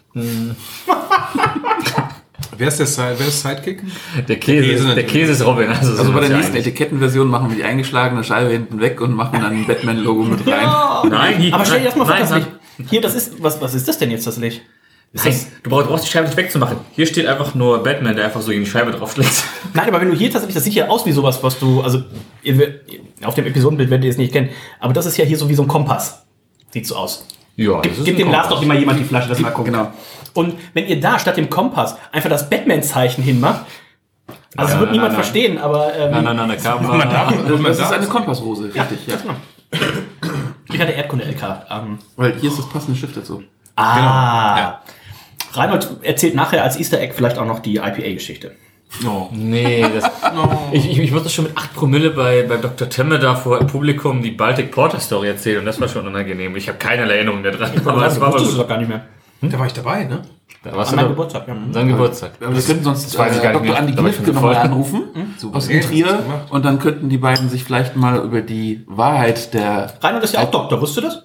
Wer ist der, Side- wer ist Sidekick?
Der Käse,
Käse
ist, der
natürlich.
Käse ist Robin. Also,
Also
sind
bei der
wir uns
nächsten
einig.
Etikettenversion machen wir die eingeschlagene Scheibe hinten weg und machen dann ein Batman-Logo mit rein.
Nein, hier,
aber stell dir das mal vor,
nein,
das
nein.
Licht. Hier, das ist, was, was ist das denn jetzt, das Licht? Ist
Nein,
das,
du brauchst, brauchst die Scheibe nicht wegzumachen. Hier steht einfach nur Batman, der einfach so gegen die Scheibe draufschlägt.
nein, aber wenn du hier tatsächlich, das sieht ja aus wie sowas, was du, also ihr, werdet- auf dem Episodenbild werdet ihr es nicht kennen, aber das ist ja hier so wie so ein Kompass. Sieht so aus.
Ja,
Gib, gib dem Lars doch immer jemand die Flasche, das mal gucken.
Genau.
Und wenn ihr da statt dem Kompass einfach das Batman-Zeichen hinmacht, also
Ja,
wird niemand
nein, nein.
verstehen, aber ähm,
Nein, nein, nein, der Kamera.
Das ist eine Kompassrose, richtig, ja.
ich hatte Erdkunde-L K. Ähm,
Weil hier ist das passende Schiff dazu.
ah.
Ja.
Reinhold erzählt nachher als Easter Egg vielleicht auch noch die I P A-Geschichte.
Oh.
Nee, das, ich, ich, ich musste schon mit acht Promille bei, bei Doktor Temme da vor im Publikum die Baltic Porter Story erzählen und das war schon unangenehm. Ich habe keinerlei Erinnerung mehr dran. Aber das war aber
wusstest du
gut.
doch gar nicht mehr.
Da war ich dabei, ne?
Da warst
An
du
meinem
doch-
Geburtstag, ja.
Sein Geburtstag.
Aber wir könnten sonst
Das weiß ich
äh,
gar nicht
Doktor
mehr.
Andi
Da war ich
Gliffke
schon
nochmal
voll.
anrufen aus
Okay,
Trier
das gemacht.
und dann könnten die beiden sich vielleicht mal über die Wahrheit der...
Reinhold ist ja auch Doktor, wusstest du das?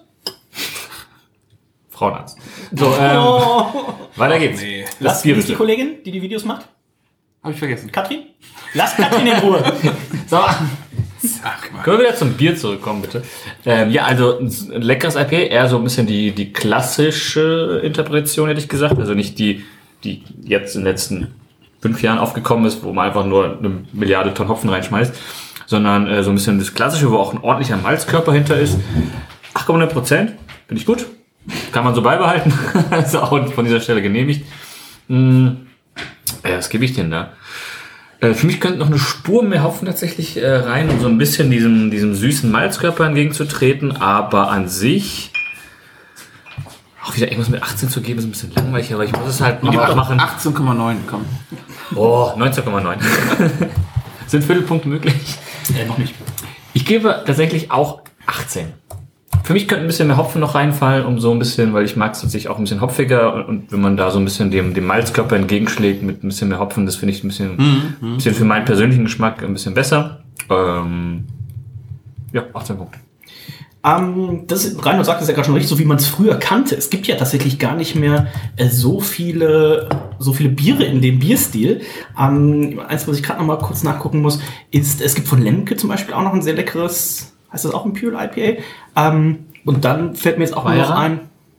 Frauenarzt. So, ähm, weiter geht's.
Nee.
Das
Was,
Bier
wie ist die
bitte.
Kollegin, die die Videos macht?
Habe ich vergessen.
Katrin? Lass Katrin in Ruhe. So.
Sag mal. Können wir wieder zum Bier zurückkommen, bitte? Ähm, ja, also ein leckeres I P A, eher so ein bisschen die, die klassische Interpretation, hätte ich gesagt. Also nicht die, die jetzt in den letzten fünf Jahren aufgekommen ist, wo man einfach nur eine Milliarde Tonnen Hopfen reinschmeißt, sondern äh, so ein bisschen das Klassische, wo auch ein ordentlicher Malzkörper hinter ist. acht Komma neun Prozent, finde ich gut. Kann man so beibehalten. Ist auch von dieser Stelle genehmigt. Hm. Ja, was gebe ich denn da? Für mich könnte noch eine Spur mehr Hopfen tatsächlich äh, rein, um so ein bisschen diesem, diesem süßen Malzkörper entgegenzutreten. Aber an sich auch wieder irgendwas mit achtzehn zu geben, ist ein bisschen langweilig, aber ich muss es halt noch machen.
achtzehn Komma neun, komm.
Oh, neunzehn Komma neun. Sind Viertelpunkte möglich?
Äh, noch nicht.
Ich gebe tatsächlich auch achtzehn. Für mich könnte ein bisschen mehr Hopfen noch reinfallen, um so ein bisschen, weil ich mag es tatsächlich auch ein bisschen hopfiger und, und wenn man da so ein bisschen dem, dem Malzkörper entgegenschlägt mit ein bisschen mehr Hopfen, das finde ich ein bisschen, mhm. ein bisschen für meinen persönlichen Geschmack ein bisschen besser. Ähm, ja, achtzehn Punkte.
Ähm, das, Reinhold sagt es ja gerade schon richtig, so wie man es früher kannte. Es gibt ja tatsächlich gar nicht mehr äh, so viele so viele Biere in dem Bierstil. Ähm, eins, was ich gerade noch mal kurz nachgucken muss, ist, es gibt von Lemke zum Beispiel auch noch ein sehr leckeres, heißt das auch ein Pure I P A? Ähm, und dann fällt mir jetzt auch noch ein.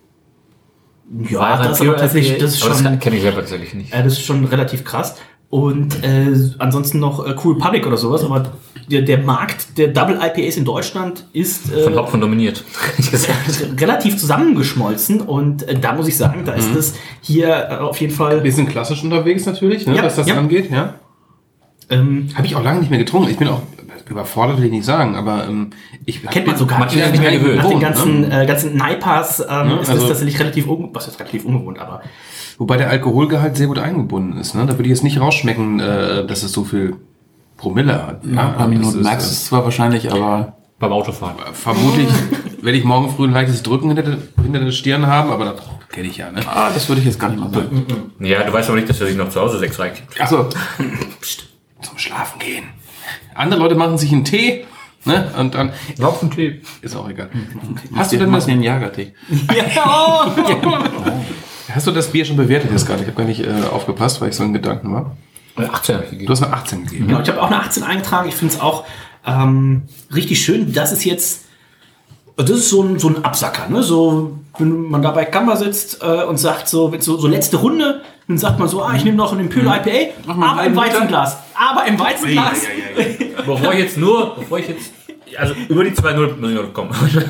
Ja,
Weira
das ist aber tatsächlich, das ist schon,
das kenne ich selber tatsächlich nicht.
Äh, das ist schon relativ krass. Und äh, ansonsten noch äh, Cool Public oder sowas, aber der, der Markt der Double I P As in Deutschland ist äh,
von Hopfen dominiert.
relativ zusammengeschmolzen und äh, da muss ich sagen, da ist es mhm. hier äh, auf jeden Fall.
Wir sind klassisch unterwegs natürlich, ne,
ja,
was das
ja.
angeht, ja. Ähm, Habe ich auch lange nicht mehr getrunken. Ich bin auch überfordert, will ich nicht sagen, aber ähm, ich
kennt man so gar nicht,
nicht mehr gewöhnt.
Nach den ganzen, ne? äh, ganzen Naipas ähm, ja, ist
also,
das tatsächlich relativ, was ist relativ ungewohnt, aber
wobei der Alkoholgehalt sehr gut eingebunden ist. Ne? Da würde ich jetzt nicht rausschmecken, äh, dass es so viel Promille hat.
Ja, ein paar Minuten merkst du es zwar wahrscheinlich, aber
beim Autofahren.
Vermutlich werde ich morgen früh ein leichtes Drücken hinter der, hinter der Stirn haben, aber das kenne ich ja. Ne?
Ah, das würde ich jetzt gar nicht mal sagen.
Ja, du weißt aber nicht, dass er sich noch zu Hause sechs reinkippt.
Achso. Zum Schlafen gehen. Andere Leute machen sich einen Tee, ne? Und dann.
Hopfentee.
Ist auch egal.
Hast du denn das den Jagertee?
Ja.
Hast du das Bier schon bewertet jetzt gerade? Ich habe gar nicht äh, aufgepasst, weil ich so in Gedanken war.
achtzehn.
Du hast eine achtzehn gegeben.
Genau, ich habe auch eine achtzehn eingetragen. Ich finde es auch ähm, richtig schön. Das ist jetzt, das ist so ein, so ein Absacker, ne? So, wenn man da bei Kammer sitzt äh, und sagt so, so, so letzte Runde, dann sagt man so, ah, ich nehme noch einen Pure I P A, aber im Weizenglas. Aber im Weizenglas.
Ja, ja, ja, ja.
Bevor ich jetzt nur, bevor ich jetzt, also über die zwei null kommen.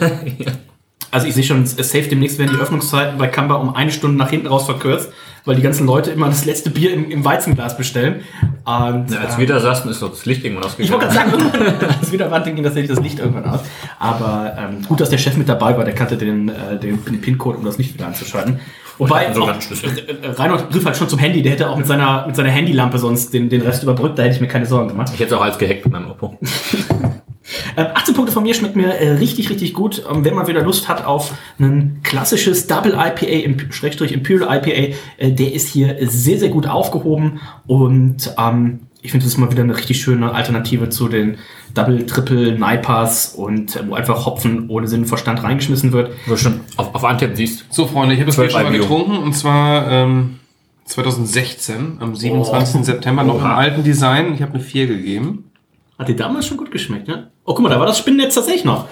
Also ich sehe schon, safe demnächst werden die Öffnungszeiten bei Kamba um eine Stunde nach hinten raus verkürzt, weil die ganzen Leute immer das letzte Bier im, im Weizenglas bestellen. Und,
ja, als
ähm,
wir da saßen, ist doch das Licht irgendwann ausgegangen.
Ich wollte gerade sagen, als wir da waren, ging tatsächlich das Licht irgendwann aus. Aber ähm, gut, dass der Chef mit dabei war, der kannte den, äh, den, den PIN-Code, um das Licht wieder anzuschalten. Wobei,
so
auch, Reinhold griff halt schon zum Handy, der hätte auch mit seiner, mit seiner Handylampe sonst den, den Rest überbrückt, da hätte ich mir keine Sorgen gemacht.
Ich hätte es auch als gehackt mit meinem Oppo.
Ähm, achtzehn Punkte von mir, schmeckt mir äh, richtig, richtig gut. Ähm, wenn man wieder Lust hat auf ein klassisches Double I P A, im, Schrägstrich Imperial I P A, äh, der ist hier sehr, sehr gut aufgehoben und ähm, ich finde, das ist mal wieder eine richtig schöne Alternative zu den Double, Triple, Naipas und äh, wo einfach Hopfen ohne Sinn und Verstand reingeschmissen wird.
Wo du schon auf, auf Antep siehst.
So, Freunde, ich habe das Bier schon mal getrunken und zwar ähm, zwanzig sechzehn, am siebenundzwanzigsten Oh. September, noch Oha. Im alten Design. Ich habe eine vier gegeben.
Hat dir damals schon gut geschmeckt, ne? Oh, guck mal, da war das Spinnennetz tatsächlich noch.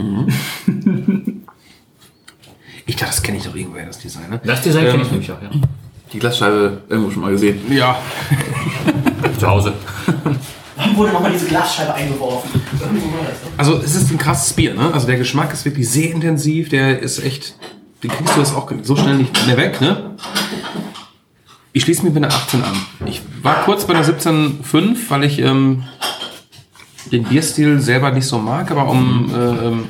Mhm.
Ich dachte, das kenne ich doch irgendwoher, das Design, ne?
Das Design ähm, kenne ich nämlich auch, ja.
Die Glasscheibe irgendwo schon mal gesehen.
Ja.
Zu Hause.
Wann wurde nochmal diese Glasscheibe eingeworfen?
Also, es ist ein krasses Bier, ne? Also, der Geschmack ist wirklich sehr intensiv. Der ist echt, den kriegst du jetzt auch so schnell nicht mehr weg, ne? Ich schließe mich mit einer achtzehn an. Ich war kurz bei einer siebzehn Komma fünf, weil ich ähm, den Bierstil selber nicht so mag, aber um, äh, ähm,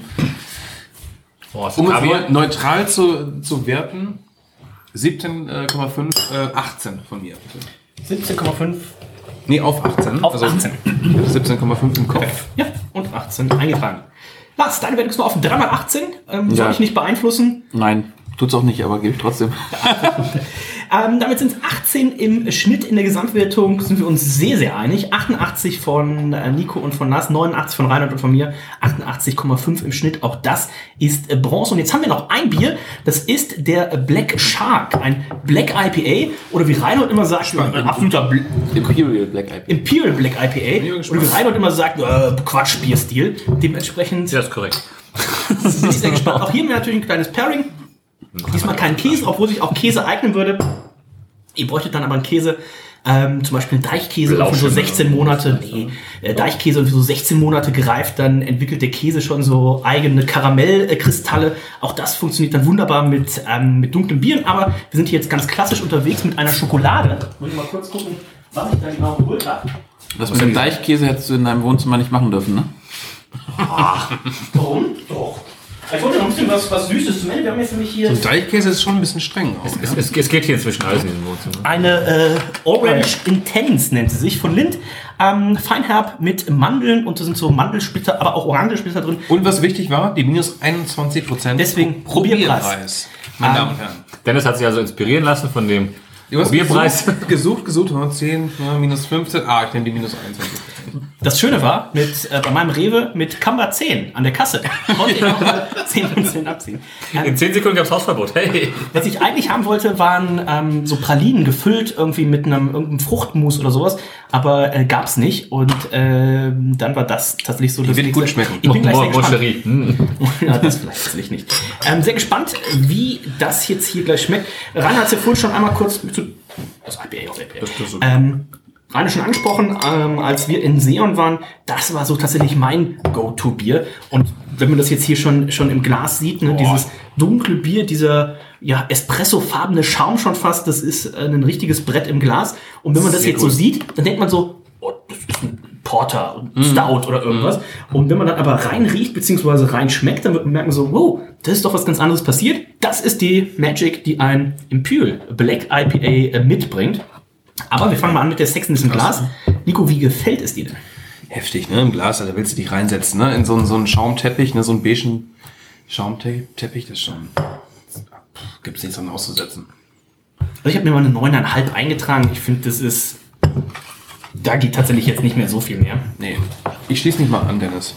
oh,
um es neutral zu, zu werten, siebzehn Komma fünf, äh, achtzehn von mir.
siebzehn Komma fünf?
Nee, auf achtzehn.
Auf achtzehn.
siebzehn Komma fünf im Kopf.
Okay. Ja, und achtzehn eingetragen. Lars, deine Wertung ist nur auf drei mal achtzehn. Ähm,
ja.
Soll ich nicht beeinflussen?
Nein, tut's auch nicht, aber gebe ich trotzdem.
Ähm, damit sind es achtzehn im Schnitt in der Gesamtwertung, sind wir uns sehr, sehr einig. achtundachtzig von äh, Nico und von Lars, neunundachtzig von Reinhard und von mir, achtundachtzig Komma fünf im Schnitt. Auch das ist äh, Bronze. Und jetzt haben wir noch ein Bier, das ist der Black Shark, ein Black I P A oder wie Reinhard immer sagt, ein absoluter Bl-
Imperial Black I P A.
Imperial Black I P A oder wie Reinhard immer sagt, äh, Quatsch, Bierstil. Dementsprechend
Ja, das ist korrekt.
bin ich sehr gespannt. Auch hier haben wir natürlich ein kleines Pairing. Diesmal kein Käse, obwohl sich auch Käse eignen würde. Ihr bräuchtet dann aber einen Käse, ähm, zum Beispiel einen Deichkäse für so sechzehn Monate. Nee, äh, Deichkäse für so sechzehn Monate gereift, dann entwickelt der Käse schon so eigene Karamellkristalle. Auch das funktioniert dann wunderbar mit, ähm, mit dunklen Bieren. Aber wir sind hier jetzt ganz klassisch unterwegs mit einer Schokolade. Muss ich mal kurz gucken, was ich da genau geholt habe.
Das mit dem Deichkäse hättest du in deinem Wohnzimmer nicht machen dürfen, ne?
Ach, warum? Doch. Ich wollte noch ein bisschen was, was Süßes zu melden. Wir haben jetzt nämlich hier
So ein Deichkäse ist schon ein bisschen streng. Auch,
Es, es, es geht hier inzwischen alles in den Wohnzimmer.
eine äh, Orange Intense, nennt sie sich, von Lind. Ähm, Feinherb mit Mandeln und da sind so Mandelsplitter, aber auch Orangensplitter drin.
Und was wichtig war, die minus einundzwanzig Prozent.
Deswegen Probierpreis.
Meine
Ähm,
Damen und Herren.
Dennis hat sich also inspirieren lassen von dem
Du hast
Probierpreis.
gesucht, gesucht, gesucht, oh, zehn, ja, minus fünfzehn. Ah, ich nehme die minus einundzwanzig.
Das Schöne war, mit, äh, bei meinem Rewe mit Kamba zehn an der Kasse. Konnte ich noch mal zehn von zehn abziehen. Ähm,
In zehn Sekunden gab's Hausverbot. Hey.
Was ich eigentlich haben wollte, waren ähm, so Pralinen gefüllt irgendwie mit einem irgendeinem Fruchtmus oder sowas, aber äh, gab's nicht und äh, dann war das tatsächlich so.
Die wird gut schmecken.
Ich bin gleich sehr gespannt.
Moscherie. Hm.
Ja, das vielleicht tatsächlich nicht. Ähm, sehr gespannt, wie das jetzt hier gleich schmeckt. Rainer hat es ja vorhin schon einmal kurz zu das I P A auf I P A. Ähm, Rainer schon angesprochen, ähm, als wir in Seon waren, das war so tatsächlich mein Go-To-Bier. Und wenn man das jetzt hier schon, schon im Glas sieht, ne, dieses dunkle Bier, dieser ja, espressofarbene Schaum schon fast, das ist äh, ein richtiges Brett im Glas. Und wenn man das
Sehr
jetzt
gut.
so sieht, dann denkt man so, oh, das ist ein Porter, ein Stout oder irgendwas. Und wenn man dann aber rein riecht, beziehungsweise rein schmeckt, dann wird man merken so, wow, das ist doch was ganz anderes passiert. Das ist die Magic, die ein Imperial Black I P A äh, mitbringt. Aber wir fangen mal an mit der Sexiness im Glas. Nico, wie gefällt es dir denn?
Heftig, ne? Im Glas, da willst du dich reinsetzen, ne? In so einen, so einen Schaumteppich, ne? So einen beigen Schaumteppich, das ist schon. Gibt's nichts dran auszusetzen.
Also ich habe mir mal eine neun Komma fünf eingetragen. Ich finde, das ist. Da geht tatsächlich jetzt nicht mehr so viel mehr.
Nee. Ich schließe nicht mal an, Dennis.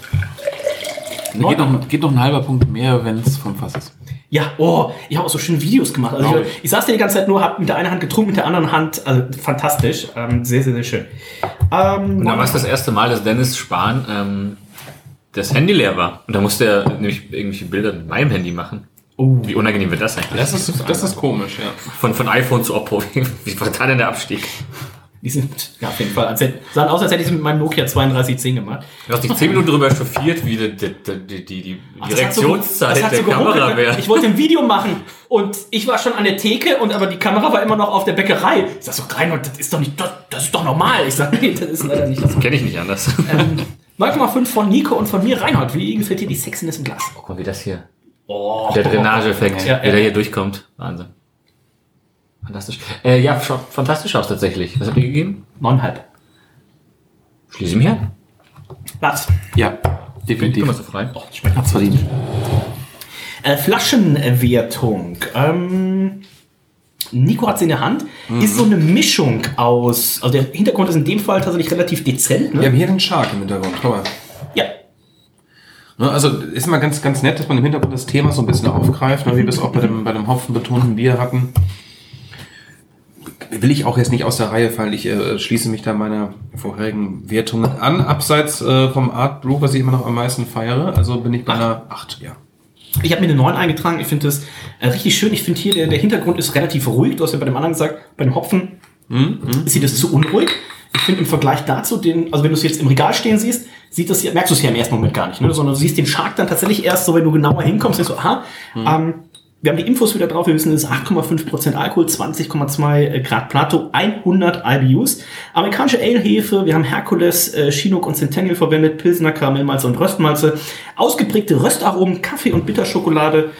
Geht noch, geht noch ein halber Punkt mehr, wenn es vom Fass ist.
Ja, oh, ich habe auch so schöne Videos gemacht. Also
Glaub
ich,
ich.
ich saß da die ganze Zeit nur, habe mit der einen Hand getrunken, mit der anderen Hand. Also fantastisch. Ähm, sehr, sehr, sehr schön. Ähm,
Und da war es das erste Mal, dass Dennis Spahn ähm, das Handy leer war. Und da musste er nämlich irgendwelche Bilder mit meinem Handy machen.
Oh.
Wie unangenehm wird das eigentlich?
Das ist, das ist komisch, ja.
Von, von iPhone zu Oppo. Wie war da denn der Abstieg?
Die sind ja, auf jeden Fall. Als hätte, sahen aus, als hätte ich es mit meinem Nokia zweiunddreißig zehn gemacht.
Du hast dich zehn Minuten darüber chauffiert, wie die, die, die, die, die
Ach, das hat so-
Reaktionszeit
das hat
der
so geruckelt,
Kamera
ne?
wäre.
Ich wollte ein Video machen und ich war schon an der Theke und aber die Kamera war immer noch auf der Bäckerei. Ich sag so, Reinhold, das ist doch nicht, das, das ist doch normal. Ich sag, nee, das ist leider nicht das.
Kenne ich nicht anders.
Ähm, neun Komma fünf von Nico und von mir, Reinhold. Wie gefällt dir die Sexiness im Glas?
Guck mal, wie das hier.
Oh,
Der Drainageeffekt,
Ja,
wie
ja.
der hier durchkommt. Wahnsinn. Fantastisch. Äh, ja, schaut fantastisch aus tatsächlich. Was habt ihr gegeben?
neuneinhalb.
Schließe ich mich an.
Lars.
Ja,
Bin
definitiv.
immer so frei.
Oh, das schmeckt
Hat's verdient.
Äh, Flaschenwertung. Ähm, Nico hat sie in der Hand. Ist so eine Mischung aus. Also der Hintergrund ist in dem Fall tatsächlich relativ dezent.
Wir
Ne?
haben hier einen Shark im Hintergrund. Guck mal.
Ja.
Ne, also ist immer ganz, ganz nett, dass man im Hintergrund das Thema so ein bisschen aufgreift, ne, wie wir es auch bei dem, bei dem hopfenbetonten Bier hatten. Will ich auch jetzt nicht aus der Reihe fallen. Ich äh, schließe mich da meiner vorherigen Wertungen an. Abseits äh, vom Art Brew, was ich immer noch am meisten feiere. Also bin ich bei einer acht, ja.
Ich habe mir eine neun eingetragen. Ich finde das äh, richtig schön. Ich finde hier, der, der Hintergrund ist relativ ruhig. Du hast ja bei dem anderen gesagt, bei dem Hopfen ist hier das zu unruhig. Ich finde im Vergleich dazu, den, also wenn du es jetzt im Regal stehen siehst, sieht das hier, merkst du es ja im ersten Moment gar nicht, ne? Sondern du siehst den Shark dann tatsächlich erst so, wenn du genauer hinkommst, denkst du, aha, ähm, wir haben die Infos wieder drauf, wir wissen, es ist acht Komma fünf Prozent Alkohol, zwanzig Komma zwei Grad Plato, hundert I B Us. Amerikanische Ale-Hefe, wir haben Herkules, äh, Chinook und Centennial verwendet, Pilsner, Karamellmalze und Röstmalze, ausgeprägte Röstaromen, Kaffee und Bitterschokolade.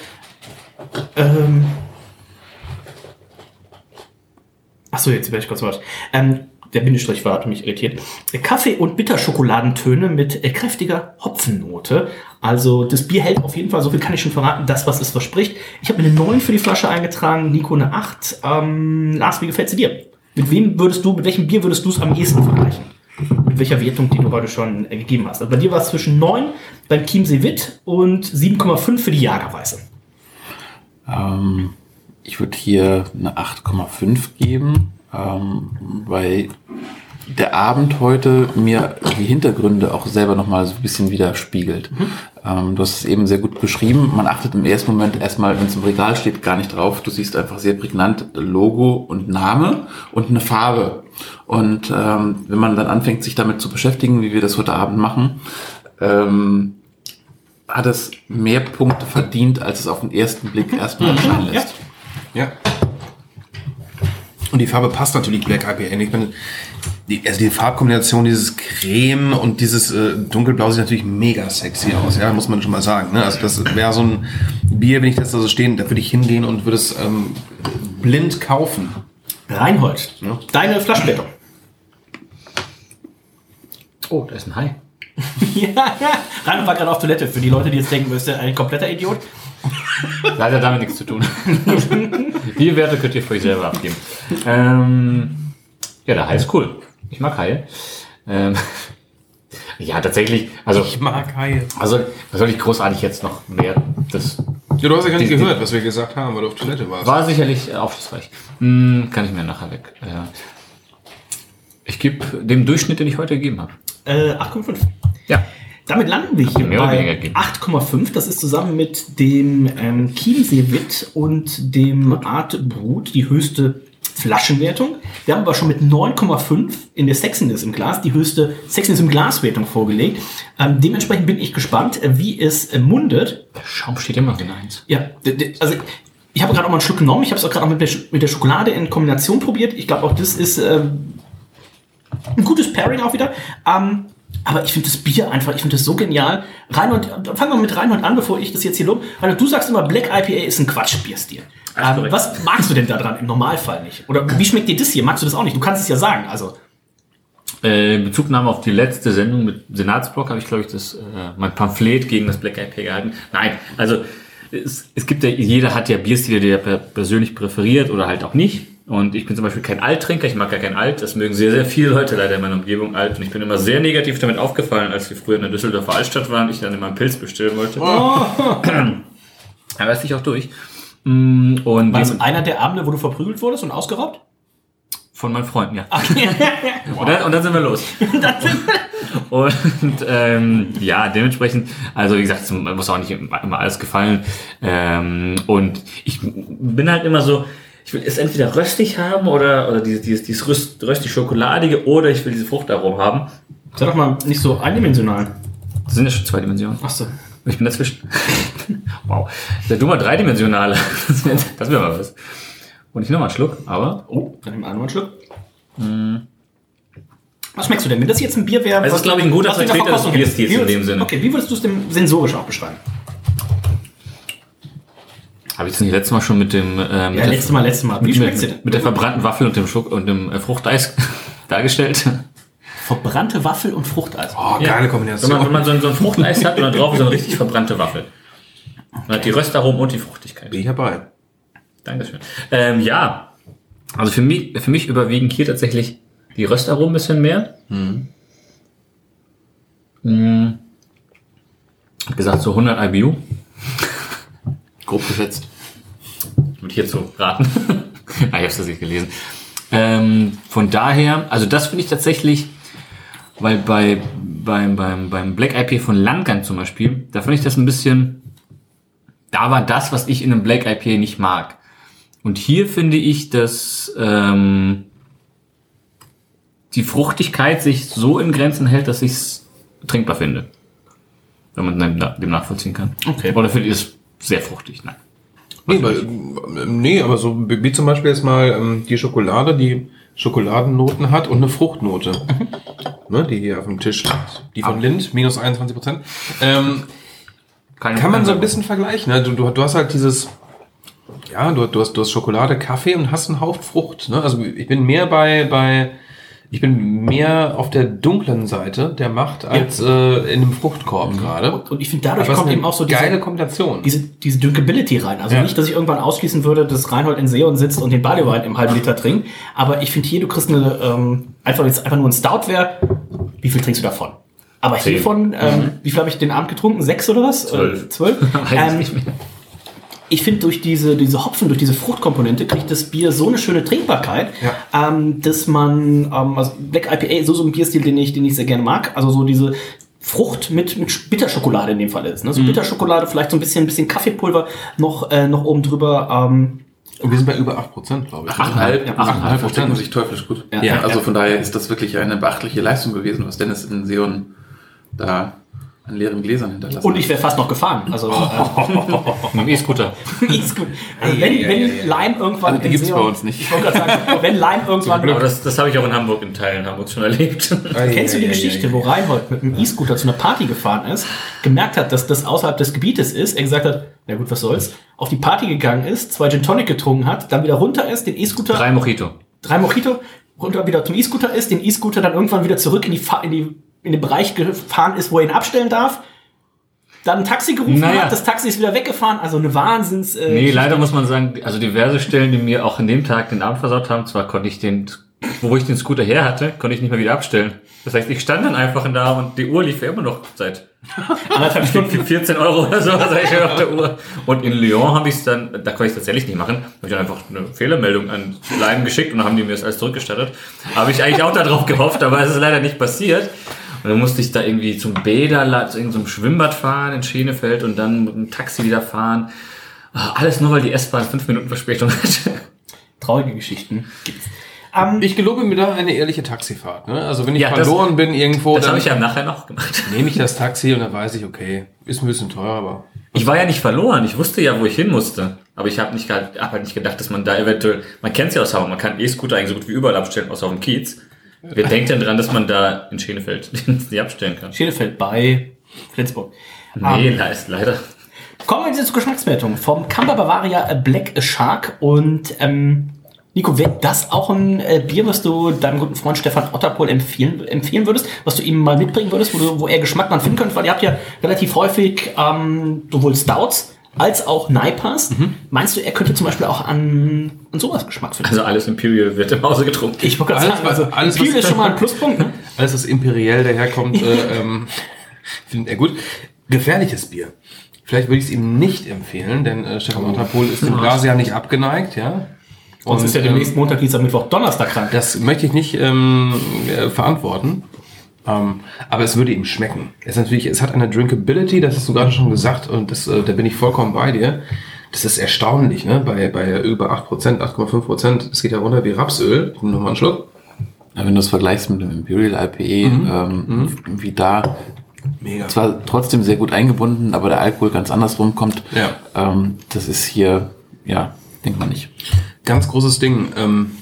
Ähm, Achso, jetzt werde ich kurz was. Ähm, der Bindestrich war, hat mich irritiert. Kaffee- und Bitterschokoladentöne mit äh, kräftiger Hopfennote. Also das Bier hält auf jeden Fall, so viel kann ich schon verraten, das, was es verspricht. Ich habe mir eine neun für die Flasche eingetragen, Nico eine acht. Ähm, Lars, wie gefällt es dir? Mit wem würdest du, mit welchem Bier würdest du es am ehesten vergleichen? Mit welcher Wertung, die du heute schon äh, gegeben hast? Also bei dir war es zwischen neun beim Chiemsee Witt und sieben Komma fünf für die Jagerweiße.
Ähm, ich würde hier eine acht Komma fünf geben, ähm, weil der Abend heute mir die Hintergründe auch selber nochmal so ein bisschen widerspiegelt. Mhm. Ähm, du hast es eben sehr gut beschrieben. Man achtet im ersten Moment erstmal, wenn es im Regal steht, gar nicht drauf. Du siehst einfach sehr prägnant Logo und Name und eine Farbe. Und ähm, wenn man dann anfängt, sich damit zu beschäftigen, wie wir das heute Abend machen, ähm, hat es mehr Punkte verdient, als es auf den ersten Blick erstmal erscheinen lässt.
Ja. ja. Und die Farbe passt natürlich Black I P A. Ich meine, die, also die Farbkombination, dieses Creme und dieses äh, Dunkelblau sieht natürlich mega sexy aus, ja, muss man schon mal sagen. Ne? Also das wäre so ein Bier, wenn ich das da so stehen, da würde ich hingehen und würde es ähm, blind kaufen.
Reinhold, ja. Deine Flaschenwertung.
Oh, da ist ein Hai.
Ja, Reinhold war gerade auf Toilette. Für die Leute, die jetzt denken, müsste ein kompletter Idiot.
Leider damit nichts zu tun. Die Werte könnt ihr für euch selber abgeben. Ähm, ja, der Hai ist cool. Ich mag Haie. Ähm, ja, tatsächlich. Also,
ich mag Haie.
Also, was soll ich großartig jetzt noch mehr? Das,
ja, du hast ja gar nicht
die,
gehört, was wir gesagt haben, weil du auf Toilette warst.
War sicherlich aufschlussreich. Hm, kann ich mir nachher weg. Äh, ich gebe dem Durchschnitt, den ich heute gegeben habe.
Äh, acht Komma fünf.
Ja.
Damit landen wir hier
Mehr
bei acht Komma fünf. Das ist zusammen mit dem ähm, Chiemsee Witt und dem Art Brut die höchste Flaschenwertung. Wir haben aber schon mit neun Komma fünf in der Sexiness im Glas die höchste Sexiness im Glas-Wertung vorgelegt. Ähm, dementsprechend bin ich gespannt, wie es äh, mundet.
Der Schaum steht immer für eine Eins.
Ja, d- d- also ich habe gerade auch mal einen Schluck genommen. Ich habe es auch gerade auch mit der, Sch- mit der Schokolade in Kombination probiert. Ich glaube auch, das ist ähm, ein gutes Pairing auch wieder. Ähm, Aber ich finde das Bier einfach, ich finde das so genial. Reinhold, fangen wir mit Reinhold an, bevor ich das jetzt hier lobe. Reinhold, du sagst immer, Black I P A ist ein Quatschbierstil. Ähm, was magst du denn da dran im Normalfall nicht? Oder wie schmeckt dir das hier? Magst du das auch nicht? Du kannst es ja sagen. Also
äh, Bezugnahme auf die letzte Sendung mit Senatsblock habe ich, glaube ich, das, äh, mein Pamphlet gegen das Black I P A gehalten. Nein, also es, es gibt ja, jeder hat ja Bierstile, die er persönlich präferiert oder halt auch nicht. Und ich bin zum Beispiel kein Alttrinker, ich mag ja kein Alt. Das mögen sehr, sehr viele Leute leider in meiner Umgebung alt. Und ich bin immer sehr negativ damit aufgefallen, als wir früher in der Düsseldorfer Altstadt waren und ich dann immer einen Pilz bestellen wollte. Oh. Da weiß ich auch durch. Und
war das einer der Abende, wo du verprügelt wurdest und ausgeraubt?
Von meinen Freunden, ja. Okay. und, dann, und dann sind wir los. Und ähm, ja, dementsprechend, also wie gesagt, es muss auch nicht immer alles gefallen. Ähm, und ich bin halt immer so, ich will es entweder röstig haben oder, oder dieses, dieses, dieses röst, röstig-schokoladige oder ich will diese Fruchtaromen haben.
Sei doch mal nicht so eindimensional.
Das sind ja schon zwei Dimensionen.
Ach so.
Ich bin dazwischen. Wow. Der dummer dreidimensionale. Das wäre mal was. Und ich noch mal einen Schluck, aber...
Oh, dann nehmen wir einen Schluck. Mm. Was schmeckst du denn? Wenn das jetzt ein Bier wäre...
Das ist, glaube ich, ein guter Vertreter des Bierstils in dem Sinne.
Okay, wie würdest du es denn sensorisch auch beschreiben?
Habe ich es nicht letztes Mal schon mit dem... Äh, mit
ja, letztes Mal, letztes Mal. Wie schmeckt es denn?
Mit der verbrannten Waffel und dem, Schok und dem äh, Fruchteis dargestellt.
Verbrannte Waffel und Fruchteis.
Oh, geile Kombination.
Wenn man, wenn man so, ein, so ein Fruchteis hat und dann drauf ist so eine richtig verbrannte Waffel. Man hat die Röstaromen und die Fruchtigkeit.
Bin ich dabei.
Dankeschön. Ähm, ja, also für mich, für mich überwiegen hier tatsächlich die Röstaromen ein bisschen mehr. Mhm. Mhm. Hab gesagt, so hundert I B U.
Grob geschätzt.
Würde ich jetzt so raten. ah, ich habe es nicht gelesen. Ähm, von daher, also das finde ich tatsächlich, weil bei beim, beim, beim Black I P A von Landgang zum Beispiel, da finde ich das ein bisschen, da war das, was ich in einem Black I P A nicht mag. Und hier finde ich, dass ähm, die Fruchtigkeit sich so in Grenzen hält, dass ich es trinkbar finde. Wenn man dem nachvollziehen kann.
Okay.
Oder finde ich es sehr fruchtig? Nein.
Nee, weil, nee, aber so wie zum Beispiel jetzt mal ähm, die Schokolade, die Schokoladennoten hat und eine Fruchtnote, ne, die hier auf dem Tisch liegt. Die von Lind, minus einundzwanzig Prozent. Ähm, kann man so ein bisschen vergleichen. Ne? Du, du, du hast halt dieses, ja, du, du, hast, du hast Schokolade, Kaffee und hast einen Hauch Frucht. Ne? Also ich bin mehr bei, bei
Ich bin mehr auf der dunklen Seite der Macht als ja. äh, in einem Fruchtkorb mhm. gerade.
Und, und ich finde, dadurch kommt eben auch so diese
geile Kombination.
Diese, diese Drinkability rein. Also ja. nicht, dass ich irgendwann ausschließen würde, dass Reinhold in Seon sitzt und den Barleywein im halben Liter trinkt. Aber ich finde hier, du kriegst eine, ähm, einfach jetzt einfach nur ein Stout wäre. Wie viel trinkst du davon? Aber Zehn. hiervon, ähm, mhm. wie viel habe ich den Abend getrunken? Sechs oder was?
Zwölf.
Äh, zwölf? ähm, nicht mehr. Ich finde, durch diese, diese Hopfen, durch diese Fruchtkomponente kriegt das Bier so eine schöne Trinkbarkeit, ja. ähm, dass man, ähm, also Black I P A, so, so ein Bierstil, den ich, den ich sehr gerne mag, also so diese Frucht mit, mit Bitterschokolade in dem Fall ist, ne? So mhm. Bitterschokolade, vielleicht so ein bisschen, ein bisschen Kaffeepulver noch, äh, noch oben drüber, ähm,
und wir sind bei über acht Prozent, glaube ich.
acht Komma fünf ja, acht Komma fünf Prozent sich teuflisch gut. Ja. Ja. Also von daher ist das wirklich eine beachtliche Leistung gewesen, was Dennis in Seon da an leeren Gläsern hinterlassen.
Und ich wäre fast noch gefahren. Also,
äh, mit dem E-Scooter.
E-Scooter. Also wenn, wenn Lime irgendwann...
Also die gibt's bei uns nicht.
Ich wollte gerade sagen, wenn Lime irgendwann...
Aber das, das habe ich auch in Hamburg, in Teilen Hamburgs schon erlebt.
Kennst du die Geschichte, wo Reinhold mit einem E-Scooter zu einer Party gefahren ist, gemerkt hat, dass das außerhalb des Gebietes ist, er gesagt hat, na gut, was soll's, auf die Party gegangen ist, zwei Gin Tonic getrunken hat, dann wieder runter ist, den E-Scooter...
Drei Mojito.
Drei Mojito, runter wieder zum E-Scooter ist, den E-Scooter dann irgendwann wieder zurück in die, in die in den Bereich gefahren ist, wo er ihn abstellen darf, dann ein Taxi gerufen naja. hat, das Taxi ist wieder weggefahren, also eine Wahnsinns... Äh,
nee, leider muss man sagen, also diverse Stellen, die mir auch an dem Tag den Abend versaut haben, zwar konnte ich den, wo ich den Scooter her hatte, konnte ich nicht mehr wieder abstellen. Das heißt, ich stand dann einfach da und die Uhr lief ja immer noch seit anderthalb Stunden, vierzehn Euro oder so, sag ich auf der Uhr. Und in Lyon habe ich es dann, da konnte ich es tatsächlich nicht machen, habe ich dann einfach eine Fehlermeldung an Lime geschickt und dann haben die mir das alles zurückgestattet. Habe ich eigentlich auch darauf gehofft, aber es ist leider nicht passiert. Und dann musste ich da irgendwie zum Bäder, zu irgendeinem Schwimmbad fahren in Schenefeld und dann mit dem Taxi wieder fahren. Alles nur, weil die S-Bahn fünf Minuten Verspätung hatte.
Traurige Geschichten gibt's.
Um, ich gelobe mir da eine ehrliche Taxifahrt. Ne? Also wenn ich ja, verloren das, bin irgendwo,
das habe ich ja nachher noch gemacht.
Nehme ich das Taxi und dann weiß ich, okay, ist ein bisschen teuer, aber...
Ich war ja nicht verloren, ich wusste ja, wo ich hin musste. Aber ich habe nicht, hab halt nicht gedacht, dass man da eventuell... Man kennt es ja aus Hamburg, man kann E-Scooter eigentlich so gut wie überall abstellen, außer auf dem Kiez. Wer denkt denn dran, dass man da in Schenefeld nicht abstellen kann?
Schenefeld bei Flensburg.
Nee, um, leider.
Kommen wir jetzt zur Geschmackswertung vom Camper Bavaria Black Shark. Und ähm, Nico, wäre das auch ein äh, Bier, was du deinem guten Freund Stefan Otterpohl empfehlen, empfehlen würdest? Was du ihm mal mitbringen würdest, wo, du, wo er Geschmack man finden könnte? Weil ihr habt ja relativ häufig ähm, sowohl Stouts als auch Naipas. Mhm. Meinst du, er könnte zum Beispiel auch an, an sowas Geschmack finden?
Also alles Imperial wird im Hause getrunken.
Ich wollte gerade sagen, also alles, Imperial ist schon mal ein Pluspunkt. Ne?
Alles, was imperiell daherkommt, äh, ähm, findet er gut. Gefährliches Bier. Vielleicht würde ich es ihm nicht empfehlen, denn äh, Stefan Otterpohl ist dem Glas ja nicht abgeneigt, ja.
Und ist ja demnächst Montag, Dienstag, Mittwoch, Donnerstag krank.
Das möchte ich nicht ähm, äh, verantworten. Um, aber es würde ihm schmecken. Es, ist natürlich, es hat eine Drinkability, das hast du gerade schon gesagt, und das, äh, da bin ich vollkommen bei dir. Das ist erstaunlich, ne? Bei, bei über acht Prozent, acht Komma fünf Prozent, das geht ja runter wie Rapsöl. Ich nehme nochmal einen Schluck.
Ja, wenn du es vergleichst mit dem Imperial I P A, mhm. ähm, mhm. wie da Mega. Zwar trotzdem sehr gut eingebunden, aber der Alkohol ganz andersrum kommt.
Ja.
Ähm, das ist hier, ja, denkt man nicht.
Ganz großes Ding. Ähm,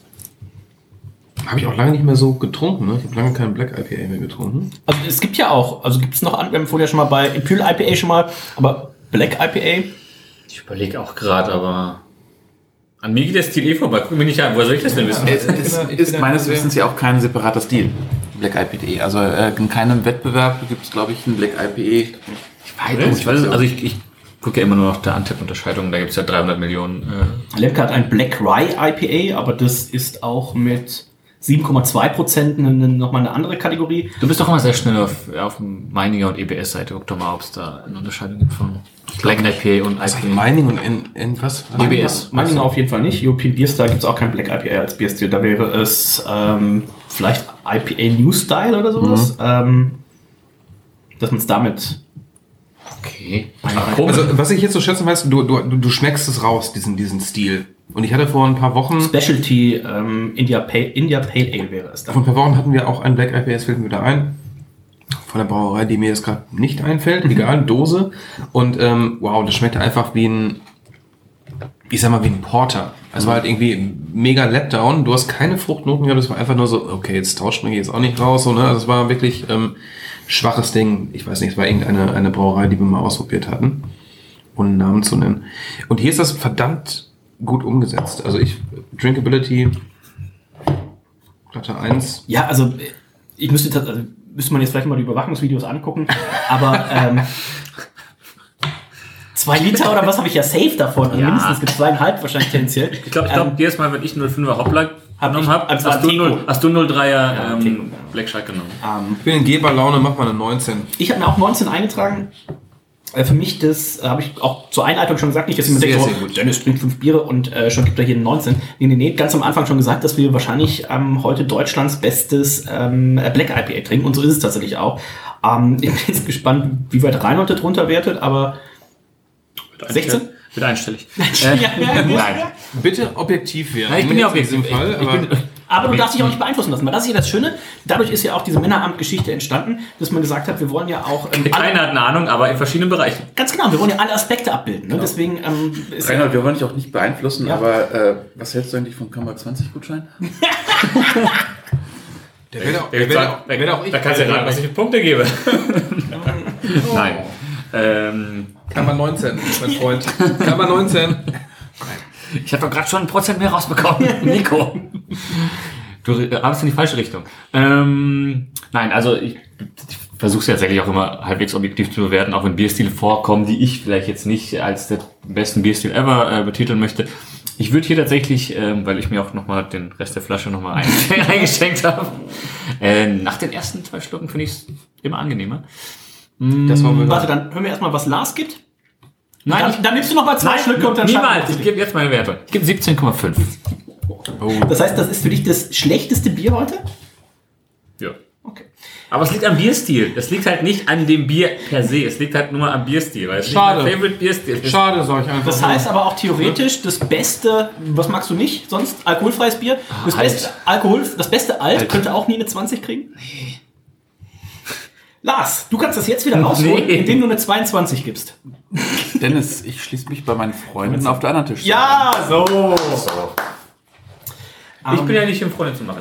Habe ich auch lange nicht mehr so getrunken. Ne? Ich habe lange keinen Black I P A mehr getrunken.
Also es gibt ja auch, also gibt es noch, wir haben vorher schon mal bei Imperial I P A schon mal, aber Black I P A?
Ich überlege auch gerade, aber an mir geht der Stil eh vorbei. Guck mir nicht an, woher soll ich das denn wissen?
Es ist, ist meines Wissens ja auch kein separater Stil, Black I P A. Also äh, in keinem Wettbewerb gibt es, glaube ich, einen Black I P A.
Ich weiß, ich weiß also ich, ich gucke ja immer nur nach der Antep-Unterscheidung, da gibt es ja dreihundert Millionen. Äh.
Lemke hat ein Black Rye I P A, aber das ist auch mit sieben Komma zwei Prozent nochmal eine andere Kategorie.
Du bist doch immer sehr schnell auf, auf Meininger und E B S-Seite. Guck doch mal, ob es da eine Unterscheidung gibt von Black I P A und I P A.
Meining und in, in was?
E B S. Meininger auf jeden Fall nicht. European Beer Style gibt es auch kein Black I P A als Bierstil. Da wäre es ähm, vielleicht I P A New Style oder sowas. Mhm. Ähm, dass man es damit...
Okay.
Also, was ich jetzt so schätze, weißt du, du, du schmeckst es raus, diesen, diesen Stil. Und ich hatte vor ein paar Wochen...
Specialty ähm, India, Pale, India Pale Ale wäre es dann.
Vor ein paar Wochen hatten wir auch ein Black I P A, es fällt mir wieder ein. Von der Brauerei, die mir jetzt gerade nicht einfällt. Egal, Dose. Und ähm, wow, das schmeckte einfach wie ein... Ich sag mal, wie ein Porter. Also war halt irgendwie mega Letdown. Du hast keine Fruchtnoten gehabt. Es war einfach nur so, okay, jetzt tauscht man jetzt auch nicht raus. So, ne? Also es war wirklich ähm, schwaches Ding. Ich weiß nicht, es war irgendeine eine Brauerei, die wir mal ausprobiert hatten. Ohne Namen zu nennen. Und hier ist das verdammt gut umgesetzt. Also ich, Drinkability
Platte eins.
Ja, also ich müsste, also, müsste man jetzt vielleicht mal die Überwachungsvideos angucken, aber ähm, zwei Liter oder was habe ich ja safe davon, also
Ja.
mindestens gibt zweieinhalb wahrscheinlich tendenziell.
Ich glaube, ich glaub,
Ähm,
jedes Mal, wenn ich null Komma fünfer Hoppla genommen
ich-
habe,
also
hast,
war
du
Tico.
null- hast du null Komma dreier
Ja,
ähm,
Tico.
Black Shark genommen.
ähm,
Ich bin in Geberlaune, mach mal eine neunzehn.
Ich habe mir auch neunzehn eingetragen. Äh, Für mich, das äh, habe ich auch zur Einleitung schon gesagt, nicht, dass jemand
Sehr,
denkt,
sehr
oh,
gut.
Dennis trinkt fünf Biere und äh, schon gibt er hier einen neunzehn. Nee, nee, nee, ganz am Anfang schon gesagt, dass wir wahrscheinlich ähm, heute Deutschlands bestes ähm, Black I P A trinken und so ist es tatsächlich auch. Ähm, ich bin jetzt gespannt, wie weit Reinhold da drunter wertet, aber sechzehn?
Wird einstellig.
Ja,
äh,
ja, ja.
Nein.
Bitte objektiv werden.
Nein, ich bin ja
Jetzt in
objektiv.
diesem
Ich,
Fall,
ich
aber
bin,
Aber du darfst dich auch nicht beeinflussen lassen, weil das ist ja das Schöne. Dadurch ist ja auch diese Männeramt-Geschichte entstanden, dass man gesagt hat, wir wollen ja auch ähm,
keiner hat eine Ahnung, aber in verschiedenen Bereichen.
ganz genau, wir wollen ja alle Aspekte abbilden. Ne? Deswegen ähm, ist
Reinhold, wir wollen dich auch nicht beeinflussen,
Ja.
aber äh, was hältst du eigentlich vom Kammer zwanzig Gutschein?
der wird auch,
Der
der
wird
wird
sagen,
auch, der wird auch ich.
da kannst du ja raten, was ich für Punkte gebe. Nein. Ähm,
Kammer neunzehn, mein Freund. Kammer neunzehn.
ich habe doch gerade schon ein Prozent mehr rausbekommen. Nico. Du arbeitest in die falsche Richtung. Ähm, nein, also ich, ich versuche es tatsächlich auch immer halbwegs objektiv zu bewerten, auch wenn Bierstile vorkommen, die ich vielleicht jetzt nicht als den besten Bierstil ever äh, betiteln möchte. Ich würde hier tatsächlich, ähm, weil ich mir auch nochmal den Rest der Flasche nochmal ein, eingeschenkt habe, äh, nach den ersten zwei Schlucken finde ich es immer angenehmer.
Das war mir
Warte, dann hören wir erstmal, was Lars gibt.
Nein,
Dann, dann nimmst du noch mal zwei Schlücke und dann
niemals.
schaffen
Ich
wir
gebe jetzt meine Werte. Ich gebe siebzehn Komma fünf.
es. Das heißt, das ist für dich das schlechteste Bier heute?
Ja.
Okay.
Aber es liegt am Bierstil. Es liegt halt nicht an dem Bier per se. Es liegt halt nur am Bierstil. Weil es
Schade.
nicht mein Favorite Bierstil ist.
Schade, sag ich einfach.
Das heißt aber auch theoretisch das beste, was magst du nicht? Sonst alkoholfreies Bier? Das
Alt.
beste Alkohol, das beste Alt, könnte auch nie eine zwanzig kriegen? Nee. Lars, du kannst das jetzt wieder rausholen,
Nee.
indem du eine zweiundzwanzig gibst.
Dennis, ich schließe mich bei meinen Freunden auf der anderen Tisch.
Ja, so.
Ich bin ja nicht im Freunde zu machen.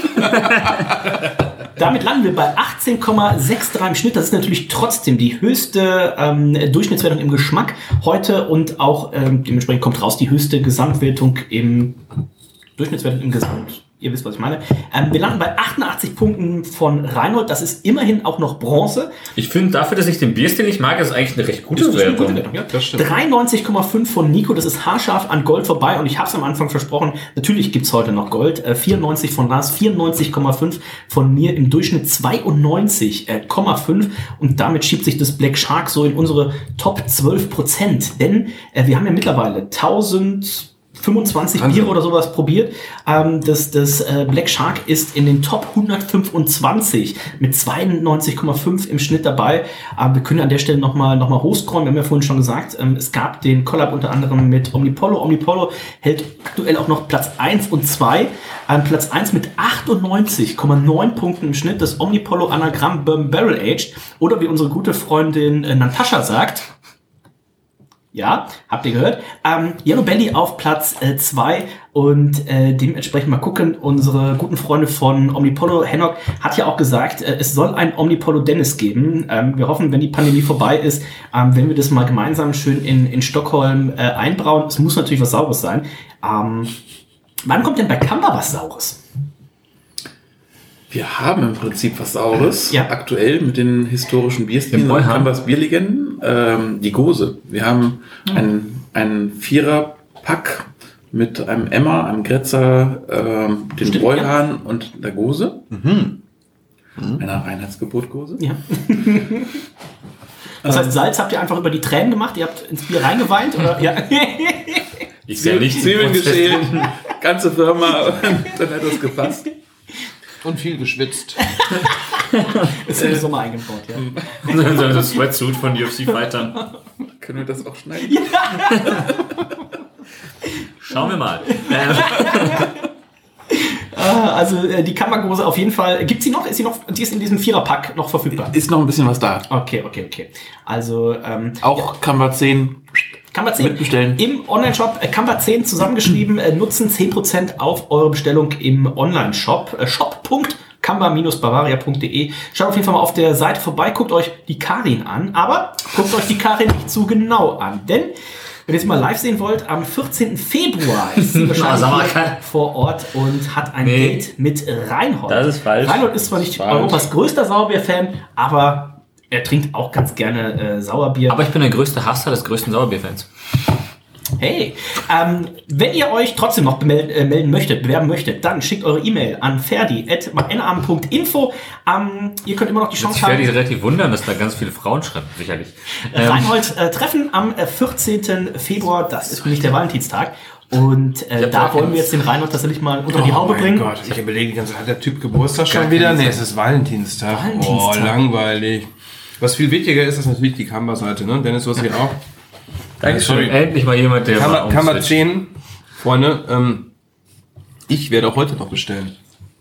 Damit landen wir bei achtzehn Komma sechs drei im Schnitt. Das ist natürlich trotzdem die höchste ähm, Durchschnittswertung im Geschmack heute und auch ähm, dementsprechend kommt raus die höchste Gesamtwertung im Durchschnittswertung im Gesamt. Ihr wisst, was ich meine. Ähm, wir landen bei achtundachtzig Punkten von Reinhold. Das ist immerhin auch noch Bronze.
Ich finde, dafür, dass ich den Bierstil nicht mag, ist es eigentlich eine recht gute
Das ist eine gute
Wertung.
Wertung, ja.
Das stimmt.
dreiundneunzig Komma fünf von Nico, das ist haarscharf an Gold vorbei und ich habe es am Anfang versprochen, natürlich gibt's heute noch Gold. Äh, vierundneunzig von Lars, vierundneunzig Komma fünf von mir, im Durchschnitt zweiundneunzig Komma fünf und damit schiebt sich das Black Shark so in unsere Top zwölf Prozent, denn äh, wir haben ja mittlerweile tausendfünfundzwanzig Biere oder sowas probiert. Ähm, das das äh, Black Shark ist in den Top hundertfünfundzwanzig mit zweiundneunzig Komma fünf im Schnitt dabei. Aber wir können an der Stelle nochmal noch mal hochscrollen. Wir haben ja vorhin schon gesagt, ähm, es gab den Collab unter anderem mit Omnipollo. Omnipollo hält aktuell auch noch Platz eins und zwei. Ähm, Platz eins mit achtundneunzig Komma neun Punkten im Schnitt. Das Omnipollo Anagramm Bourbon Barrel Aged. Oder wie unsere gute Freundin äh, Natascha sagt, ja, habt ihr gehört. Ähm, Yellow Belly auf Platz zwei und äh, dementsprechend mal gucken. Unsere guten Freunde von Omnipollo, Henok, hat ja auch gesagt, äh, es soll ein Omnipollo Dennis geben. Ähm, wir hoffen, wenn die Pandemie vorbei ist, ähm, wenn wir das mal gemeinsam schön in, in Stockholm äh, einbrauen. Es muss natürlich was Saures sein. Ähm, wann kommt denn bei Kamba was Saures?
Wir haben im Prinzip was Saures.
Ja.
Aktuell mit den historischen Bierstilen
Im
und
Bräuhain.
Kambas Bierlegenden. Ähm, die Gose. Wir haben einen, einen Vierer-Pack mit einem Emmer, einem Grätzer, ähm, den
Stimmt,
Bräuhahn und der Gose. Einer Reinheitsgebot-Gose.
Ja. Das heißt, Salz habt ihr einfach über die Tränen gemacht? Ihr habt ins Bier reingeweint? Oder? Ja.
Ich sehe nicht
Zwiebeln geschält, ganze Firma, und dann hat das gepasst.
Und viel geschwitzt.
Ist im Sommer eingebaut, ja.
so ein Sweatsuit von U F C-Fightern.
Können wir das auch schneiden?
Schauen wir mal. Ähm,
Also äh, die Kammergose auf jeden Fall. Gibt sie noch? Ist sie noch? Die ist in diesem Viererpack noch verfügbar.
Ist noch ein bisschen was da.
Okay, okay, okay. Also ähm,
Auch Kamba zehn.
Kamba zehn
mitbestellen.
im Online-Shop, äh, Kamba zehn zusammengeschrieben, äh, nutzen zehn Prozent auf eure Bestellung im Online-Shop. Äh, shop punkt kamba Bindestrich bavaria punkt de. Schaut auf jeden Fall mal auf der Seite vorbei, guckt euch die Karin an, aber guckt euch die Karin nicht zu genau an, denn Wenn ihr es mal live sehen wollt, am vierzehnten Februar ist sie wahrscheinlich hier vor Ort und hat ein nee. Date mit Reinhold.
Das ist falsch.
Reinhold ist zwar nicht falsch. Europas größter Sauerbier-Fan, aber er trinkt auch ganz gerne äh, Sauerbier.
Aber ich bin der größte Hasser des größten Sauerbier-Fans.
Hey, ähm, wenn ihr euch trotzdem noch bemel- äh, melden möchtet, bewerben möchtet, dann schickt eure E-Mail an ferdi at meinabend punkt info. Ähm, ihr könnt immer noch die Chance
haben. Ich werde mich relativ wundern, dass da ganz viele Frauen schreiben, sicherlich.
Ähm, Reinhold äh, treffen am äh, vierzehnten Februar, das ist nämlich der Valentinstag. Und äh, da wollen wir jetzt den Reinhold tatsächlich mal unter oh die Haube bringen.
Oh Gott, ich überlege die ganze Zeit, hat der Typ Geburtstag schon Gar wieder? Nee, es ist Valentinstag. Valentinstag. Oh, langweilig. Was viel wichtiger ist, ist natürlich die Canva-Seite, ne? Dennis, du hast hier auch.
Dankeschön. Endlich mal jemand, der
Kammer, Kammer zehn, Freunde, ähm, ich werde auch heute noch bestellen.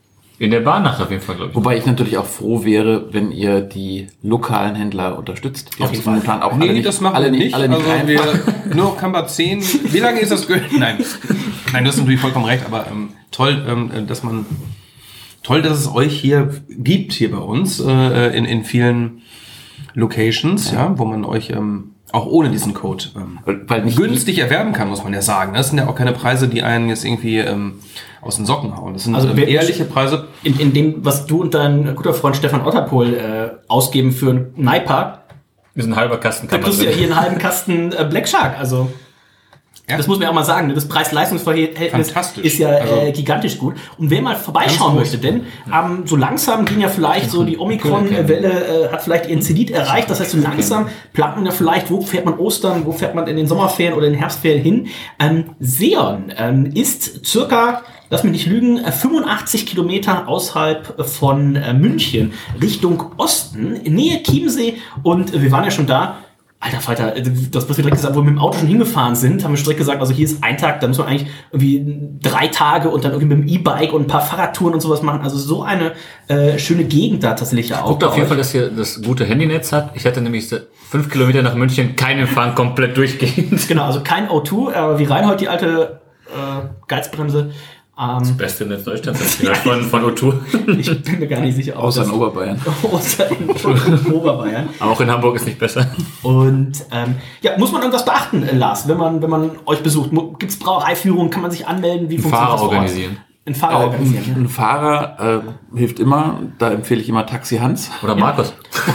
In der Bahn nach auf jeden Fall, glaube ich.
Wobei ich natürlich auch froh wäre, wenn ihr die lokalen Händler unterstützt. Die
auf jeden Fall. Auch nee, alle nicht, das machen alle nicht. Alle nicht also wir, nur Kammer zehn. Wie lange ist das gültig? Nein. Nein, du hast natürlich vollkommen recht, aber ähm, toll, ähm, dass man, toll, dass es euch hier gibt, hier bei uns, äh, in, in vielen Locations, ja, wo man euch, ähm, auch ohne diesen Code ähm, weil nicht günstig erwerben kann, muss man ja sagen. Das sind ja auch keine Preise, die einen jetzt irgendwie ähm, aus den Socken hauen. Das sind also ähm, ehrliche Preise.
In, in dem, was du und dein guter Freund Stefan Otterpohl äh, ausgeben für einen Naipa,
ist ein halber Kasten.
Da kriegst du ja hier einen halben Kasten äh, Black Shark. Also ja. Das muss man ja auch mal sagen. Das Preis-Leistungs-Verhältnis ist ja also, äh, gigantisch gut. Und wer mal vorbeischauen möchte, denn ähm, so langsam ging ja vielleicht so die Omikron-Welle, äh, hat vielleicht ihren Zenit erreicht. Das heißt, so langsam plant man ja vielleicht, wo fährt man Ostern, wo fährt man in den Sommerferien oder in den Herbstferien hin. Ähm, Seon ähm, ist circa, lass mich nicht lügen, fünfundachtzig Kilometer außerhalb von äh, München, Richtung Osten, Nähe Chiemsee. Und äh, wir waren ja schon da. Alter Falter, das, was wir direkt gesagt haben, wo wir mit dem Auto schon hingefahren sind, haben wir direkt gesagt, also hier ist ein Tag, da muss man eigentlich irgendwie drei Tage und dann irgendwie mit dem E-Bike und ein paar Fahrradtouren und sowas machen. Also so eine äh, schöne Gegend da tatsächlich auch.
Guckt auf jeden Fall, dass ihr das gute Handynetz habt. Ich hatte nämlich fünf Kilometer nach München keinen Empfang komplett durchgehend.
Genau, also kein O zwei, aber wie Reinhold die alte äh, Geizbremse.
Das beste Netz Deutschlands von, von O zwei.
Ich bin mir gar nicht sicher.
Außer in Oberbayern.
Außer in Oberbayern.
Auch in Hamburg ist nicht besser.
Und ähm, ja, muss man irgendwas beachten, Lars, wenn man, wenn man euch besucht? Gibt es Brauereiführungen? Kann man sich anmelden? Wie
ein
funktioniert
Fahrer
das?
Organisieren.
Ein Fahrer
äh,
organisieren.
Ein, ein Fahrer äh, hilft immer. Da empfehle ich immer Taxi Hans.
Oder Markus.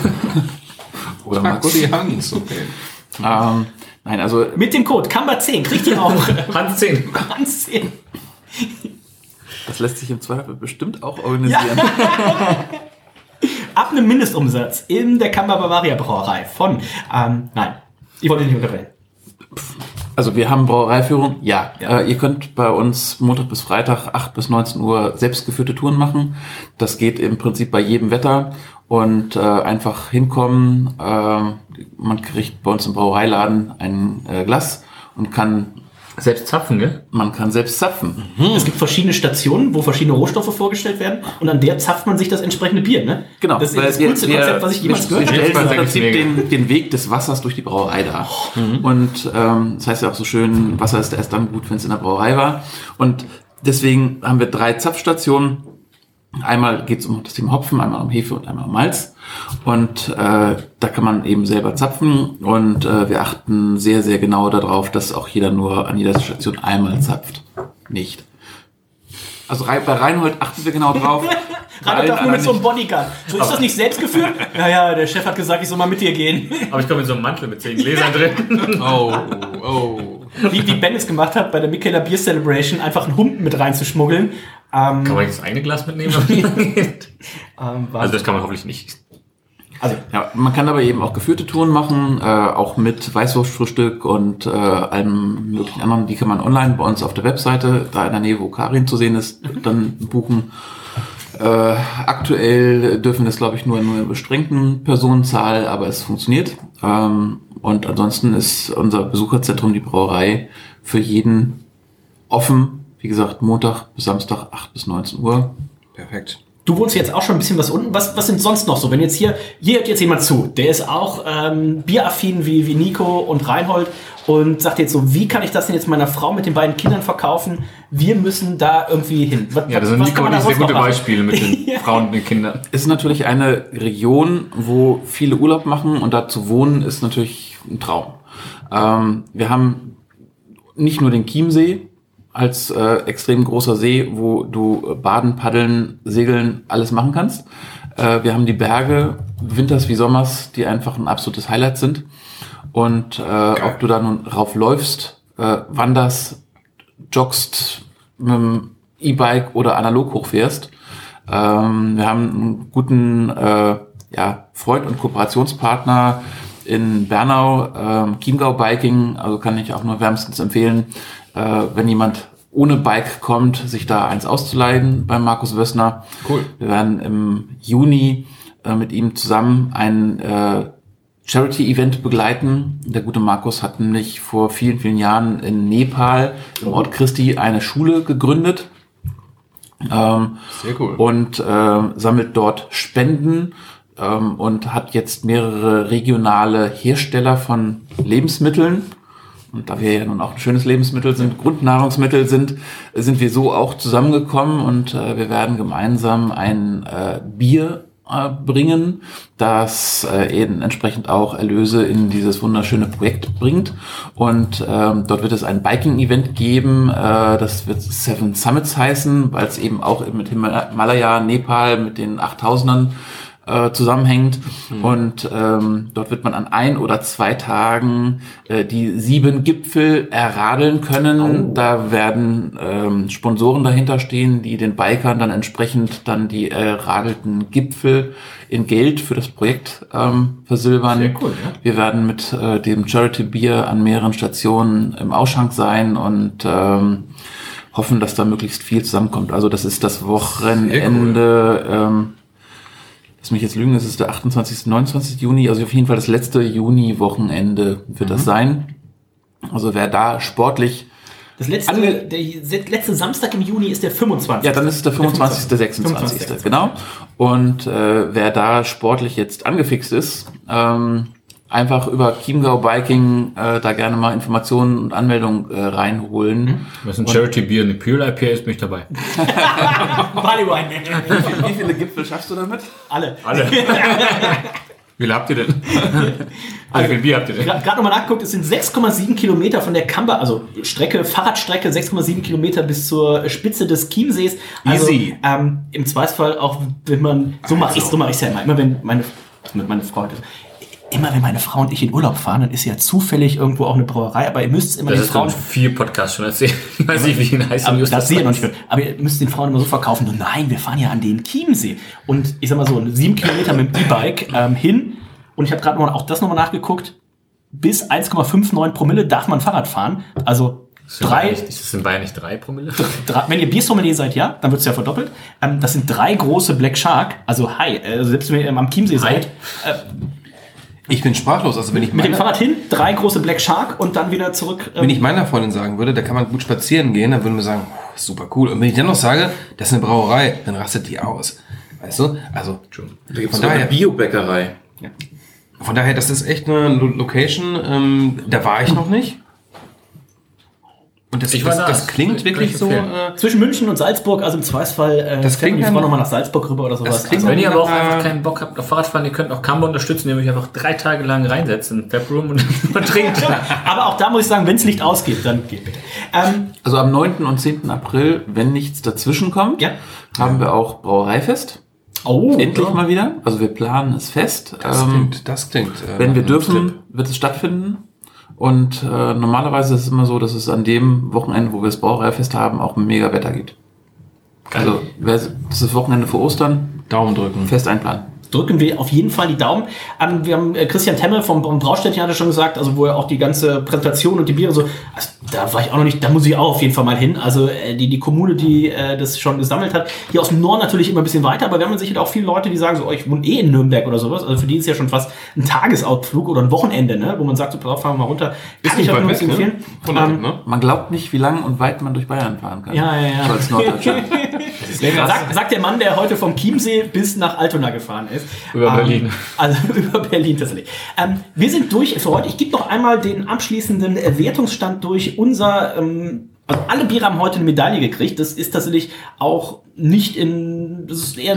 Oder Markus.
Taxi Hans, okay.
Ähm, nein, also
mit dem Code Kamba zehn kriegt ihr auch
Hans zehn.
Hans zehn.
Das lässt sich im Zweifel bestimmt auch organisieren.
Ja. Ab einem Mindestumsatz in der Kamba Bavaria Brauerei von, ähm, nein, ich wollte nicht unterbrechen.
Also wir haben Brauereiführung, ja. ja. Äh, ihr könnt bei uns Montag bis Freitag acht bis neunzehn Uhr selbstgeführte Touren machen. Das geht im Prinzip bei jedem Wetter und äh, einfach hinkommen. Äh, man kriegt bei uns im Brauereiladen ein äh, Glas und kann
selbst zapfen, gell?
Man kann selbst zapfen.
Mhm. Es gibt verschiedene Stationen, wo verschiedene Rohstoffe vorgestellt werden und an der zapft man sich das entsprechende Bier, ne?
Genau.
Das ist das coolste
wir,
Konzept, was ich jemals gehört habe.
Wir stellen im Prinzip den, den Weg des Wassers durch die Brauerei dar. Oh. Mhm. Und ähm, das heißt ja auch so schön, Wasser ist erst dann gut, wenn es in der Brauerei war. Und deswegen haben wir drei Zapfstationen. Einmal geht es um das Thema Hopfen, einmal um Hefe und einmal um Malz. Und äh, da kann man eben selber zapfen. Und äh, wir achten sehr, sehr genau darauf, dass auch jeder nur an jeder Station einmal zapft. Nicht. Also bei Reinhold achten wir genau drauf.
Reinhold darf nur mit so einem Bodyguard. So ist das nicht selbst geführt? Ja, ja, der Chef hat gesagt, ich soll mal mit dir gehen.
Aber ich komme in so einem Mantel mit zehn Gläsern drin.
Oh, oh.
Wie, wie Ben es gemacht hat, bei der Michaela Beer Celebration einfach einen Humpen mit reinzuschmuggeln. Ähm,
kann man jetzt das eine Glas mitnehmen?
ähm,
also das kann man hoffentlich nicht.
Also ja, man kann aber eben auch geführte Touren machen, äh, auch mit Weißwurstfrühstück und äh, allem möglichen anderen. Die kann man online bei uns auf der Webseite, da in der Nähe, wo Karin zu sehen ist, dann buchen. Äh, aktuell dürfen das, glaube ich, nur in einer beschränkten Personenzahl, aber es funktioniert. Ähm, und ansonsten ist unser Besucherzentrum, die Brauerei, für jeden offen. Wie gesagt, Montag bis Samstag, acht bis neunzehn Uhr.
Perfekt.
Du wohnst jetzt auch schon ein bisschen was unten. Was, was sind sonst noch so? Wenn jetzt hier, hier hört jetzt jemand zu, der ist auch ähm, bieraffin wie, wie Nico und Reinhold und sagt jetzt so, wie kann ich das denn jetzt meiner Frau mit den beiden Kindern verkaufen? Wir müssen da irgendwie hin.
Was, ja, das sind Nico und ich sehr gute Beispiele mit den ja. Frauen und den Kindern.
Es ist natürlich eine Region, wo viele Urlaub machen und da zu wohnen ist natürlich ein Traum. Ähm, wir haben nicht nur den Chiemsee als äh, extrem großer See, wo du baden, paddeln, segeln, alles machen kannst. Äh, wir haben die Berge, winters wie sommers, die einfach ein absolutes Highlight sind. Und äh, ob du da nun raufläufst, äh, wanderst, joggst, mit dem E-Bike oder analog hochfährst. Ähm, wir haben einen guten äh, ja, Freund und Kooperationspartner in Bernau, ähm, Chiemgau Biking, also kann ich auch nur wärmstens empfehlen, äh, wenn jemand ohne Bike kommt, sich da eins auszuleihen beim Markus Wössner.
Cool.
Wir werden im Juni äh, mit ihm zusammen ein äh, Charity-Event begleiten. Der gute Markus hat nämlich vor vielen, vielen Jahren in Nepal im Ort Christi eine Schule gegründet. Ähm,
Sehr cool.
Und äh, sammelt dort Spenden ähm, und hat jetzt mehrere regionale Hersteller von Lebensmitteln. Und da wir ja nun auch ein schönes Lebensmittel sind, Grundnahrungsmittel sind, sind wir so auch zusammengekommen und äh, wir werden gemeinsam ein äh, Bier äh, bringen, das äh, eben entsprechend auch Erlöse in dieses wunderschöne Projekt bringt. Und ähm, dort wird es ein Biking-Event geben, äh, das wird Seven Summits heißen, weil es eben auch mit Himalaya, Nepal, mit den achttausendern äh, zusammenhängt. Mhm. Und ähm, dort wird man an ein oder zwei Tagen äh, die sieben Gipfel erradeln können. Oh. Da werden ähm, Sponsoren dahinter stehen, die den Bikern dann entsprechend dann die erradelten Gipfel in Geld für das Projekt ähm, versilbern.
Sehr cool, ja.
Wir werden mit äh, dem Charity Bier an mehreren Stationen im Ausschank sein und ähm, hoffen, dass da möglichst viel zusammenkommt. Also das ist das Wochenende, cool. ähm, lass mich jetzt lügen, das ist der achtundzwanzigsten, neunundzwanzigsten Juni, also auf jeden Fall das letzte Juni-Wochenende wird mhm. das sein. Also wer da sportlich...
Das letzte, der letzte Samstag im Juni ist der fünfundzwanzigste.
Ja, dann ist es der fünfundzwanzigste, sechsundzwanzigste Genau. Und äh, wer da sportlich jetzt angefixt ist, ähm, einfach über Chiemgau Biking äh, da gerne mal Informationen und Anmeldungen äh, reinholen.
Was ein Charity Bier und eine Pure I P A ist, bin ich dabei.
Barley Wine.
Wie viele Gipfel schaffst du damit?
Alle.
Alle. Wie viel habt ihr denn? Also, wie viel Bier habt ihr denn?
Gerade nochmal nachgeguckt, es sind sechs Komma sieben Kilometer von der Kamba, also Strecke, Fahrradstrecke, sechs Komma sieben Kilometer bis zur Spitze des Chiemsees. Also,
Easy.
Ähm, im Zweifelsfall auch, wenn man, so mache ich so mache ich es ja immer, immer wenn meine, mit meiner Frau, immer wenn meine Frau und ich in Urlaub fahren, dann ist ja zufällig irgendwo auch eine Brauerei, aber ihr müsst es immer
das
den Frauen...
Das ist vier Podcasts schon erzählt. Ich weiß nicht, wie ihn heißt.
Aber das sehe ich noch nicht. Aber ihr müsst den Frauen immer so verkaufen, nur nein, wir fahren ja an den Chiemsee. Und ich sag mal so, sieben Kilometer mit dem E-Bike ähm, hin. Und ich habe gerade auch das nochmal nachgeguckt. Bis eins Komma neunundfünfzig Promille darf man Fahrrad fahren. Also
das
drei...
Nicht, das sind bei nicht drei Promille?
Drei, wenn ihr Biersommelier seid, ja, dann wird es ja verdoppelt. Ähm, das sind drei große Black Shark. Also hi, äh, selbst wenn ihr ähm, am Chiemsee seid... Äh,
Ich bin sprachlos. Also wenn ich
mit dem Fahrrad hin, drei große Black Shark und dann wieder zurück. Ähm,
wenn ich meiner Freundin sagen würde, da kann man gut spazieren gehen, dann würden wir sagen, oh, super cool. Und wenn ich dann noch sage, das ist eine Brauerei, dann rastet die aus. Weißt du? Also, von daher,
eine Biobäckerei.
Ja. Von daher, das ist echt eine Location, ähm, da war ich noch nicht. Und das,
Ich war
das,
da.
das klingt
Das
wirklich
kann ich
so...
empfehlen.
Äh,
zwischen München und Salzburg, also im Zweifelsfall äh,
Das klingt
die
dann-
Frau nochmal nach Salzburg rüber oder sowas.
Das klingt
Also,
Wenn ihr aber auch
Äh,
einfach keinen Bock habt auf Fahrradfahren, ihr könnt auch Kamba unterstützen, indem ihr euch einfach drei Tage lang reinsetzen in Taproom und, und trinkt.
aber auch da muss ich sagen, wenn es Licht ausgeht, dann geht bitte. Ähm,
Also am neunten und zehnten April, wenn nichts dazwischen kommt,
Ja.
haben wir auch Brauereifest.
oh,
Endlich
ja.
mal wieder. Also wir planen es fest.
das
Ähm,
klingt, das klingt... Äh,
wenn wir
nach einem
dürfen,
Trip.
wird es stattfinden. Und äh, normalerweise ist es immer so, dass es an dem Wochenende, wo wir das Brauereifest haben, auch ein mega Wetter gibt. Also wer, das ist das Wochenende vor Ostern,
Daumen drücken.
fest einplanen.
Drücken wir auf jeden Fall die Daumen. Ähm, wir haben äh, Christian Temme vom, vom Braustädtchen hatte schon gesagt, also wo er auch die ganze Präsentation und die Biere so, also, da war ich auch noch nicht, da muss ich auch auf jeden Fall mal hin. Also äh, die, die Kommune, die äh, das schon gesammelt hat, hier aus dem Norden natürlich immer ein bisschen weiter, aber wir haben sicher auch viele Leute, die sagen so, oh, ich wohne eh in Nürnberg oder sowas. Also für die ist ja schon fast ein Tagesausflug oder ein Wochenende, ne? Wo man sagt, so, drauf fahren wir mal runter. Ist nicht
weit
auch nur
weg,
zu empfehlen.
ne? Von der
Ähm,
Tipp, ne?
Man glaubt nicht, wie lang und weit man durch Bayern fahren kann.
Ja, ja, ja.
So als Norddeutscher.
Sagt, sagt der Mann, der heute vom Chiemsee bis nach Altona gefahren ist.
Über
Ähm,
Berlin.
Also über Berlin tatsächlich. Ähm, wir sind durch für heute. Ich gebe noch einmal den abschließenden äh, Wertungsstand durch. Unser, ähm, also alle Biere haben heute eine Medaille gekriegt. Das ist tatsächlich auch nicht in, das ist eher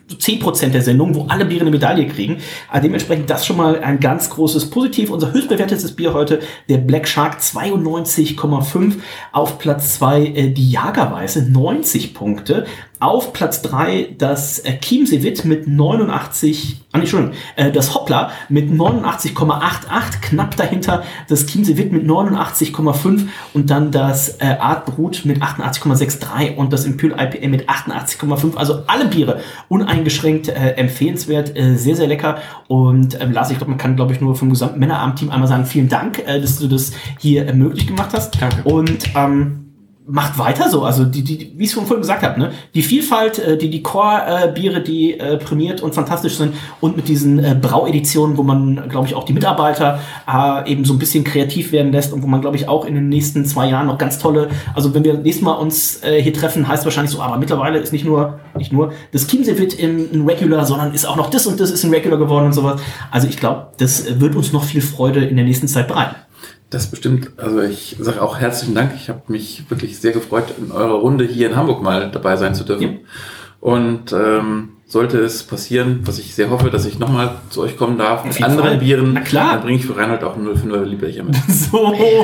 zehn Prozent der Sendung, wo alle Biere eine Medaille kriegen. Also dementsprechend das schon mal ein ganz großes Positiv. Unser höchstbewertetes Bier heute, der Black Shark zweiundneunzig Komma fünf. Auf Platz zwei äh, die Jagerweiße, neunzig Punkte. Auf Platz drei das äh, Chiemsee Witt mit neunundachtzig, ah, nee, Entschuldigung, äh, das Hoppla mit neunundachtzig Komma achtundachtzig, knapp dahinter das Chiemsee Witt mit neunundachtzig Komma fünf und dann das äh, Art Brut mit achtundachtzig Komma dreiundsechzig und das Imperial I P A mit achtundachtzig Komma fünf. Also alle Biere uneingeschränkt äh, empfehlenswert, äh, sehr, sehr lecker. Und ähm, Lars, ich glaube, man kann, glaube ich, nur vom gesamten Männerabend-Team einmal sagen, vielen Dank, äh, dass du das hier äh, möglich gemacht hast.
Danke.
Und ähm, macht weiter so, also die, die, wie ich es vorhin gesagt habe, ne, die Vielfalt, äh, die die Core-Biere, die äh, prämiert und fantastisch sind und mit diesen äh, Braueditionen, wo man, glaube ich, auch die Mitarbeiter äh, eben so ein bisschen kreativ werden lässt und wo man, glaube ich, auch in den nächsten zwei Jahren noch ganz tolle, also wenn wir nächstes Mal uns äh, hier treffen, heißt wahrscheinlich so, aber mittlerweile ist nicht nur, nicht nur das Chiemsee Witt ein Regular, sondern ist auch noch das und das ist ein Regular geworden und sowas. Also ich glaube, das wird uns noch viel Freude in der nächsten Zeit bereiten.
Das bestimmt, also ich sage auch herzlichen Dank. Ich habe mich wirklich sehr gefreut, in eurer Runde hier in Hamburg mal dabei sein zu dürfen. Ja. Und ähm, sollte es passieren, was ich sehr hoffe, dass ich nochmal zu euch kommen darf, mit anderen Fall. Bieren,
na klar,
dann bringe ich für Reinhold auch einen null fünfer Liebercher mit.
So.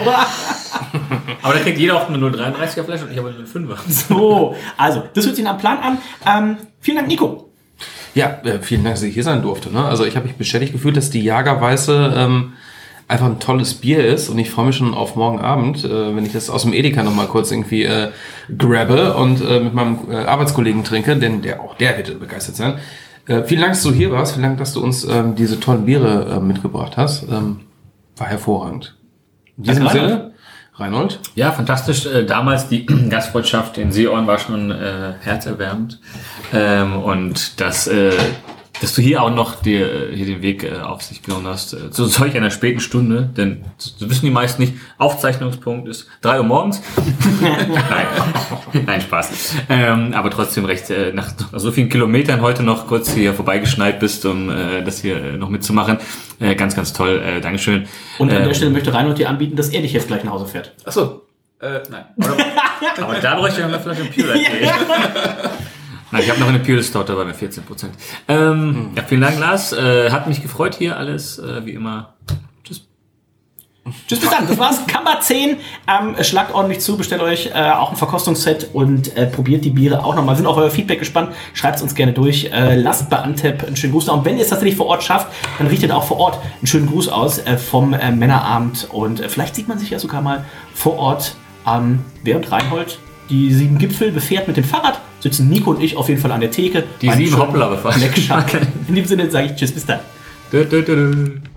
Aber da kriegt jeder auch eine null dreiunddreißiger Flasche und ich habe eine null fünfer.
So, also, das hört sich nach einem Plan an. Ähm, vielen Dank, Nico.
Ja, äh, vielen Dank, dass ich hier sein durfte. Ne? Also ich habe mich bestätigt gefühlt, dass die Jagerweiße ähm, einfach ein tolles Bier ist und ich freue mich schon auf morgen Abend, äh, wenn ich das aus dem Edeka nochmal kurz irgendwie äh, grabbe und äh, mit meinem äh, Arbeitskollegen trinke, denn der auch der wird begeistert sein. Äh, vielen Dank, dass du hier warst, vielen Dank, dass du uns ähm, diese tollen Biere äh, mitgebracht hast. Ähm, war hervorragend. In diesem
Danke,
Sinne, Reinhold?
Ja, fantastisch. Äh, damals die Gastfreundschaft in Seeorn war schon äh, herzerwärmend. Ähm, und das äh, dass du hier auch noch dir hier den Weg äh, auf sich genommen hast, äh, zu solch einer späten Stunde, denn das wissen die meisten nicht, Aufzeichnungspunkt ist drei Uhr morgens. Nein, nein, Spaß. Ähm, aber trotzdem recht, äh, nach, nach so vielen Kilometern heute noch kurz hier vorbeigeschneit bist, um äh, das hier äh, noch mitzumachen. Äh, ganz, ganz toll, äh, Dankeschön.
Und an
ähm,
der Stelle möchte Reinhold dir anbieten, dass er dich jetzt gleich nach Hause fährt.
Achso, äh, nein.
aber da bräuchte ich noch eine Flasche Pure. Nein, ich habe noch eine Pure Stout dabei mit vierzehn Prozent. Ähm, ja, vielen Dank, Lars. Äh, hat mich gefreut hier alles, äh, wie immer. Tschüss.
Tschüss, bis dann. Das war's. Kamba zehn. Ähm, schlagt ordentlich zu, bestellt euch äh, auch ein Verkostungsset und äh, probiert die Biere auch nochmal. Sind auf euer Feedback gespannt. Schreibt es uns gerne durch. Äh, lasst bei Antep einen schönen Gruß da. Und wenn ihr es tatsächlich vor Ort schafft, dann richtet auch vor Ort einen schönen Gruß aus äh, vom äh, Männerabend. Und äh, vielleicht sieht man sich ja sogar mal vor Ort, ähm, während Reinhold die sieben Gipfel befährt mit dem Fahrrad, sitzen Nico und ich auf jeden Fall an der Theke.
Die sieben Hoppler befasst.
In dem Sinne sage ich Tschüss, bis dann.
Du, du, du, du.